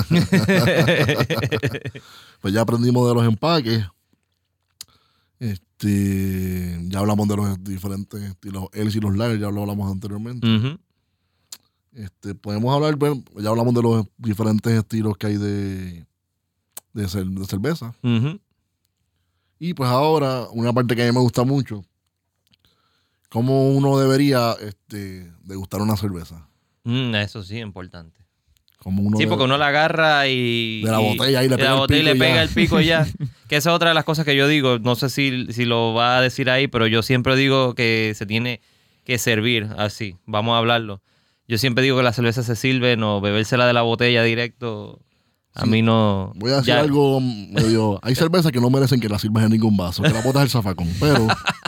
[SPEAKER 3] Pues ya aprendimos de los empaques. Este, ya hablamos de los diferentes estilos, Ales y los lagers, ya lo hablamos anteriormente.
[SPEAKER 2] Ujú.
[SPEAKER 3] Este, podemos hablar, bueno, ya hablamos de los diferentes estilos que hay de, de, cer- de cerveza.
[SPEAKER 2] Ujú.
[SPEAKER 3] Y pues ahora, una parte que a mí me gusta mucho, cómo uno debería este, degustar una cerveza.
[SPEAKER 2] Mm, eso sí, importante.
[SPEAKER 3] Cómo uno
[SPEAKER 2] Sí,
[SPEAKER 3] debe-
[SPEAKER 2] porque uno la agarra y...
[SPEAKER 3] De la
[SPEAKER 2] y-
[SPEAKER 3] botella ahí le
[SPEAKER 2] de
[SPEAKER 3] pega
[SPEAKER 2] la
[SPEAKER 3] el
[SPEAKER 2] botella y
[SPEAKER 3] pico
[SPEAKER 2] le
[SPEAKER 3] y
[SPEAKER 2] pega
[SPEAKER 3] ya.
[SPEAKER 2] el pico y ya. Que esa es otra de las cosas que yo digo. No sé si, si lo va a decir ahí, pero yo siempre digo que se tiene que servir así. Vamos a hablarlo. Yo siempre digo que la cerveza se sirve, no bebérsela de la botella directo. A
[SPEAKER 3] Sí.
[SPEAKER 2] mí no...
[SPEAKER 3] Voy a decir
[SPEAKER 2] ya-
[SPEAKER 3] algo medio... Hay cervezas que no merecen que la sirvas en ningún vaso, que la botas el zafacón, pero...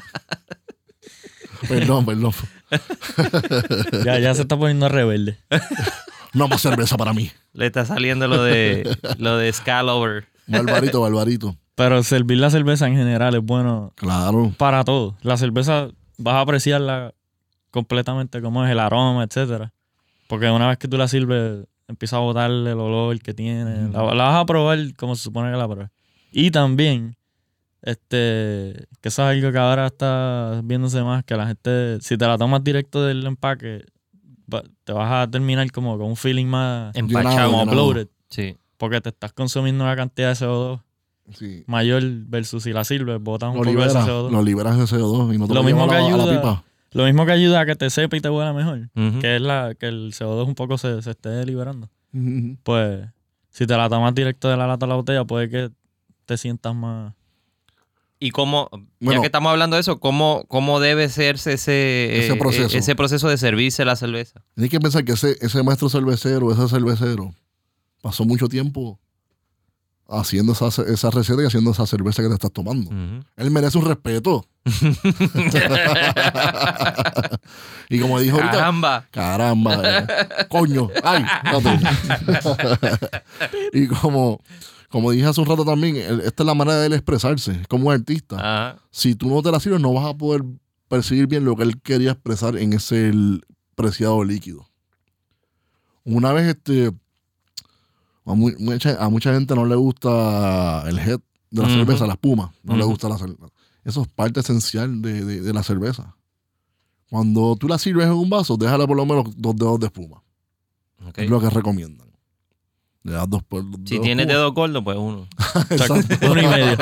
[SPEAKER 3] perdón, perdón.
[SPEAKER 4] Ya, ya se está poniendo rebelde.
[SPEAKER 3] No más cerveza para mí.
[SPEAKER 2] Le está saliendo lo de lo de Scalover.
[SPEAKER 3] Barbarito, barbarito.
[SPEAKER 4] Pero servir la cerveza en general es bueno
[SPEAKER 3] Claro.
[SPEAKER 4] para todo. La cerveza vas a apreciarla completamente como es el aroma, etcétera. Porque una vez que tú la sirves, empieza a botarle el olor que tiene. La, la vas a probar como se supone que la pruebas. Y también, este, que eso es algo que ahora está viéndose más, que la gente, si te la tomas directo del empaque, va- te vas a terminar como con un feeling más
[SPEAKER 2] Empachado.
[SPEAKER 4] como
[SPEAKER 3] llenado.
[SPEAKER 4] bloated.
[SPEAKER 2] Sí.
[SPEAKER 4] Porque te estás consumiendo una cantidad de C O dos
[SPEAKER 3] Sí.
[SPEAKER 4] mayor versus si la sirves, botas un
[SPEAKER 3] Lo
[SPEAKER 4] poco de ese
[SPEAKER 3] liberas,
[SPEAKER 4] C O dos.
[SPEAKER 3] lo liberas de C O dos y no te
[SPEAKER 4] Lo
[SPEAKER 3] lo,
[SPEAKER 4] mismo
[SPEAKER 3] llevas a la-
[SPEAKER 4] que
[SPEAKER 3] a la
[SPEAKER 4] ayuda-
[SPEAKER 3] pipa.
[SPEAKER 4] Lo mismo que ayuda a que te sepa y te huela mejor.
[SPEAKER 2] Ujú.
[SPEAKER 4] Que es la que el C O dos un poco se, se esté liberando.
[SPEAKER 3] Ujú.
[SPEAKER 4] Pues, si te la tomas directo de la lata a la botella, puede que te sientas más...
[SPEAKER 2] Y cómo,
[SPEAKER 3] Bueno.
[SPEAKER 2] ya que estamos hablando de eso, ¿cómo, cómo debe serse ese,
[SPEAKER 3] Ese
[SPEAKER 2] eh,
[SPEAKER 3] proceso.
[SPEAKER 2] eh, ese proceso de servirse la cerveza?
[SPEAKER 3] Tienes que pensar que ese, ese maestro cervecero, ese cervecero, pasó mucho tiempo haciendo esa, esa receta y haciendo esa cerveza que te estás tomando.
[SPEAKER 2] Ujú.
[SPEAKER 3] Él merece un respeto. Y como dijo ahorita,
[SPEAKER 2] Caramba.
[SPEAKER 3] caramba, eh, coño, ay, espérate. Y como, como dije hace un rato también, el- esta es la manera de él expresarse, es como un artista.
[SPEAKER 2] Ajá.
[SPEAKER 3] Si tú no te la sirves, no vas a poder percibir bien lo que él quería expresar en ese el preciado líquido. Una vez, este, a, mu- mucha, a mucha gente no le gusta el head de la
[SPEAKER 2] Ujú.
[SPEAKER 3] cerveza, la espuma, no le
[SPEAKER 2] Ujú.
[SPEAKER 3] gusta la cerveza. Eso es parte esencial de, de- de la cerveza. Cuando tú la sirves en un vaso, déjale por lo menos dos dedos de espuma.
[SPEAKER 2] Ok.
[SPEAKER 3] Es lo que recomiendan. Le das dos, por- dos
[SPEAKER 2] Si
[SPEAKER 3] dedos
[SPEAKER 2] tienes
[SPEAKER 3] de espuma.
[SPEAKER 2] dedo gordo, pues uno.
[SPEAKER 3] Exacto.
[SPEAKER 4] Uno y medio.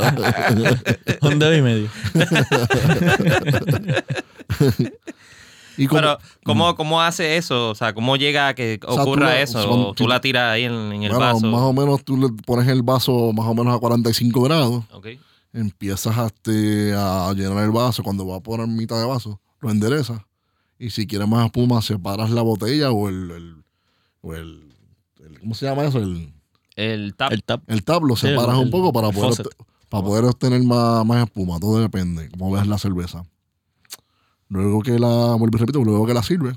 [SPEAKER 4] Un dedo y medio.
[SPEAKER 3] Y como-
[SPEAKER 2] Pero, ¿cómo, ¿cómo hace eso? O sea, ¿cómo llega a que
[SPEAKER 3] O sea, tú
[SPEAKER 2] ocurra
[SPEAKER 3] la-
[SPEAKER 2] eso?
[SPEAKER 3] son-
[SPEAKER 2] ¿O tú la tiras ahí en, en el
[SPEAKER 3] bueno,
[SPEAKER 2] vaso?
[SPEAKER 3] más o menos tú le pones el vaso más o menos a cuarenta y cinco grados.
[SPEAKER 2] Ok.
[SPEAKER 3] Empiezas a, este, a llenar el vaso. Cuando va a poner mitad de vaso, lo enderezas. Y si quieres más espuma, separas la botella o el... el, o el, el- ¿cómo se llama eso? El,
[SPEAKER 2] El tap.
[SPEAKER 4] El tap.
[SPEAKER 3] el tap lo
[SPEAKER 4] Sí, el-
[SPEAKER 3] separas un
[SPEAKER 4] el-
[SPEAKER 3] poco para
[SPEAKER 4] el
[SPEAKER 3] poder,
[SPEAKER 4] faucet.
[SPEAKER 3] obte- para poder obtener más, más espuma. Todo depende, como ves la cerveza. Luego que la... Vuelvo y repito, luego que la sirves.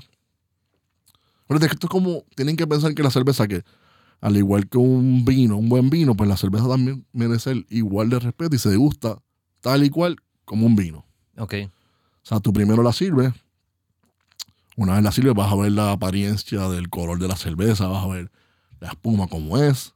[SPEAKER 3] Pero esto es como... Tienen que pensar que la cerveza que... Al igual que un vino, un buen vino, pues la cerveza también merece el igual de respeto y se degusta tal y cual como un vino.
[SPEAKER 2] Ok.
[SPEAKER 3] O sea, tú primero la sirves. Una vez la sirves, vas a ver la apariencia del color de la cerveza, vas a ver la espuma como es.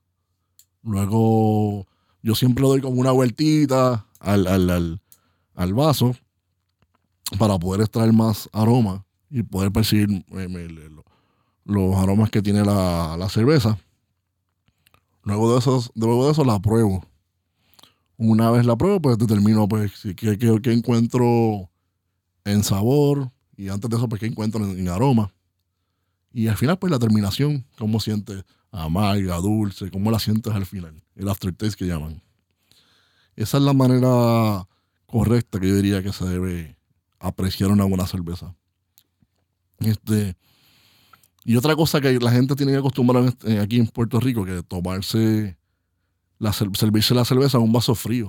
[SPEAKER 3] Luego, yo siempre le doy como una vueltita al, al, al, al vaso para poder extraer más aroma y poder percibir eh, me- le- lo- los aromas que tiene la, la cerveza. Luego de, eso, luego de eso la pruebo. Una vez la pruebo, pues determino pues, si, qué, qué- qué encuentro en sabor y antes de eso, pues qué encuentro en, en aroma. Y al final, pues la terminación, cómo sientes amarga, dulce, cómo la sientes al final. El aftertaste que llaman. Esa es la manera correcta que yo diría que se debe apreciar una buena cerveza. Este, y otra cosa que la gente tiene que acostumbrar en este- aquí en Puerto Rico, que tomarse, la, cer- servirse la cerveza en un vaso frío.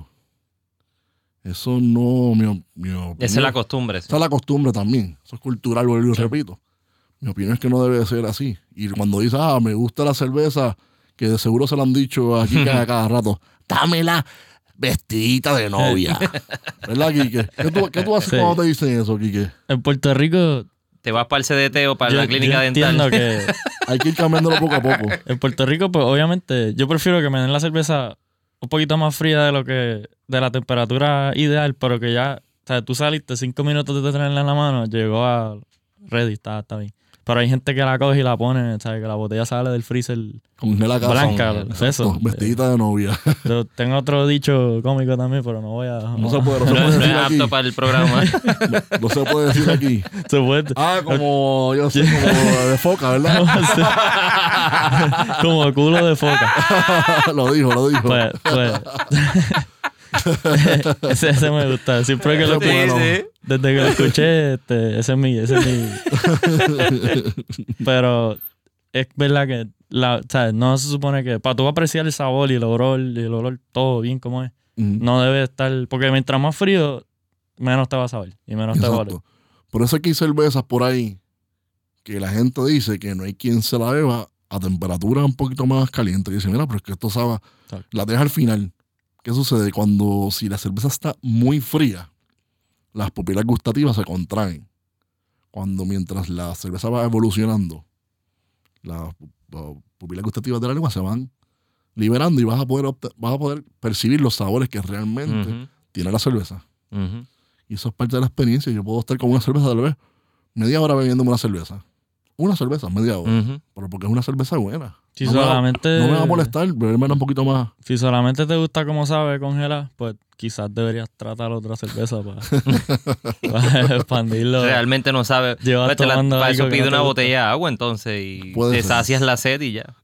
[SPEAKER 3] Eso no, mi, op- mi opinión.
[SPEAKER 2] Esa es la costumbre. sí.
[SPEAKER 3] Esa es la costumbre también. Eso es cultural, vuelvo y repito. Mi opinión es que no debe de ser así. Y cuando dices, ah, me gusta la cerveza, que de seguro se lo han dicho aquí cada, cada rato, dámela vestidita de novia. ¿Verdad, Quique? ¿Qué tú, qué tú haces
[SPEAKER 4] Sí.
[SPEAKER 3] cuando te dicen eso, Quique?
[SPEAKER 4] En Puerto Rico,
[SPEAKER 2] Te vas para el C D T o para
[SPEAKER 4] yo,
[SPEAKER 2] la clínica
[SPEAKER 4] yo
[SPEAKER 2] dental.
[SPEAKER 4] entiendo que
[SPEAKER 3] Hay que ir cambiándolo poco a poco.
[SPEAKER 4] en Puerto Rico, pues obviamente, yo prefiero que me den la cerveza un poquito más fría de lo que, de la temperatura ideal, pero que ya, o sea, tú saliste cinco minutos de tenerla en la mano, llegó a ready, está, está bien. Pero hay gente que la coge y la pone, ¿sabes? Que la botella sale del freezer
[SPEAKER 3] Congela casa.
[SPEAKER 4] blanca,
[SPEAKER 2] Exacto,
[SPEAKER 4] eso.
[SPEAKER 3] Vestidita de novia.
[SPEAKER 4] Yo tengo otro dicho cómico también, pero no voy a...
[SPEAKER 3] No se puede, no se
[SPEAKER 2] No,
[SPEAKER 3] puede
[SPEAKER 2] no es
[SPEAKER 3] decir aquí.
[SPEAKER 2] apto para el programa.
[SPEAKER 3] No se puede decir aquí.
[SPEAKER 4] Se puede-
[SPEAKER 3] Ah, como, yo sé, como de foca, ¿verdad?
[SPEAKER 4] como culo de foca.
[SPEAKER 3] Lo dijo, lo dijo.
[SPEAKER 4] Pues, pues. ese, ese me gusta. Siempre que lo
[SPEAKER 2] Sí,
[SPEAKER 3] bueno.
[SPEAKER 2] sí.
[SPEAKER 4] Desde que lo escuché, este, ese es mi, ese es mi. Pero es verdad que la, ¿sabes? No se supone que para tú apreciar el sabor y el olor y el olor todo bien como es,
[SPEAKER 3] Mm.
[SPEAKER 4] no debe estar, porque mientras más frío, menos te va a saber y menos te va a oler.
[SPEAKER 3] Exacto. Por eso es que hay cervezas por ahí que la gente dice que no hay quien se la beba a temperatura un poquito más caliente. Y dice, mira, pero es que esto sabe,
[SPEAKER 4] Exacto.
[SPEAKER 3] la deja al final. ¿Qué sucede? Cuando si la cerveza está muy fría, las pupilas gustativas se contraen. Cuando mientras la cerveza va evolucionando, las pu- pupilas gustativas de la lengua se van liberando y vas a poder, obte- vas a poder percibir los sabores que realmente
[SPEAKER 2] Ujú,
[SPEAKER 3] tiene la cerveza.
[SPEAKER 2] ujú.
[SPEAKER 3] Y eso es parte de la experiencia. Yo puedo estar con una cerveza tal vez media hora bebiéndome una cerveza. Una cerveza, media hora.
[SPEAKER 2] Ujú.
[SPEAKER 3] Pero porque es una cerveza buena.
[SPEAKER 4] Si
[SPEAKER 3] no, me va,
[SPEAKER 4] solamente,
[SPEAKER 3] no me va a molestar beberme un poquito más.
[SPEAKER 4] si solamente te gusta cómo sabe congelar, pues quizás deberías tratar otra cerveza para, para expandirlo.
[SPEAKER 2] Realmente no sabe.
[SPEAKER 4] Llevas
[SPEAKER 2] Pues te la-
[SPEAKER 4] tomando
[SPEAKER 2] para eso
[SPEAKER 4] algo que
[SPEAKER 2] pide
[SPEAKER 4] no te
[SPEAKER 2] una
[SPEAKER 4] gusta.
[SPEAKER 2] botella de agua entonces y
[SPEAKER 3] Puede
[SPEAKER 2] te
[SPEAKER 3] ser.
[SPEAKER 2] sacias la sed y ya.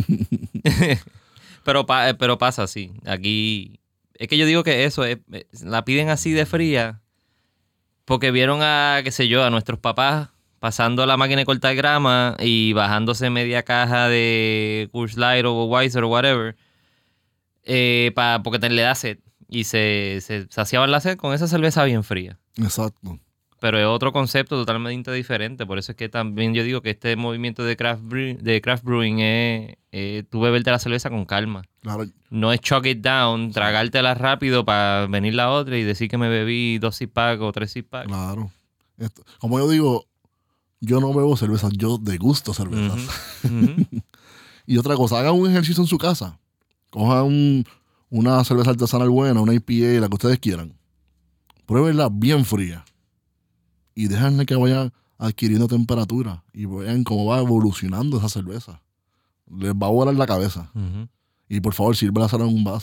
[SPEAKER 2] pero, pa- pero pasa así. Aquí es que yo digo que eso es, eh, la piden así de fría porque vieron a, qué sé yo, a nuestros papás pasando la máquina de cortar grama y bajándose media caja de Coors Light o Weiser o whatever eh, pa- porque te, le da sed y se, se saciaban la sed con esa cerveza bien fría.
[SPEAKER 3] Exacto.
[SPEAKER 2] Pero es otro concepto totalmente diferente. Por eso es que también yo digo que este movimiento de craft, brew- de craft brewing es eh, tú beberte la cerveza con calma.
[SPEAKER 3] Claro.
[SPEAKER 2] No es chuck it down, tragártela rápido para venir la otra y decir que me bebí dos six pack o tres six pack.
[SPEAKER 3] Claro. Esto- como yo digo, yo no bebo cervezas, yo degusto cervezas.
[SPEAKER 2] Ujú, ujú.
[SPEAKER 3] Y otra cosa, hagan un ejercicio en su casa. Cojan un- una cerveza artesanal buena, una I P A, la que ustedes quieran. Pruébenla bien fría. Y déjenle que vayan adquiriendo temperatura. Y vean cómo va evolucionando esa cerveza. Les va a volar la cabeza.
[SPEAKER 2] Ujú.
[SPEAKER 3] Y por favor, sírvela en un vaso.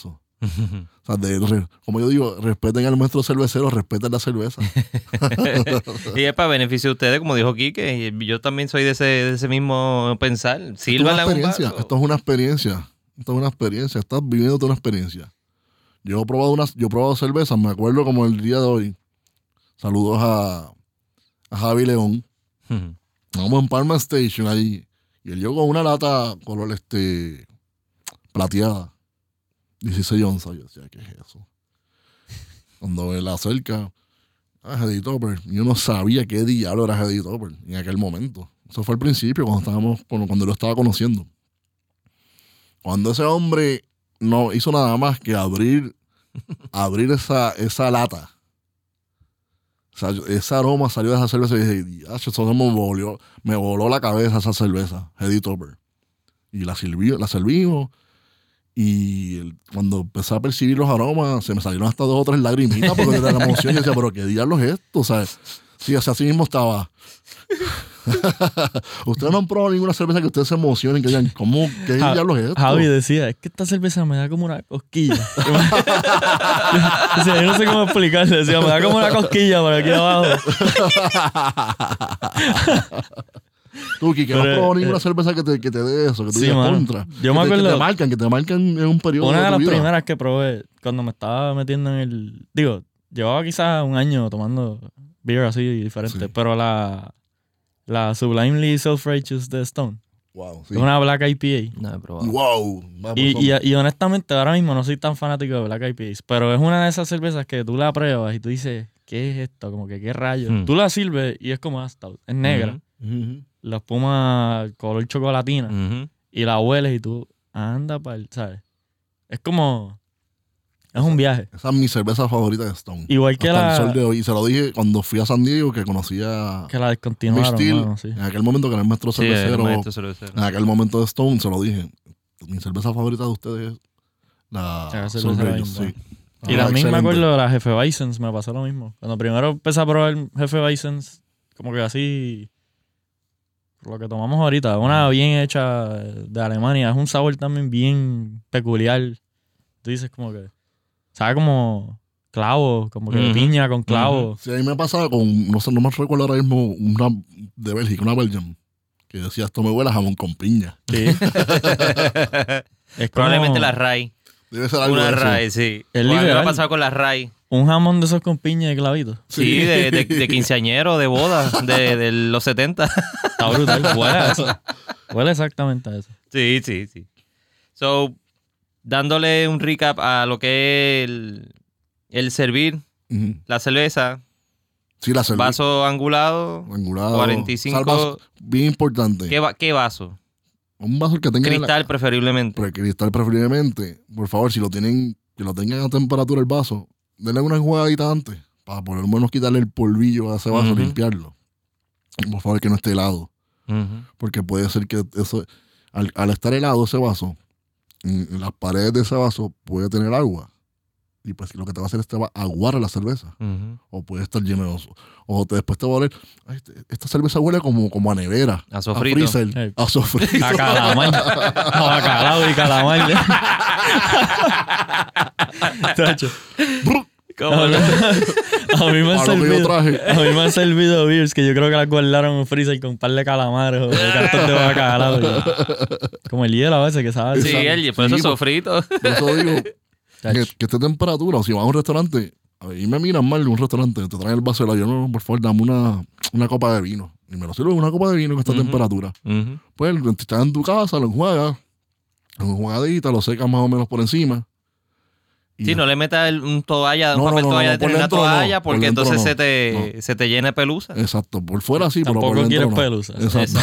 [SPEAKER 3] O sea, de, re, como yo digo, respeten al maestro cervecero, respeten la cerveza.
[SPEAKER 2] Y es para beneficio de ustedes, como dijo Quique. Yo también soy de ese, de ese mismo pensar. Sírvanla en un vaso.
[SPEAKER 3] Esto es una experiencia. Esto es una experiencia. Estás viviendo una experiencia. Yo he probado unas, yo he probado cervezas, me acuerdo como el día de hoy. Saludos a, a Javi León.
[SPEAKER 2] Uh-huh.
[SPEAKER 3] Vamos en Palma Station ahí. Y él llegó con una lata color este plateada. dieciséis onzas. Yo decía, ¿qué es eso? Cuando me la acerca, ah, Heady Topper. Yo no sabía qué diablo era Heady Topper en aquel momento. Eso fue al principio, cuando estábamos, cuando lo estaba conociendo. Cuando ese hombre no hizo nada más que abrir, abrir esa, esa lata. O sea, ese aroma salió de esa cerveza y dije, eso me voló, me voló la cabeza esa cerveza, Heady Topper. Y la, sirvió, la servimos. Y el, cuando empecé a percibir los aromas, se me salieron hasta dos o tres lagrimitas porque era la emoción. Y yo decía, pero ¿qué diablo es esto? O sea, sí, o sea, así mismo estaba. Ustedes no han probado ninguna cerveza que ustedes se emocionen, que digan, ¿cómo? ¿Qué diablo es esto?
[SPEAKER 4] Javi decía, es que esta cerveza me da como una cosquilla. Decía, yo no sé cómo explicarle. Decía, me da como una cosquilla por aquí abajo.
[SPEAKER 3] Tú, Kike, no has probado ninguna eh, cerveza que te, que te dé eso, que tú
[SPEAKER 4] sí,
[SPEAKER 3] digas
[SPEAKER 4] mano.
[SPEAKER 3] contra.
[SPEAKER 4] Yo
[SPEAKER 3] que
[SPEAKER 4] me
[SPEAKER 3] te,
[SPEAKER 4] acuerdo.
[SPEAKER 3] Que te marcan, que te marcan en un periodo.
[SPEAKER 4] Una de,
[SPEAKER 3] de
[SPEAKER 4] las
[SPEAKER 3] vida.
[SPEAKER 4] primeras que probé, cuando me estaba metiendo en el. Digo, llevaba quizás un año tomando beer así diferente, sí. Pero la. La Sublimely Self-Righteous de Stone.
[SPEAKER 3] Wow, sí.
[SPEAKER 4] Es una Black I P A.
[SPEAKER 2] No he probado.
[SPEAKER 3] Wow.
[SPEAKER 4] Y, y, y honestamente, ahora mismo no soy tan fanático de Black I P As, pero es una de esas cervezas que tú la pruebas y tú dices, ¿qué es esto? Como que, ¿qué rayos? Mm. Tú la sirves y es como hasta es negra.
[SPEAKER 3] Mm-hmm.
[SPEAKER 4] La espuma color chocolatina.
[SPEAKER 2] Mm-hmm.
[SPEAKER 4] Y la hueles y tú, anda para el, ¿sabes? Es como... Es un viaje.
[SPEAKER 3] Esa es mi cerveza favorita de Stone.
[SPEAKER 4] Igual que
[SPEAKER 3] hasta
[SPEAKER 4] la...
[SPEAKER 3] el sol de hoy. Y se lo dije cuando fui a San Diego, que conocía...
[SPEAKER 4] Que la descontinuaron.
[SPEAKER 3] Steel,
[SPEAKER 4] bueno, sí.
[SPEAKER 3] En aquel momento que era el maestro
[SPEAKER 2] sí,
[SPEAKER 3] cervecero.
[SPEAKER 2] el maestro cervecero.
[SPEAKER 3] En aquel momento de Stone, se lo dije. Mi cerveza favorita de ustedes es la...
[SPEAKER 4] la
[SPEAKER 3] Soul sí.
[SPEAKER 4] Y
[SPEAKER 3] ah,
[SPEAKER 4] también me acuerdo de la Jefe Bisons, me pasó lo mismo. Cuando primero empecé a probar Jefe Bisons, como que así... Lo que tomamos ahorita, una bien hecha de Alemania. Es un sabor también bien peculiar. Tú dices como que... Sabe como clavo, como que uh-huh. piña con clavo.
[SPEAKER 3] Uh-huh. Sí, a mí me pasaba con, no sé, no me recuerdo ahora mismo, una de Bélgica, una Belgian, que decía, esto me huele a jamón con piña.
[SPEAKER 4] Sí.
[SPEAKER 2] Es probablemente la Rai.
[SPEAKER 3] Debe ser algo
[SPEAKER 2] una
[SPEAKER 3] de eso.
[SPEAKER 2] Rai, sí.
[SPEAKER 4] Es
[SPEAKER 2] ¿Qué
[SPEAKER 4] literal.
[SPEAKER 2] ha pasado con la Rai?
[SPEAKER 4] Un jamón de esos con piña y clavito.
[SPEAKER 2] Sí, sí de, de, de quinceañero, de boda, de, de los setenta.
[SPEAKER 4] Está brutal. Huele a eso. Huele exactamente a eso.
[SPEAKER 2] Sí, sí, sí. So... Dándole un recap a lo que es el, el servir, uh-huh. la cerveza.
[SPEAKER 3] Sí, la cerveza.
[SPEAKER 2] Vaso angulado.
[SPEAKER 3] Angulado.
[SPEAKER 2] cuarenta y cinco.
[SPEAKER 3] Vaso, bien importante.
[SPEAKER 2] ¿Qué, va, ¿Qué vaso?
[SPEAKER 3] Un vaso que tenga...
[SPEAKER 2] Cristal
[SPEAKER 3] la,
[SPEAKER 2] preferiblemente.
[SPEAKER 3] Pre cristal preferiblemente. Por favor, si lo tienen, que lo tengan a temperatura el vaso, denle una enjuagadita antes para por lo menos quitarle el polvillo a ese vaso, uh-huh. limpiarlo. Por favor, que no esté helado.
[SPEAKER 2] Uh-huh.
[SPEAKER 3] Porque puede ser que eso, al, al estar helado ese vaso, en las paredes de ese vaso puede tener agua. Y pues lo que te va a hacer es te va a aguar la cerveza. Uh-huh. O puede estar lleno de oso. O te, después te va a oler. Ay, esta cerveza huele como, como a nevera.
[SPEAKER 2] A sofrito.
[SPEAKER 3] A freezer. Hey. A sofrito.
[SPEAKER 4] A calamar. No, a calado y calamar. Tacho.
[SPEAKER 2] ¿Cómo
[SPEAKER 4] no, no. A mí me han servido, a mí me han servido beers que yo creo que las guardaron en freezer con un par de calamares o cartón de bacalao. Como el hielo a veces que sabe.
[SPEAKER 2] Sí,
[SPEAKER 3] sabe.
[SPEAKER 2] el hielo, por eso
[SPEAKER 3] sí,
[SPEAKER 2] sofrito.
[SPEAKER 3] Por eso digo que, que esté temperatura, o si vas a un restaurante, a mí me miran mal de un restaurante, te traen el vaso de la yo no, por favor, dame una, una copa de vino. Y me lo sirven una copa de vino con esta uh-huh. temperatura.
[SPEAKER 2] Uh-huh.
[SPEAKER 3] Pues estás en tu casa, lo enjuagas, lo enjuagadita, lo secas más o menos por encima.
[SPEAKER 2] Sí, no. no le metas el, un toalla, un no, papel no, no, toalla, no, tener una toalla, no, porque por entonces no, se, te, no. se te llena de pelusa.
[SPEAKER 3] Exacto, por fuera sí,
[SPEAKER 4] tampoco
[SPEAKER 3] pero por dentro
[SPEAKER 4] quieres pelusa.
[SPEAKER 3] Exacto.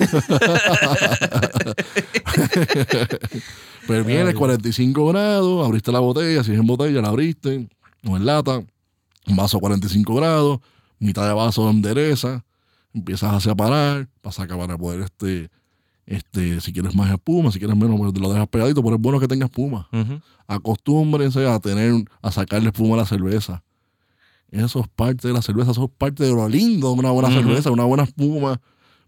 [SPEAKER 3] Pero viene cuarenta y cinco grados, abriste la botella, si es en botella la abriste, o en lata, un vaso a cuarenta y cinco grados, mitad de vaso endereza, empiezas a separar, para sacar para poder este... Este, si quieres más espuma, si quieres menos, pues lo dejas pegadito, pero es bueno que tenga espuma. Uh-huh. Acostúmbrense a tener, a sacarle espuma a la cerveza. Eso es parte de la cerveza, eso es parte de lo lindo de una buena uh-huh. cerveza, una buena espuma,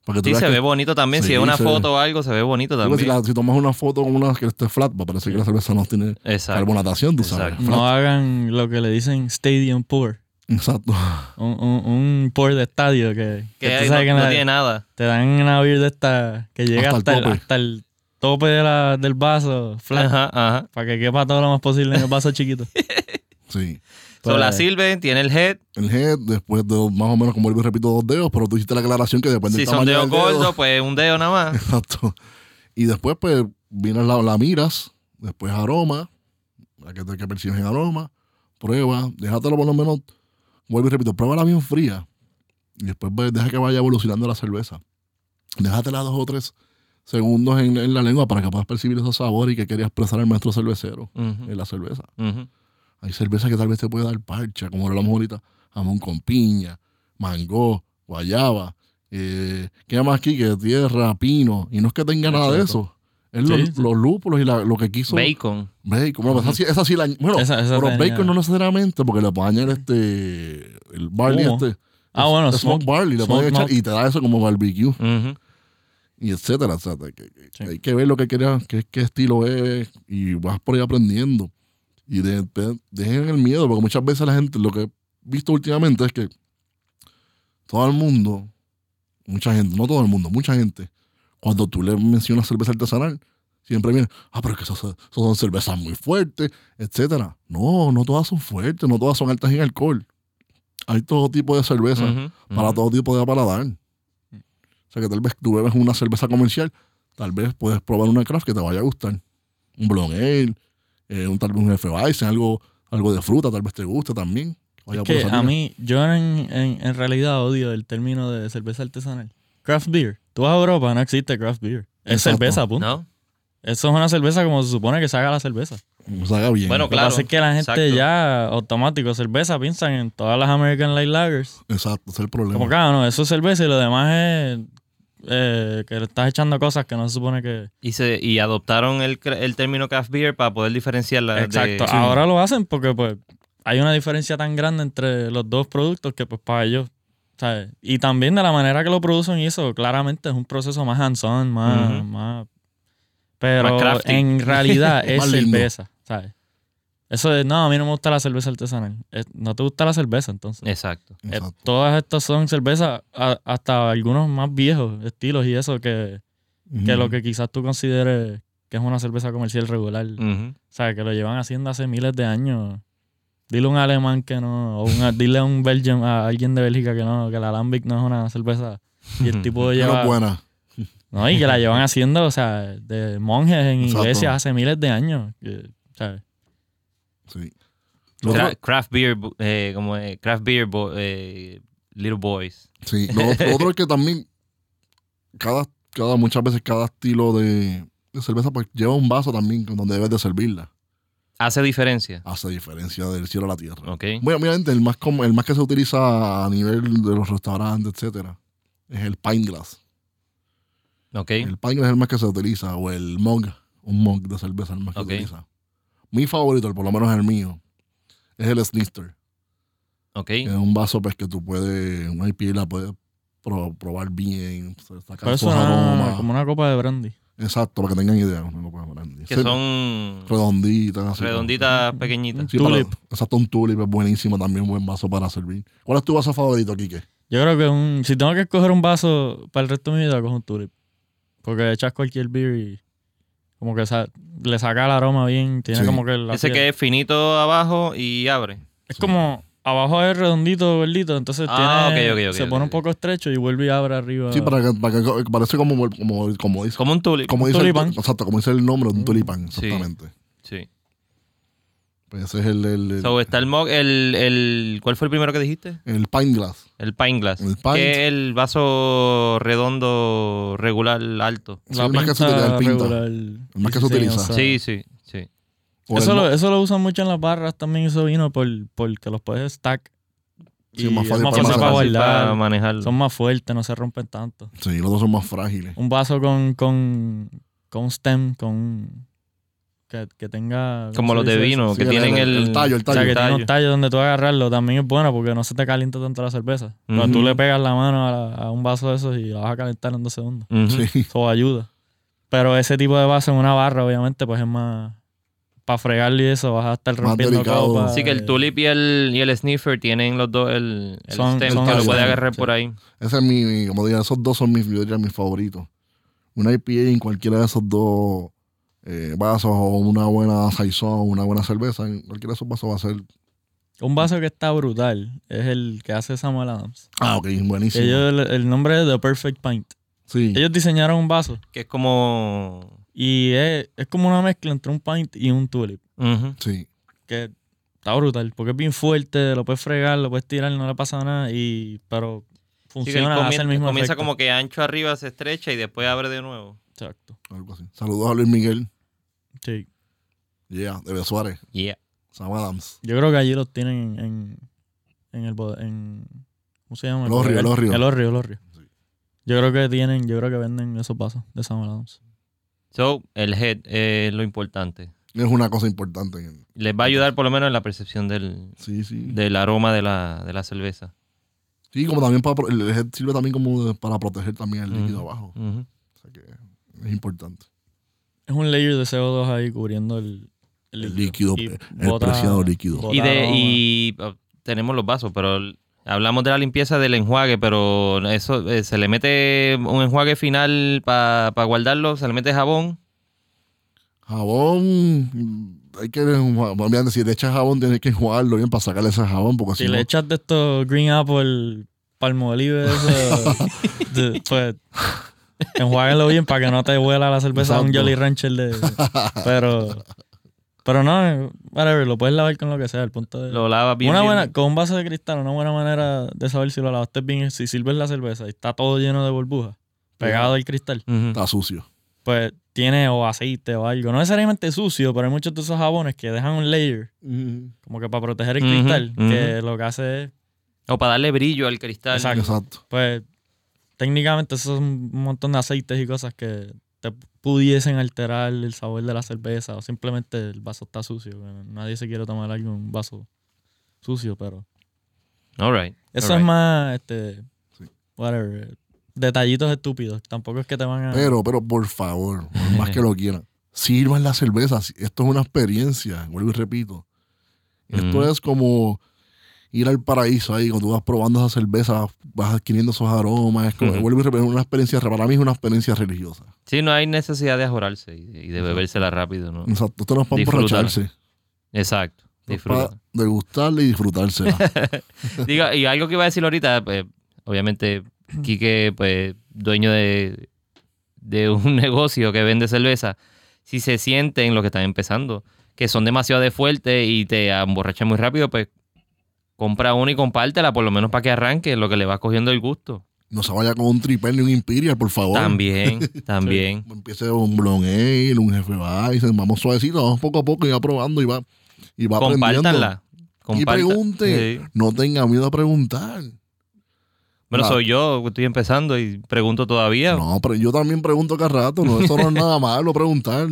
[SPEAKER 3] Para que tú
[SPEAKER 2] Sí,
[SPEAKER 3] veas
[SPEAKER 2] se
[SPEAKER 3] que-
[SPEAKER 2] ve bonito también.
[SPEAKER 3] Sí,
[SPEAKER 2] si es una
[SPEAKER 3] se ve.
[SPEAKER 2] foto o algo, se ve bonito
[SPEAKER 3] Digo, si,
[SPEAKER 2] también.
[SPEAKER 3] la- si tomas una foto con una que esté flat, va a parecer que la cerveza no tiene
[SPEAKER 2] Exacto.
[SPEAKER 3] carbonatación, tú sabes.
[SPEAKER 2] Exacto.
[SPEAKER 3] Flat.
[SPEAKER 4] No hagan lo que le dicen stadium pour.
[SPEAKER 3] Exacto.
[SPEAKER 4] Un, un, un pour de estadio que,
[SPEAKER 2] Que
[SPEAKER 4] que tú
[SPEAKER 2] ahí
[SPEAKER 4] sabes
[SPEAKER 2] no,
[SPEAKER 4] que
[SPEAKER 2] no
[SPEAKER 4] la-
[SPEAKER 2] tiene nada.
[SPEAKER 4] te dan una beer de esta que llega
[SPEAKER 3] Hasta
[SPEAKER 4] hasta,
[SPEAKER 3] el
[SPEAKER 4] el,
[SPEAKER 3] tope.
[SPEAKER 4] hasta el tope de la, del vaso flat.
[SPEAKER 2] Ajá, ajá.
[SPEAKER 4] Para que quepa todo lo más posible en el vaso chiquito.
[SPEAKER 3] Sí.
[SPEAKER 2] So,
[SPEAKER 4] Pues-
[SPEAKER 2] la sirve, tiene el head.
[SPEAKER 3] El head, después de más o menos, como vuelvo y repito, dos dedos, pero tú hiciste la aclaración que depende
[SPEAKER 2] Si
[SPEAKER 3] del
[SPEAKER 2] son
[SPEAKER 3] tamaño
[SPEAKER 2] dedos
[SPEAKER 3] del dedo.
[SPEAKER 2] gordos, pues un dedo nada más.
[SPEAKER 3] Exacto. Y después, pues, viene la, la miras, después aroma, la que, que percibes en aroma, prueba, déjatelo por lo menos, vuelvo y repito, pruébala bien fría. Y después pues, deja que vaya evolucionando la cerveza. Déjatela dos o tres segundos en, en la lengua para que puedas percibir esos sabores y que quería expresar el maestro cervecero
[SPEAKER 2] Ujú,
[SPEAKER 3] en la cerveza.
[SPEAKER 2] ujú.
[SPEAKER 3] Hay cerveza que tal vez te puede dar parcha, como hablamos ahorita, jamón con piña, mango, guayaba, eh, ¿qué más aquí? Que tierra, pino, y no es que tenga nada de eso. Es
[SPEAKER 4] Sí,
[SPEAKER 3] los,
[SPEAKER 4] sí.
[SPEAKER 3] los lúpulos y la- lo que quiso.
[SPEAKER 2] Bacon.
[SPEAKER 3] Bacon. Bueno, esa, sí- esa sí la. Bueno,
[SPEAKER 4] Esa- esa
[SPEAKER 3] pero
[SPEAKER 4] tenía-
[SPEAKER 3] bacon no necesariamente, porque le pueden añadir este. El barley
[SPEAKER 4] Humo.
[SPEAKER 3] este.
[SPEAKER 4] Ah,
[SPEAKER 3] el-
[SPEAKER 4] bueno,
[SPEAKER 3] el smoke
[SPEAKER 4] smoke-
[SPEAKER 3] barley, le
[SPEAKER 4] smoke
[SPEAKER 3] pueden echar
[SPEAKER 4] malt.
[SPEAKER 3] y te da eso como barbecue,
[SPEAKER 2] Ujú.
[SPEAKER 3] y etcétera, etcétera. Que- que-
[SPEAKER 4] Sí.
[SPEAKER 3] Hay que ver lo que quieras, qué, qué estilo es, y vas por ahí aprendiendo. Y de, de- dejen el miedo, porque muchas veces la gente, lo que he visto últimamente es que todo el mundo, mucha gente, no todo el mundo, mucha gente, cuando tú le mencionas cerveza artesanal, siempre viene, ah, pero es que esas, esas son cervezas muy fuertes, etcétera. No, no todas son fuertes, no todas son altas en alcohol. Hay todo tipo de cerveza
[SPEAKER 2] Ujú,
[SPEAKER 3] para
[SPEAKER 2] ujú.
[SPEAKER 3] todo tipo de paladar. O sea que tal vez tú bebes una cerveza comercial, tal vez puedes probar una craft que te vaya a gustar. Un blonde ale, eh, un, tal vez un Hefeweizen, algo, algo de fruta, tal vez te guste también. que vaya
[SPEAKER 4] Es
[SPEAKER 3] por
[SPEAKER 4] que
[SPEAKER 3] esa
[SPEAKER 4] a
[SPEAKER 3] línea.
[SPEAKER 4] mí, yo en, en, en realidad odio el término de cerveza artesanal. Craft beer. Tú vas a Europa, no existe craft beer. Es
[SPEAKER 3] Exacto.
[SPEAKER 4] cerveza, punto.
[SPEAKER 2] ¿No?
[SPEAKER 4] Eso es una cerveza como se supone que se haga la cerveza.
[SPEAKER 3] Se haga bien.
[SPEAKER 2] Bueno,
[SPEAKER 4] Lo que
[SPEAKER 2] claro.
[SPEAKER 4] pasa es que la gente
[SPEAKER 2] exacto.
[SPEAKER 4] ya automático cerveza piensan en todas las American Light Lagers.
[SPEAKER 3] Exacto, ese es el problema.
[SPEAKER 4] Como que, ah, no, eso es cerveza y lo demás es eh, que le estás echando cosas que no se supone que...
[SPEAKER 2] Y, se, y adoptaron el, cra- el término craft beer para poder diferenciarla.
[SPEAKER 4] Exacto.
[SPEAKER 2] De,
[SPEAKER 4] Ahora lo hacen porque pues hay una diferencia tan grande entre los dos productos que pues para ellos, ¿sabes? Y también de la manera que lo producen y eso, claramente es un proceso más hands-on, más,
[SPEAKER 2] Ujú.
[SPEAKER 4] más... Pero
[SPEAKER 2] Más crafty.
[SPEAKER 4] en realidad es
[SPEAKER 3] Más lindo.
[SPEAKER 4] cerveza, ¿sabes? Eso de, no, a mí no me gusta la cerveza artesanal. Es- no te gusta la cerveza, entonces.
[SPEAKER 2] Exacto.
[SPEAKER 4] Eh,
[SPEAKER 3] Exacto.
[SPEAKER 4] todas estas son cervezas, a- hasta algunos más viejos estilos y eso, que, que
[SPEAKER 3] Ujú.
[SPEAKER 4] lo que quizás tú consideres que es una cerveza comercial regular.
[SPEAKER 2] Ujú.
[SPEAKER 4] O sea, que lo llevan haciendo hace miles de años. Dile a un alemán que no, o una- dile a un Belgian, a alguien de Bélgica que no, que la Lambic no es una cerveza. Y el tipo
[SPEAKER 3] Pero
[SPEAKER 4] lleva...
[SPEAKER 3] es buena.
[SPEAKER 4] No, y que la llevan haciendo, o sea, de monjes en
[SPEAKER 3] Exacto.
[SPEAKER 4] iglesias hace miles de años. que, ¿sabes?
[SPEAKER 3] Sí. Lo
[SPEAKER 2] Cra-
[SPEAKER 3] otro,
[SPEAKER 2] craft beer, bu- eh, como eh, craft beer bo- eh, little boys.
[SPEAKER 3] sí. Lo, lo otro es que también cada, cada, muchas veces cada estilo de, de cerveza pues lleva un vaso también donde debes de servirla.
[SPEAKER 2] Hace diferencia.
[SPEAKER 3] Hace diferencia del cielo a la tierra.
[SPEAKER 2] Ok.
[SPEAKER 3] Muy obviamente el más, com- el más que se utiliza a nivel de los restaurantes, etcétera, es el pint glass.
[SPEAKER 2] Ok.
[SPEAKER 3] El pint glass es el más que se utiliza, o el mug, un mug de cerveza es el más que
[SPEAKER 2] Ok.
[SPEAKER 3] se utiliza. Mi favorito, por lo menos el mío, es el Snister.
[SPEAKER 2] Ok.
[SPEAKER 3] Es un vaso pues que tú puedes, una I P A la puedes pro- probar bien, sacar
[SPEAKER 4] Pero eso
[SPEAKER 3] esos
[SPEAKER 4] es una-
[SPEAKER 3] aromas.
[SPEAKER 4] como una copa de brandy.
[SPEAKER 3] Exacto, para que tengan idea. No lo pueden poner.
[SPEAKER 2] Que
[SPEAKER 3] Sí,
[SPEAKER 2] son
[SPEAKER 3] redonditas. así,
[SPEAKER 2] redonditas, pequeñitas.
[SPEAKER 3] Sí, para-
[SPEAKER 4] Tulip.
[SPEAKER 3] exacto, un tulip es buenísimo también, buen vaso para servir. ¿Cuál es tu vaso favorito, Kike?
[SPEAKER 4] Yo creo que un, si tengo que escoger un vaso para el resto de mi vida, cojo un tulip. Porque echas cualquier beer y como que sa- le saca el aroma bien. Tiene
[SPEAKER 3] Sí.
[SPEAKER 4] como que la
[SPEAKER 2] Ese
[SPEAKER 4] piel-
[SPEAKER 2] que es finito abajo y abre.
[SPEAKER 4] Es como abajo es redondito, verdito. Entonces
[SPEAKER 2] Ah,
[SPEAKER 4] tiene,
[SPEAKER 2] ok, ok, ok,
[SPEAKER 4] se
[SPEAKER 2] ok,
[SPEAKER 4] pone
[SPEAKER 2] ok.
[SPEAKER 4] un poco estrecho y vuelve y abre arriba.
[SPEAKER 3] Sí, para que, para que parece como, como, como dice,
[SPEAKER 2] Como un tulip.
[SPEAKER 3] como dice el,
[SPEAKER 4] tulipán.
[SPEAKER 3] exacto, como dice el nombre de un tulipán,
[SPEAKER 2] Sí.
[SPEAKER 3] exactamente.
[SPEAKER 2] Sí.
[SPEAKER 3] Pues ese es el, el, el,
[SPEAKER 2] So, está el mug, el, el... ¿Cuál fue el primero que dijiste?
[SPEAKER 3] el pint glass.
[SPEAKER 2] El pint glass.
[SPEAKER 3] El pint.
[SPEAKER 2] Que es el vaso redondo regular alto.
[SPEAKER 3] Sí, el más que se
[SPEAKER 4] pinta
[SPEAKER 3] utiliza, el pinta.
[SPEAKER 4] regular.
[SPEAKER 3] El más que se
[SPEAKER 4] Sí,
[SPEAKER 3] utiliza.
[SPEAKER 4] o sea,
[SPEAKER 2] Sí, sí, sí.
[SPEAKER 3] O
[SPEAKER 4] Eso
[SPEAKER 3] el
[SPEAKER 4] lo,
[SPEAKER 3] mo-
[SPEAKER 4] eso lo usan mucho en las barras también. Eso vino por, porque los puedes stack.
[SPEAKER 3] Sí,
[SPEAKER 4] Y
[SPEAKER 3] más
[SPEAKER 4] es
[SPEAKER 3] fácil
[SPEAKER 4] más
[SPEAKER 3] para
[SPEAKER 4] fácil para
[SPEAKER 3] manejar.
[SPEAKER 4] guardar.
[SPEAKER 2] para manejarlo.
[SPEAKER 4] Son más fuertes, no se rompen tanto.
[SPEAKER 3] Sí, los dos son más frágiles.
[SPEAKER 4] Un vaso con, con, con un stem, con un, que, que tenga...
[SPEAKER 2] Como los de vino,
[SPEAKER 3] Sí,
[SPEAKER 2] que
[SPEAKER 3] el-
[SPEAKER 2] tienen
[SPEAKER 3] el-
[SPEAKER 2] el...
[SPEAKER 3] el tallo, el
[SPEAKER 4] O sea,
[SPEAKER 3] tallo.
[SPEAKER 4] que tiene
[SPEAKER 2] tallo.
[SPEAKER 4] un tallo donde tú agarrarlo también es bueno porque no se te calienta tanto la cerveza. Cuando
[SPEAKER 2] Ujú.
[SPEAKER 4] tú le pegas la mano a, la- a un vaso de esos y la vas a calentar en dos segundos.
[SPEAKER 2] Ujú.
[SPEAKER 3] Sí.
[SPEAKER 4] Eso ayuda. Pero ese tipo de vaso en una barra, obviamente, pues es más... Para fregarle y eso, vas a estar
[SPEAKER 3] Más
[SPEAKER 4] rompiendo
[SPEAKER 3] delicado.
[SPEAKER 4] copas.
[SPEAKER 2] Sí, que el
[SPEAKER 4] eh,
[SPEAKER 2] tulip y el, y el sniffer tienen los dos el, el
[SPEAKER 4] Son-
[SPEAKER 2] stem
[SPEAKER 4] son
[SPEAKER 2] que lo
[SPEAKER 3] así,
[SPEAKER 2] puede
[SPEAKER 3] sí,
[SPEAKER 2] agarrar
[SPEAKER 4] sí.
[SPEAKER 2] por ahí.
[SPEAKER 3] Ese es mi, mi- como digo, esos dos son mis, yo diría, mis favoritos. Una I P A en cualquiera de esos dos eh, vasos o una buena saison, una buena cerveza, en cualquiera de esos vasos va a ser...
[SPEAKER 4] Un vaso que está brutal es el que hace Samuel Adams.
[SPEAKER 3] Ah, ok, buenísimo.
[SPEAKER 4] Ellos, el, el nombre es The Perfect Pint.
[SPEAKER 3] sí.
[SPEAKER 4] Ellos diseñaron un vaso
[SPEAKER 2] Que es como...
[SPEAKER 4] y es, es como una mezcla entre un pint y un tulip.
[SPEAKER 2] Ujú.
[SPEAKER 3] Sí.
[SPEAKER 4] Que está brutal porque es bien fuerte, lo puedes fregar, lo puedes tirar, no le pasa nada. Y, pero
[SPEAKER 2] Sí, que
[SPEAKER 4] funciona,
[SPEAKER 2] comien-
[SPEAKER 4] hace el mismo
[SPEAKER 2] comienza
[SPEAKER 4] efecto.
[SPEAKER 2] como que ancho arriba, se estrecha y después abre de nuevo.
[SPEAKER 4] Exacto.
[SPEAKER 3] Algo así. Saludos a Luis Miguel.
[SPEAKER 4] Sí.
[SPEAKER 3] Yeah, de Suárez.
[SPEAKER 2] Yeah.
[SPEAKER 3] Sam Adams.
[SPEAKER 4] Yo creo que allí los tienen en, en el bo- en ¿cómo se llama?
[SPEAKER 3] El Orrio, el Orrio.
[SPEAKER 4] El Orrio, el Orrio.
[SPEAKER 3] Sí.
[SPEAKER 4] Yo creo que tienen, yo creo que venden esos vasos de Samuel Adams.
[SPEAKER 2] So, el head es lo importante.
[SPEAKER 3] Es una cosa importante. en el-
[SPEAKER 2] Les va a ayudar por lo menos en la percepción del,
[SPEAKER 3] Sí, sí.
[SPEAKER 2] del aroma de la, de la cerveza.
[SPEAKER 3] Sí, como también para... pro- El head sirve también como de- para proteger también el líquido
[SPEAKER 2] Ujú.
[SPEAKER 3] abajo.
[SPEAKER 2] Ujú.
[SPEAKER 3] O sea que es importante.
[SPEAKER 4] Es un layer de C O dos ahí cubriendo el, el
[SPEAKER 3] El
[SPEAKER 4] líquido.
[SPEAKER 3] líquido,
[SPEAKER 4] Y
[SPEAKER 3] el
[SPEAKER 4] bota-
[SPEAKER 3] preciado líquido.
[SPEAKER 4] bota
[SPEAKER 2] Y, de,
[SPEAKER 4] aroma.
[SPEAKER 2] y oh, tenemos los vasos, pero l- hablamos de la limpieza del enjuague, pero eso eh, se le mete un enjuague final para guardarlo, se le mete jabón.
[SPEAKER 3] Jabón, hay que, obviamente, si le echas jabón tienes que enjuagarlo bien para sacarle ese jabón, porque
[SPEAKER 4] Si
[SPEAKER 3] si
[SPEAKER 4] le
[SPEAKER 3] no,
[SPEAKER 4] echas de estos Green Apple Palmolive, eso, de- pues enjuágalo bien para que no te huela la cerveza a un
[SPEAKER 3] Exacto.
[SPEAKER 4] Jolly Rancher de... Pero, pero no, whatever, lo puedes lavar con lo que sea. El punto de...
[SPEAKER 2] Lo lavas bien.
[SPEAKER 4] una
[SPEAKER 2] bien.
[SPEAKER 4] buena, con un vaso de cristal, una buena manera de saber si lo lavaste bien es si sirves la cerveza y está todo lleno de burbujas, pegado al cristal,
[SPEAKER 2] Ujú.
[SPEAKER 3] está sucio.
[SPEAKER 4] pues tiene o aceite o algo. No necesariamente sucio, pero hay muchos de esos jabones que dejan un layer, como que para proteger el
[SPEAKER 2] Ujú,
[SPEAKER 4] cristal,
[SPEAKER 2] ujú.
[SPEAKER 4] que lo que hace es,
[SPEAKER 2] O para darle brillo al cristal.
[SPEAKER 4] Exacto.
[SPEAKER 3] Exacto.
[SPEAKER 4] pues, técnicamente esos son un montón de aceites y cosas que te pudiesen alterar el sabor de la cerveza o simplemente el vaso está sucio. Nadie se quiere tomar algo en un vaso sucio, pero...
[SPEAKER 2] All right.
[SPEAKER 4] Eso
[SPEAKER 2] all
[SPEAKER 4] es
[SPEAKER 2] right.
[SPEAKER 4] más, este,
[SPEAKER 3] Sí.
[SPEAKER 4] whatever, detallitos estúpidos. Tampoco es que te van a...
[SPEAKER 3] Pero, pero, por favor, por más que lo quieran, sirvan la cerveza. Esto es una experiencia, vuelvo y repito. Esto
[SPEAKER 2] Ujú.
[SPEAKER 3] es como ir al paraíso ahí, cuando tú vas probando esa cerveza, vas adquiriendo esos aromas. Es como,
[SPEAKER 2] Ujú.
[SPEAKER 3] vuelvo y repito, una experiencia, para mí es una experiencia religiosa.
[SPEAKER 2] Sí, no hay necesidad de ajorarse y de, y de bebérsela rápido, ¿no?
[SPEAKER 3] Exacto. Esto no es para
[SPEAKER 2] Disfrútala.
[SPEAKER 3] emborracharse.
[SPEAKER 2] Exacto.
[SPEAKER 3] Es para
[SPEAKER 2] Disfruta.
[SPEAKER 3] degustarla y disfrutársela.
[SPEAKER 2] Diga, y algo que iba a decir ahorita, pues, obviamente, Quique, pues, dueño de, de un negocio que vende cerveza, si se sienten los que están empezando, que son demasiado de fuertes y te emborrachan muy rápido, pues compra una y compártela, por lo menos para que arranque, lo que le va cogiendo el gusto.
[SPEAKER 3] No se vaya con un triple ni un Imperial, por favor.
[SPEAKER 2] También, también.
[SPEAKER 3] Empiece un Blonde Ale, un Jefe Bison, vamos suavecito, vamos poco a poco y va probando y va, y va aprendiendo.
[SPEAKER 2] Compártanla.
[SPEAKER 3] Y
[SPEAKER 2] Comparta-
[SPEAKER 3] pregunte,
[SPEAKER 2] Sí.
[SPEAKER 3] no tenga miedo a preguntar.
[SPEAKER 2] Bueno,
[SPEAKER 3] La-
[SPEAKER 2] soy yo, que estoy empezando y pregunto todavía.
[SPEAKER 3] No, pero yo también pregunto cada rato, no, eso no es nada malo preguntar.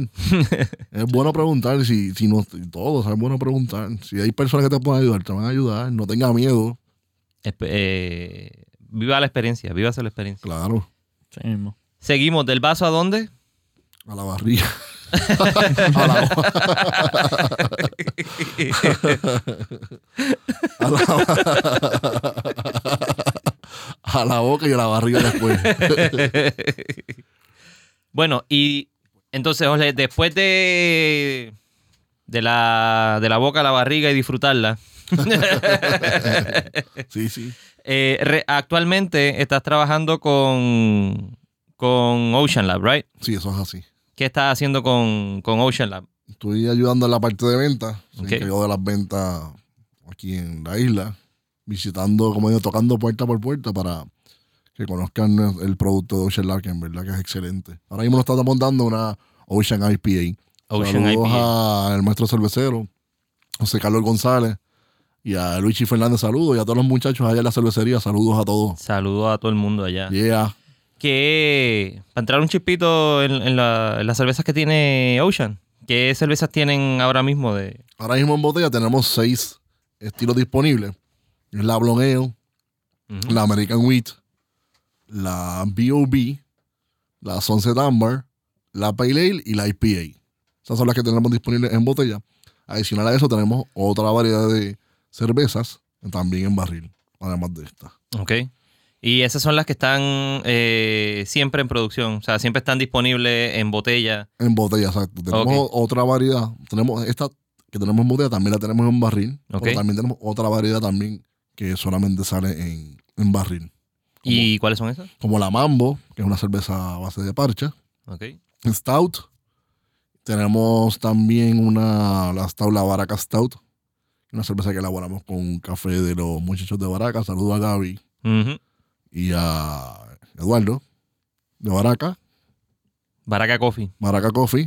[SPEAKER 3] Es bueno preguntar, si, si no, todos es bueno preguntar. Si hay personas que te pueden ayudar, te van a ayudar, no tenga miedo,
[SPEAKER 2] Espe- eh, viva la experiencia, viva la experiencia.
[SPEAKER 3] claro,
[SPEAKER 4] Sí mismo.
[SPEAKER 2] Seguimos, ¿del vaso a dónde?
[SPEAKER 3] a la barriga. a, la, a, la, a la boca y a la barriga después.
[SPEAKER 2] Bueno, y entonces, Jorge, después de, de, la, de la boca a la barriga y disfrutarla,
[SPEAKER 3] Sí, sí.
[SPEAKER 2] eh, re- actualmente estás trabajando con, con Ocean Lab, ¿right?
[SPEAKER 3] Sí, eso es así.
[SPEAKER 2] ¿Qué estás haciendo con, con Ocean Lab?
[SPEAKER 3] Estoy ayudando en la parte de ventas. Soy
[SPEAKER 2] Ok.
[SPEAKER 3] encargado de las ventas aquí en la isla. Visitando, como digo, tocando puerta por puerta para que conozcan el producto de Ocean Lab, que en verdad que es excelente. Ahora mismo nos estamos dando una Ocean I P A.
[SPEAKER 2] Ocean
[SPEAKER 3] Saludos
[SPEAKER 2] I P A.
[SPEAKER 3] al maestro cervecero, José Carlos González, y a Luigi Fernández, saludos. Y a todos los muchachos allá en la cervecería, saludos a todos.
[SPEAKER 2] Saludos a todo el mundo allá.
[SPEAKER 3] Yeah.
[SPEAKER 2] Que, para entrar un chispito en, en, la- en las cervezas que tiene Ocean, ¿Qué cervezas tienen ahora mismo? de
[SPEAKER 3] Ahora mismo en botella tenemos seis estilos disponibles. Es la Blonde Ale, uh-huh. la American Wheat, la B O B, la Sunset Amber, la Pale Ale y la I P A. Esas son las que tenemos disponibles en botella. Adicional a eso tenemos otra variedad de cervezas también en barril, además de esta.
[SPEAKER 2] Ok. Y esas son las que están eh, siempre en producción, o sea, siempre están disponibles en botella.
[SPEAKER 3] En botella, exacto. Tenemos okay. otra variedad. Tenemos esta que tenemos en botella, también la tenemos en barril. Okay. Pero también tenemos otra variedad también que solamente sale en, en barril. Como,
[SPEAKER 2] ¿Y cuáles son esas?
[SPEAKER 3] Como la Mambo, que es una cerveza a base de parcha.
[SPEAKER 2] Okay.
[SPEAKER 3] Stout. Tenemos también una, la Stout, la Baraka Stout. Una cerveza que elaboramos con café de los muchachos de Baraka. Saludo a Gaby.
[SPEAKER 2] Uh-huh.
[SPEAKER 3] Y a Eduardo de Baraka.
[SPEAKER 2] Baraka Coffee.
[SPEAKER 3] Baraka Coffee.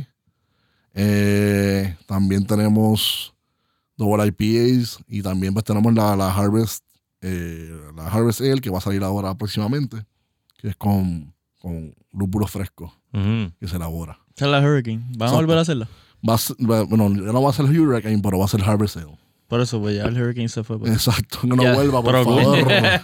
[SPEAKER 3] Eh, también tenemos Double I P As y también pues tenemos la, la Harvest eh, la Harvest Ale que va a salir ahora próximamente, que es con, con lúpulo fresco
[SPEAKER 2] uh-huh.
[SPEAKER 3] que se elabora.
[SPEAKER 4] Esa es la Hurricane. ¿Van Exacto. a volver a hacerla?
[SPEAKER 3] Va a ser, bueno, ya no va a ser el Hurricane, pero va a ser Harvest Ale.
[SPEAKER 4] Por eso, pues ya el Hurricane se fue. Pues.
[SPEAKER 3] Exacto, que no yeah. vuelva, por favor.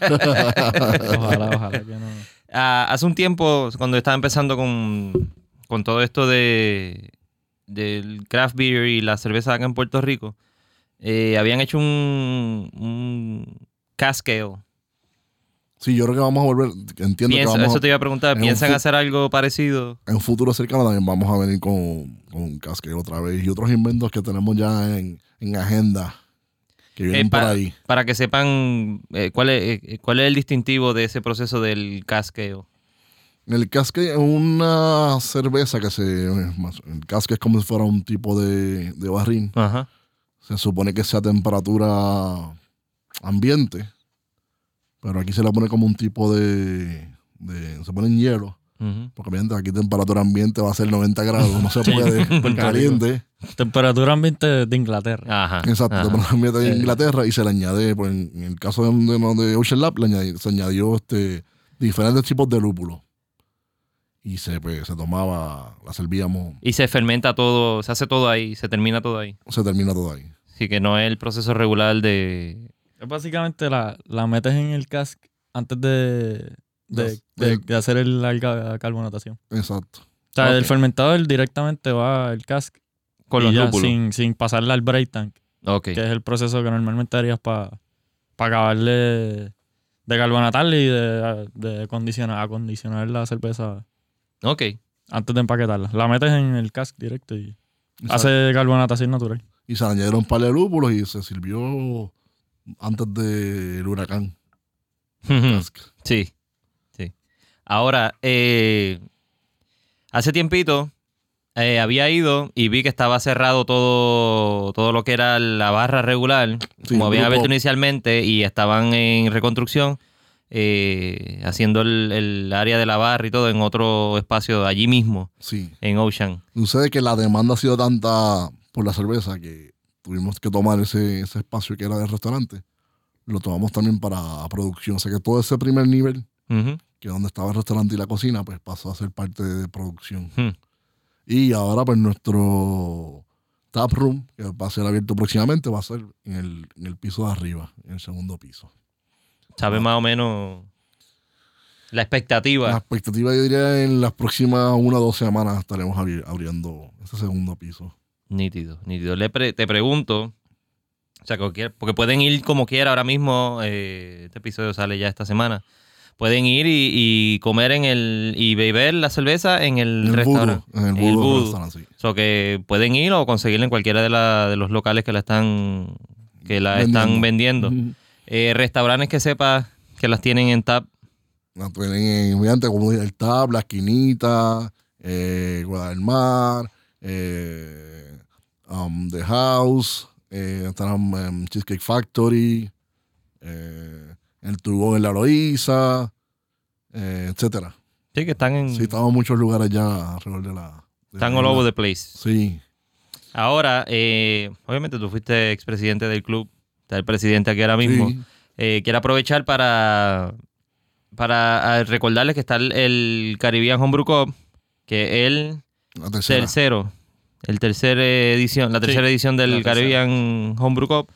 [SPEAKER 4] ojalá, ojalá que no.
[SPEAKER 2] Uh, hace un tiempo, cuando estaba empezando con, con todo esto de del craft beer y la cerveza acá en Puerto Rico, eh, habían hecho un, un cask ale.
[SPEAKER 3] Sí, yo creo que vamos a volver. Entiendo
[SPEAKER 2] Piensa,
[SPEAKER 3] que vamos
[SPEAKER 2] eso te iba a preguntar. ¿Piensan fu- hacer algo parecido?
[SPEAKER 3] En un futuro cercano también vamos a venir con, con un cask ale otra vez y otros inventos que tenemos ya en, en agenda. Que vienen eh,
[SPEAKER 2] para,
[SPEAKER 3] por ahí.
[SPEAKER 2] Para que sepan eh, cuál, es, eh, cuál es el distintivo de ese proceso del cask ale.
[SPEAKER 3] El cask ale es una cerveza que se... El cask es como si fuera un tipo de, de barril.
[SPEAKER 2] Ajá.
[SPEAKER 3] Se supone que sea a temperatura ambiente, pero aquí se le pone como un tipo de... de se pone en hielo. Uh-huh. Porque obviamente aquí temperatura ambiente va a ser noventa grados, no se puede, sí. caliente.
[SPEAKER 4] Temperatura ambiente de Inglaterra.
[SPEAKER 2] Ajá.
[SPEAKER 3] Exacto,
[SPEAKER 2] ajá.
[SPEAKER 3] temperatura ambiente de Inglaterra y se le añade, pues en, en el caso de, de, de Ocean Lab, le añadi, se añadió este, diferentes tipos de lúpulo. Y se, pues, se tomaba, la servíamos.
[SPEAKER 2] Y se fermenta todo, se hace todo ahí, se termina todo ahí.
[SPEAKER 3] Se termina todo ahí.
[SPEAKER 2] Así que no es el proceso regular de...
[SPEAKER 4] Básicamente la, la metes en el cask antes de... De, de, de hacer el, la carbonatación.
[SPEAKER 3] Exacto.
[SPEAKER 4] O sea,
[SPEAKER 2] okay.
[SPEAKER 4] el fermentador directamente va al cask
[SPEAKER 2] con los
[SPEAKER 4] ya,
[SPEAKER 2] lúpulos.
[SPEAKER 4] Sin, sin pasarla al break tank.
[SPEAKER 2] Okay.
[SPEAKER 4] Que es el proceso que normalmente harías para pa acabarle de carbonatarle y de, de acondicionar, acondicionar la cerveza.
[SPEAKER 2] Ok.
[SPEAKER 4] Antes de empaquetarla. La metes en el cask directo y Exacto. hace carbonatación natural.
[SPEAKER 3] Y se añadieron un par de lúpulos y se sirvió antes del huracán.
[SPEAKER 2] Sí. Ahora, eh, hace tiempito eh, había ido y vi que estaba cerrado todo, todo lo que era la barra regular, sí, como habían abierto inicialmente, y estaban en reconstrucción, eh, haciendo el, el área de la barra y todo en otro espacio allí mismo,
[SPEAKER 3] sí.
[SPEAKER 2] en Ocean.
[SPEAKER 3] Sucede que la demanda ha sido tanta por la cerveza que tuvimos que tomar ese, ese espacio que era del restaurante. Lo tomamos también para producción. O sea que todo ese primer nivel...
[SPEAKER 2] Uh-huh.
[SPEAKER 3] que donde estaba el restaurante y la cocina, pues pasó a ser parte de producción.
[SPEAKER 2] Hmm.
[SPEAKER 3] Y ahora, pues, nuestro tap room, que va a ser abierto próximamente, va a ser en el, en el piso de arriba, en el segundo piso.
[SPEAKER 2] ¿Sabe ah. más o menos la expectativa?
[SPEAKER 3] La expectativa, yo diría, en las próximas una o dos semanas estaremos abri- abriendo ese segundo piso.
[SPEAKER 2] Nítido, nítido. Le pre- te pregunto, o sea, porque pueden ir como quiera ahora mismo, eh, este episodio sale ya esta semana. Pueden ir y, y comer en el y beber la cerveza en el,
[SPEAKER 3] el
[SPEAKER 2] restaurante.
[SPEAKER 3] Voodoo, en el Voodoo restaurante, sí.
[SPEAKER 2] O so que pueden ir o conseguirla en cualquiera de, la, de los locales que la están que la vendiendo. están vendiendo. Uh-huh. Eh, restaurantes que sepas que las tienen en tap.
[SPEAKER 3] Las tienen en, mediante como el tap, La Esquinita, eh, Guadalajara del Mar, eh, um, The House, eh, están um, Cheesecake Factory, eh, el Tugón en la Loíza, eh, etcétera.
[SPEAKER 2] Sí, que están en...
[SPEAKER 3] Sí, estamos en muchos lugares ya alrededor de la... De
[SPEAKER 2] están
[SPEAKER 3] la
[SPEAKER 2] all over the place.
[SPEAKER 3] Sí.
[SPEAKER 2] Ahora, eh, obviamente tú fuiste expresidente del club, está el presidente aquí ahora mismo.
[SPEAKER 3] Sí.
[SPEAKER 2] Eh, quiero aprovechar para, para recordarles que está el, el Caribbean Homebrew Cup, que es el tercero. el tercer edición, la tercera
[SPEAKER 4] Sí,
[SPEAKER 2] edición del
[SPEAKER 4] la tercera.
[SPEAKER 2] Caribbean Homebrew Cup.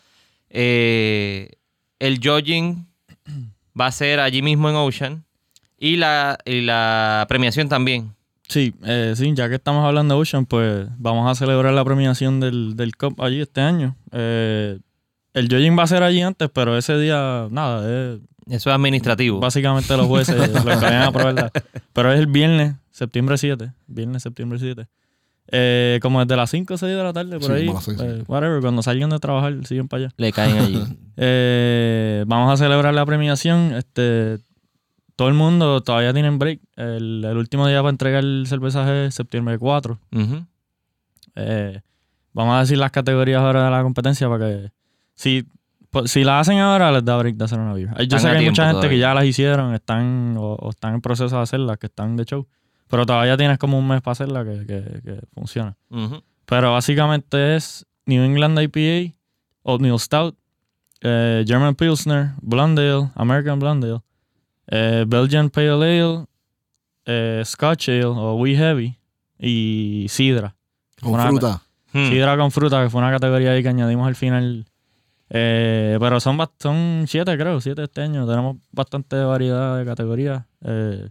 [SPEAKER 2] Eh, el judging va a ser allí mismo en Ocean y la, y la premiación también.
[SPEAKER 4] Sí, eh, sí, ya que estamos hablando de Ocean, pues vamos a celebrar la premiación del, del Cup allí este año. Eh, el judging va a ser allí antes, pero ese día, nada, es
[SPEAKER 2] Eso es administrativo.
[SPEAKER 4] básicamente los jueces los que vayan a probarla. Pero es el viernes, septiembre siete. Viernes, septiembre siete. Eh, como desde las cinco o seis de la tarde, por
[SPEAKER 3] Sí,
[SPEAKER 4] ahí.
[SPEAKER 3] como a las seis,
[SPEAKER 4] eh,
[SPEAKER 3] sí.
[SPEAKER 4] whatever, cuando salgan de trabajar, siguen para allá.
[SPEAKER 2] Le caen allí.
[SPEAKER 4] Eh, vamos a celebrar la premiación. Este, todo el mundo todavía tienen break. El, el último día para entregar el cervezaje es septiembre cuatro.
[SPEAKER 2] Uh-huh.
[SPEAKER 4] Eh, vamos a decir las categorías ahora de la competencia para que si, pues, si la hacen ahora les da break de hacer una beer. Yo
[SPEAKER 2] Están
[SPEAKER 4] sé
[SPEAKER 2] a
[SPEAKER 4] que hay
[SPEAKER 2] tiempo
[SPEAKER 4] mucha gente
[SPEAKER 2] todavía.
[SPEAKER 4] que ya las hicieron, están o, o están en proceso de hacerlas, que están de show, pero todavía tienes como un mes para hacerla que, que, que funciona.
[SPEAKER 2] Uh-huh.
[SPEAKER 4] Pero básicamente es New England I P A, Oatmeal Stout, eh, German Pilsner, Blonde Ale, American Blonde Ale, eh, Belgian Pale Ale, eh, Scotch Ale o Wee Heavy y Sidra.
[SPEAKER 3] Con
[SPEAKER 4] Una-
[SPEAKER 3] fruta.
[SPEAKER 2] Hmm.
[SPEAKER 4] Sidra con fruta, que fue una categoría ahí que añadimos al final. Eh, pero son, bast- son siete, creo, siete este año. Tenemos bastante variedad de categorías. Eh,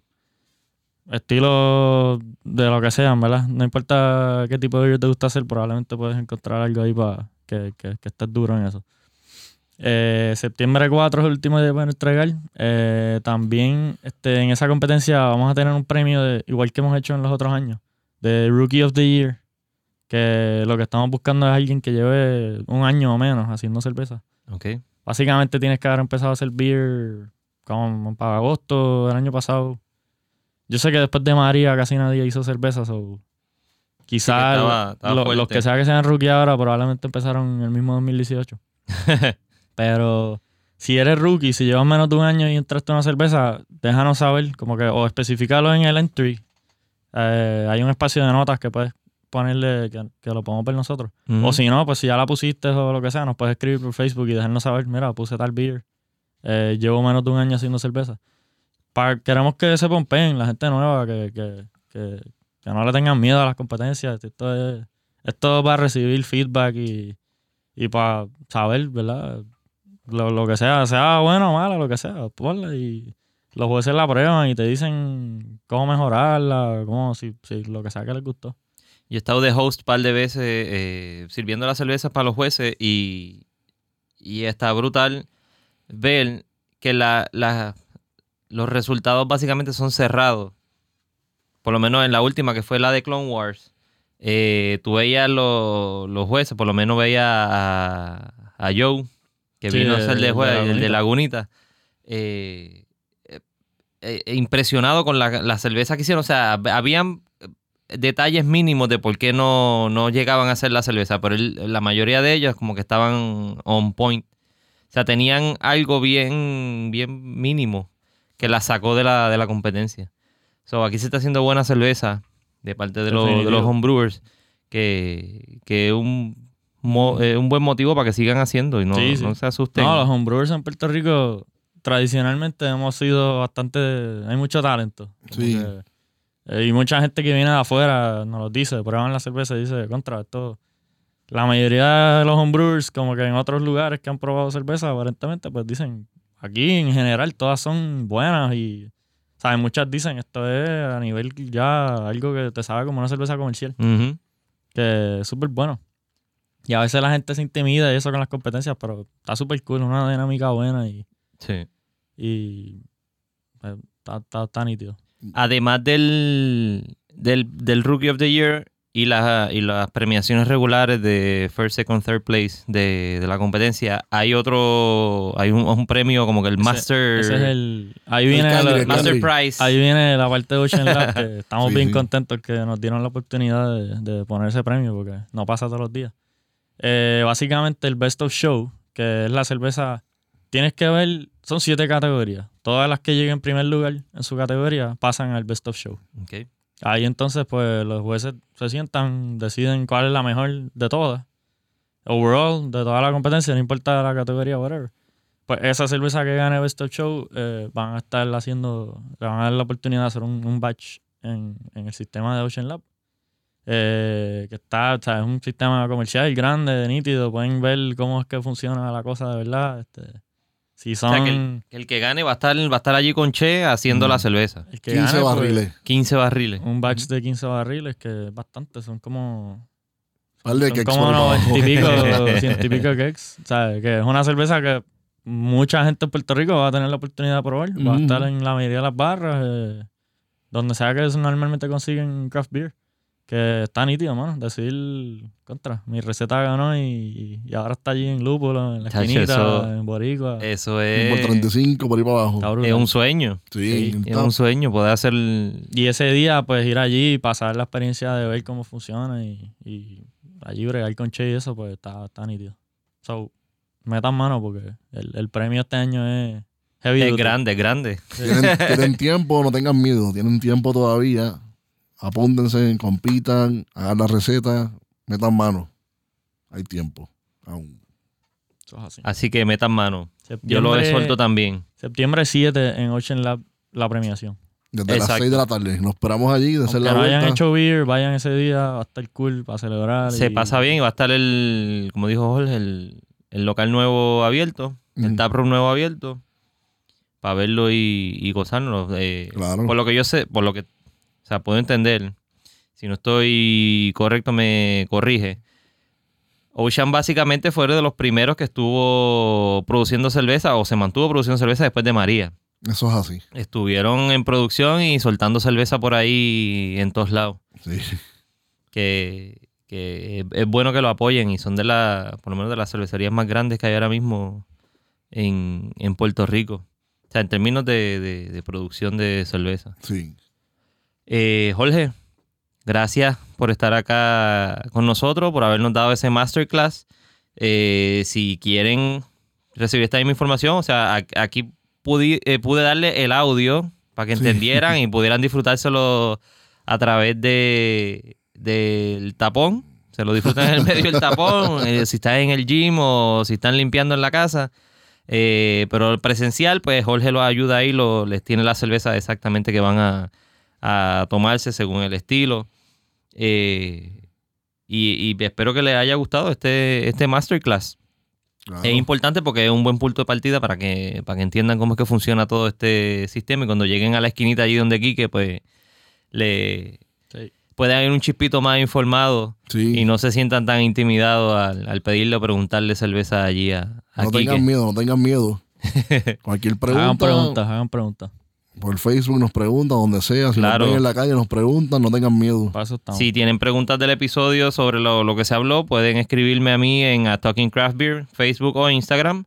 [SPEAKER 4] estilo de lo que sean, ¿verdad? No importa qué tipo de beer te gusta hacer, probablemente puedes encontrar algo ahí para que, que, que estés duro en eso. Eh, septiembre cuatro es el último día para entregar. Eh, también este, en esa competencia vamos a tener un premio, de, igual que hemos hecho en los otros años, de Rookie of the Year. Que lo que estamos buscando es alguien que lleve un año o menos haciendo cerveza.
[SPEAKER 2] Ok.
[SPEAKER 4] Básicamente tienes que haber empezado a hacer beer como para agosto del año pasado. Yo sé que después de María casi nadie hizo cerveza, so quizás
[SPEAKER 2] Sí, que estaba- estaba
[SPEAKER 4] lo-
[SPEAKER 2] fuerte.
[SPEAKER 4] los que sea que sean rookie ahora probablemente empezaron en el mismo dos mil dieciocho. Pero si eres rookie, si llevas menos de un año y entraste a una cerveza, déjanos saber, como que, o especificarlo en el entry. Eh, hay un espacio de notas que puedes ponerle, que, que lo podemos ver nosotros.
[SPEAKER 2] Ujú.
[SPEAKER 4] O si no, pues si ya la pusiste o lo que sea, nos puedes escribir por Facebook y dejarnos saber, mira, puse tal beer. Eh, llevo menos de un año haciendo cerveza. Pa- queremos que se pompen la gente nueva, que, que, que, que no le tengan miedo a las competencias. Esto es, esto es para recibir feedback y, y para saber, ¿verdad? Lo, lo que sea, sea bueno o malo, lo que sea, ponla y los jueces la prueban y te dicen cómo mejorarla, cómo, si, si lo que sea que les gustó.
[SPEAKER 2] Yo he estado de host un par de veces eh, sirviendo las cervezas para los jueces y, y está brutal ver que la, la, los resultados básicamente son cerrados. Por lo menos en la última, que fue la de Clone Wars, eh, tú veías los, los jueces, por lo menos veías a, a Joe, que
[SPEAKER 4] Sí,
[SPEAKER 2] vino a
[SPEAKER 4] de-
[SPEAKER 2] ser de
[SPEAKER 4] de
[SPEAKER 2] juez, el de
[SPEAKER 4] Lagunita.
[SPEAKER 2] Lagunita, eh, eh, eh, impresionado con la, la cerveza que hicieron. O sea, hab- habían detalles mínimos de por qué no, no llegaban a hacer la cerveza, pero él- la mayoría de ellos como que estaban on point. O sea, tenían algo bien, bien mínimo que la sacó de la, de la competencia. So, aquí se está haciendo buena cerveza de parte de, los, de los
[SPEAKER 4] Definitivo.
[SPEAKER 2] homebrewers, que, que es un, mo- eh, un buen motivo para que sigan haciendo y no,
[SPEAKER 4] Sí, sí.
[SPEAKER 2] no se asusten.
[SPEAKER 4] No, los homebrewers en Puerto Rico tradicionalmente hemos sido bastante... Hay mucho talento. Como
[SPEAKER 3] Sí.
[SPEAKER 4] que, eh, y mucha gente que viene de afuera nos lo dice, prueban la cerveza y dice, contra, esto... La mayoría de los homebrewers, como que en otros lugares que han probado cerveza, aparentemente, pues dicen, aquí en general todas son buenas y... ¿Sabes? Muchas dicen, esto es a nivel ya algo que te sabe como una cerveza comercial.
[SPEAKER 2] Ujú.
[SPEAKER 4] Que es súper bueno. Y a veces la gente se intimida y eso con las competencias, pero está súper cool, una dinámica buena y,
[SPEAKER 2] Sí.
[SPEAKER 4] y eh, está, está, está nítido.
[SPEAKER 2] Además del, del, del Rookie of the Year y, la, y las premiaciones regulares de First, Second, Third Place de, de la competencia, hay otro, hay un, un premio como que el
[SPEAKER 4] Ese-
[SPEAKER 2] Master,
[SPEAKER 4] Ese es el... Ahí
[SPEAKER 3] El
[SPEAKER 4] viene,
[SPEAKER 3] Candy,
[SPEAKER 4] la-
[SPEAKER 3] el
[SPEAKER 2] Master
[SPEAKER 3] Candy.
[SPEAKER 2] Prize.
[SPEAKER 4] ahí viene la parte de Ocean Lab, que estamos
[SPEAKER 3] Sí,
[SPEAKER 4] bien
[SPEAKER 3] sí.
[SPEAKER 4] contentos que nos dieron la oportunidad de, de poner ese premio, porque no pasa todos los días. Eh, básicamente el Best of Show, que es la cerveza... Tienes que ver... Son siete categorías. Todas las que lleguen en primer lugar en su categoría pasan al Best of Show.
[SPEAKER 2] Ok.
[SPEAKER 4] Ahí entonces, pues, los jueces se sientan, deciden cuál es la mejor de todas. Overall, de toda la competencia, no importa la categoría, whatever. Pues esa cerveza que gane Best of Show, eh, van a estar haciendo, le van a dar la oportunidad de hacer un, un batch en, en el sistema de Ocean Lab. Eh, que está, o sea, es un sistema comercial grande, nítido. Pueden ver cómo es que funciona la cosa de verdad. Este, si son...
[SPEAKER 2] O sea, que el, que el que gane va a estar, va a estar allí con Che haciendo
[SPEAKER 3] Mm.
[SPEAKER 2] la cerveza.
[SPEAKER 4] el que
[SPEAKER 3] quince
[SPEAKER 4] gane, pues,
[SPEAKER 3] barriles.
[SPEAKER 2] quince barriles.
[SPEAKER 4] un batch de quince barriles, que es bastante. Son como...
[SPEAKER 3] Par de
[SPEAKER 4] Son
[SPEAKER 3] cakes
[SPEAKER 4] como
[SPEAKER 3] por
[SPEAKER 4] noventa
[SPEAKER 3] abajo.
[SPEAKER 4] y pico, ciento y pico cakes. O sea, que es una cerveza que mucha gente en Puerto Rico va a tener la oportunidad de probar. Va a
[SPEAKER 3] Ujú.
[SPEAKER 4] estar en la mayoría de las barras, eh, donde sea que normalmente consiguen craft beer. Que está nítido, mano. Decir, contra, mi receta ganó y, y ahora está allí en Lúpulo, en la
[SPEAKER 2] Chacho,
[SPEAKER 4] esquinita,
[SPEAKER 2] eso-
[SPEAKER 4] en Boricua.
[SPEAKER 2] Eso
[SPEAKER 3] Por
[SPEAKER 2] es,
[SPEAKER 3] treinta y cinco por ahí para abajo.
[SPEAKER 4] Está brutal.
[SPEAKER 2] es un sueño.
[SPEAKER 3] Sí,
[SPEAKER 2] Es
[SPEAKER 3] está-
[SPEAKER 2] un sueño poder hacer...
[SPEAKER 4] Y ese día, pues, ir allí y pasar la experiencia de ver cómo funciona y, y allí bregar con Che y eso, pues, está, está nítido. So, metan mano porque el, el premio este año es heavy
[SPEAKER 2] Es
[SPEAKER 4] duty.
[SPEAKER 2] grande, es grande.
[SPEAKER 3] tienen, tienen tiempo, no tengan miedo. Tienen tiempo todavía. Apúntense, compitan, hagan la receta, metan mano. Hay tiempo aún.
[SPEAKER 4] Eso es así.
[SPEAKER 2] Así que metan mano. Yo
[SPEAKER 4] Septiembre,
[SPEAKER 2] lo exhorto también.
[SPEAKER 4] septiembre siete en Ocean Lab, la premiación.
[SPEAKER 3] Desde
[SPEAKER 2] Exacto.
[SPEAKER 3] las seis de la tarde. Nos esperamos allí de hacer
[SPEAKER 4] Aunque
[SPEAKER 3] la
[SPEAKER 4] no hayan
[SPEAKER 3] vuelta.
[SPEAKER 4] hecho beer, vayan ese día, va a estar cool para celebrar.
[SPEAKER 2] Se
[SPEAKER 4] y-
[SPEAKER 2] pasa bien y va a estar el, como dijo Jorge, el, el local nuevo abierto, el
[SPEAKER 3] Ujú.
[SPEAKER 2] taproom nuevo abierto, para verlo y, y gozarlo. eh,
[SPEAKER 3] Claro.
[SPEAKER 2] Por lo que yo sé, por lo que, o sea, puedo entender, si no estoy correcto me corrige. Ocean básicamente fue de los primeros que estuvo produciendo cerveza o se mantuvo produciendo cerveza después de María.
[SPEAKER 3] Eso es así.
[SPEAKER 2] Estuvieron en producción y soltando cerveza por ahí en todos lados.
[SPEAKER 3] Sí.
[SPEAKER 2] Que, que es bueno que lo apoyen y son de la, por lo menos de las cervecerías más grandes que hay ahora mismo en, en Puerto Rico. O sea, en términos de, de- de producción de cerveza.
[SPEAKER 3] Sí.
[SPEAKER 2] Eh, Jorge, gracias por estar acá con nosotros, por habernos dado ese masterclass. Eh, si quieren recibir esta misma información, o sea, a- aquí pude, eh, pude darle el audio para que
[SPEAKER 3] Sí.
[SPEAKER 2] entendieran y pudieran disfrutárselo a través de del tapón. Se lo disfrutan en el medio del tapón, eh, si están en el gym o si están limpiando en la casa. Eh, pero el presencial, pues Jorge los ayuda ahí, lo, les tiene la cerveza exactamente que van a, a tomarse según el estilo. Eh, y, y espero que les haya gustado este, este masterclass.
[SPEAKER 3] Claro.
[SPEAKER 2] Es importante porque es un buen punto de partida para que, para que entiendan cómo es que funciona todo este sistema y cuando lleguen a la esquinita allí donde Quique, pues le
[SPEAKER 4] Sí.
[SPEAKER 2] puedan ir un chispito más informado
[SPEAKER 3] Sí.
[SPEAKER 2] y no se sientan tan intimidados al, al pedirle o preguntarle cerveza allí a, a
[SPEAKER 3] No
[SPEAKER 2] Quique.
[SPEAKER 3] tengan miedo, no tengan miedo. Cualquier pregunta,
[SPEAKER 4] Hagan preguntas, hagan preguntas.
[SPEAKER 3] por Facebook nos preguntan, donde sea. Si
[SPEAKER 2] Claro.
[SPEAKER 3] nos ven en la calle nos preguntan, no tengan miedo.
[SPEAKER 4] Para eso estamos.
[SPEAKER 2] Si tienen preguntas del episodio sobre lo, lo que se habló, pueden escribirme a mí en a Talking Craft Beer, Facebook o Instagram,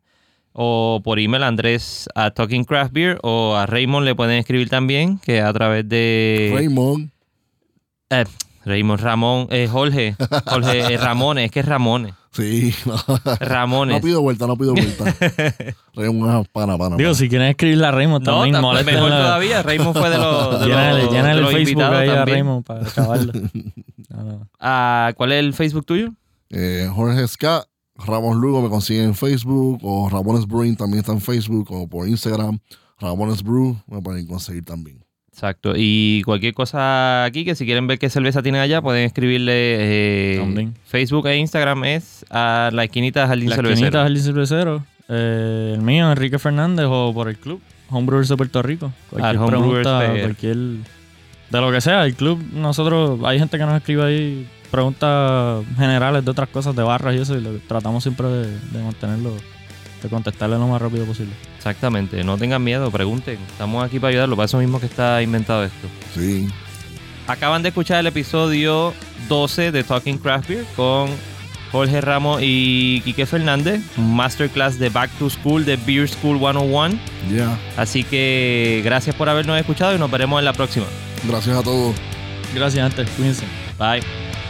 [SPEAKER 2] o por email a Andrés a Talking Craft Beer, o a Raymond le pueden escribir también, que a través de...
[SPEAKER 3] Raymond,
[SPEAKER 2] Eh, Raymond, Ramón, eh, Jorge, Jorge eh, Ramones, es que es Ramones.
[SPEAKER 3] sí. No,
[SPEAKER 2] Ramones.
[SPEAKER 3] no pido vuelta, no pido vuelta. Raymond es pana, pana.
[SPEAKER 4] Digo,
[SPEAKER 3] pana.
[SPEAKER 4] si quieren escribirle a Raymond
[SPEAKER 2] No,
[SPEAKER 4] también,
[SPEAKER 2] tam-
[SPEAKER 4] moléstenlo.
[SPEAKER 2] mejor todavía. Raymond fue de los, de
[SPEAKER 4] Llénale,
[SPEAKER 2] los,
[SPEAKER 4] llénale
[SPEAKER 2] de
[SPEAKER 4] el
[SPEAKER 2] los
[SPEAKER 4] Facebook
[SPEAKER 2] invitados
[SPEAKER 4] ahí a
[SPEAKER 2] también.
[SPEAKER 4] Raymond para acabarlo. No, no.
[SPEAKER 2] Ah, ¿cuál es el Facebook tuyo?
[SPEAKER 3] Eh, Jorge Ska, Ramos Lugo me consiguen en Facebook, o Ramones Brewing también está en Facebook, o por Instagram, Ramones Brew, me pueden conseguir también.
[SPEAKER 2] Exacto. Y cualquier cosa aquí, que si quieren ver qué cerveza tienen allá, pueden escribirle eh,
[SPEAKER 4] También.
[SPEAKER 2] Facebook e Instagram es a la esquinita Jardín
[SPEAKER 4] La
[SPEAKER 2] Cervecero.
[SPEAKER 4] esquinita Jardín Cervecero. Eh, el mío, Enrique Fernández, o por el club Homebrewers de Puerto Rico. Cualquier
[SPEAKER 2] Ah, Homebrewers
[SPEAKER 4] pregunta,
[SPEAKER 2] P R.
[SPEAKER 4] cualquier... De lo que sea, el club, nosotros, hay gente que nos escribe ahí preguntas generales de otras cosas, de barras y eso, y lo, tratamos siempre de, de mantenerlo, de contestarle lo más rápido posible.
[SPEAKER 2] Exactamente. No tengan miedo, pregunten. Estamos aquí para ayudarlo. Para eso mismo que está inventado esto.
[SPEAKER 3] Sí.
[SPEAKER 2] Acaban de escuchar el episodio doce de Talking Craft Beer con Jorge Ramos y Quique Fernández. Un masterclass de Back to School de Beer School ciento uno.
[SPEAKER 3] Ya.
[SPEAKER 2] Así que gracias por habernos escuchado y nos veremos en la próxima.
[SPEAKER 3] Gracias a todos.
[SPEAKER 4] Gracias, antes, cuídense.
[SPEAKER 2] Bye.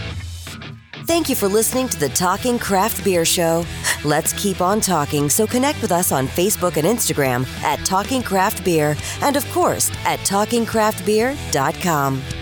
[SPEAKER 1] Thank you for listening to the Talking Craft Beer Show. Let's keep on talking, so connect with us on Facebook and Instagram at Talking Craft Beer, and of course at talking craft beer dot com.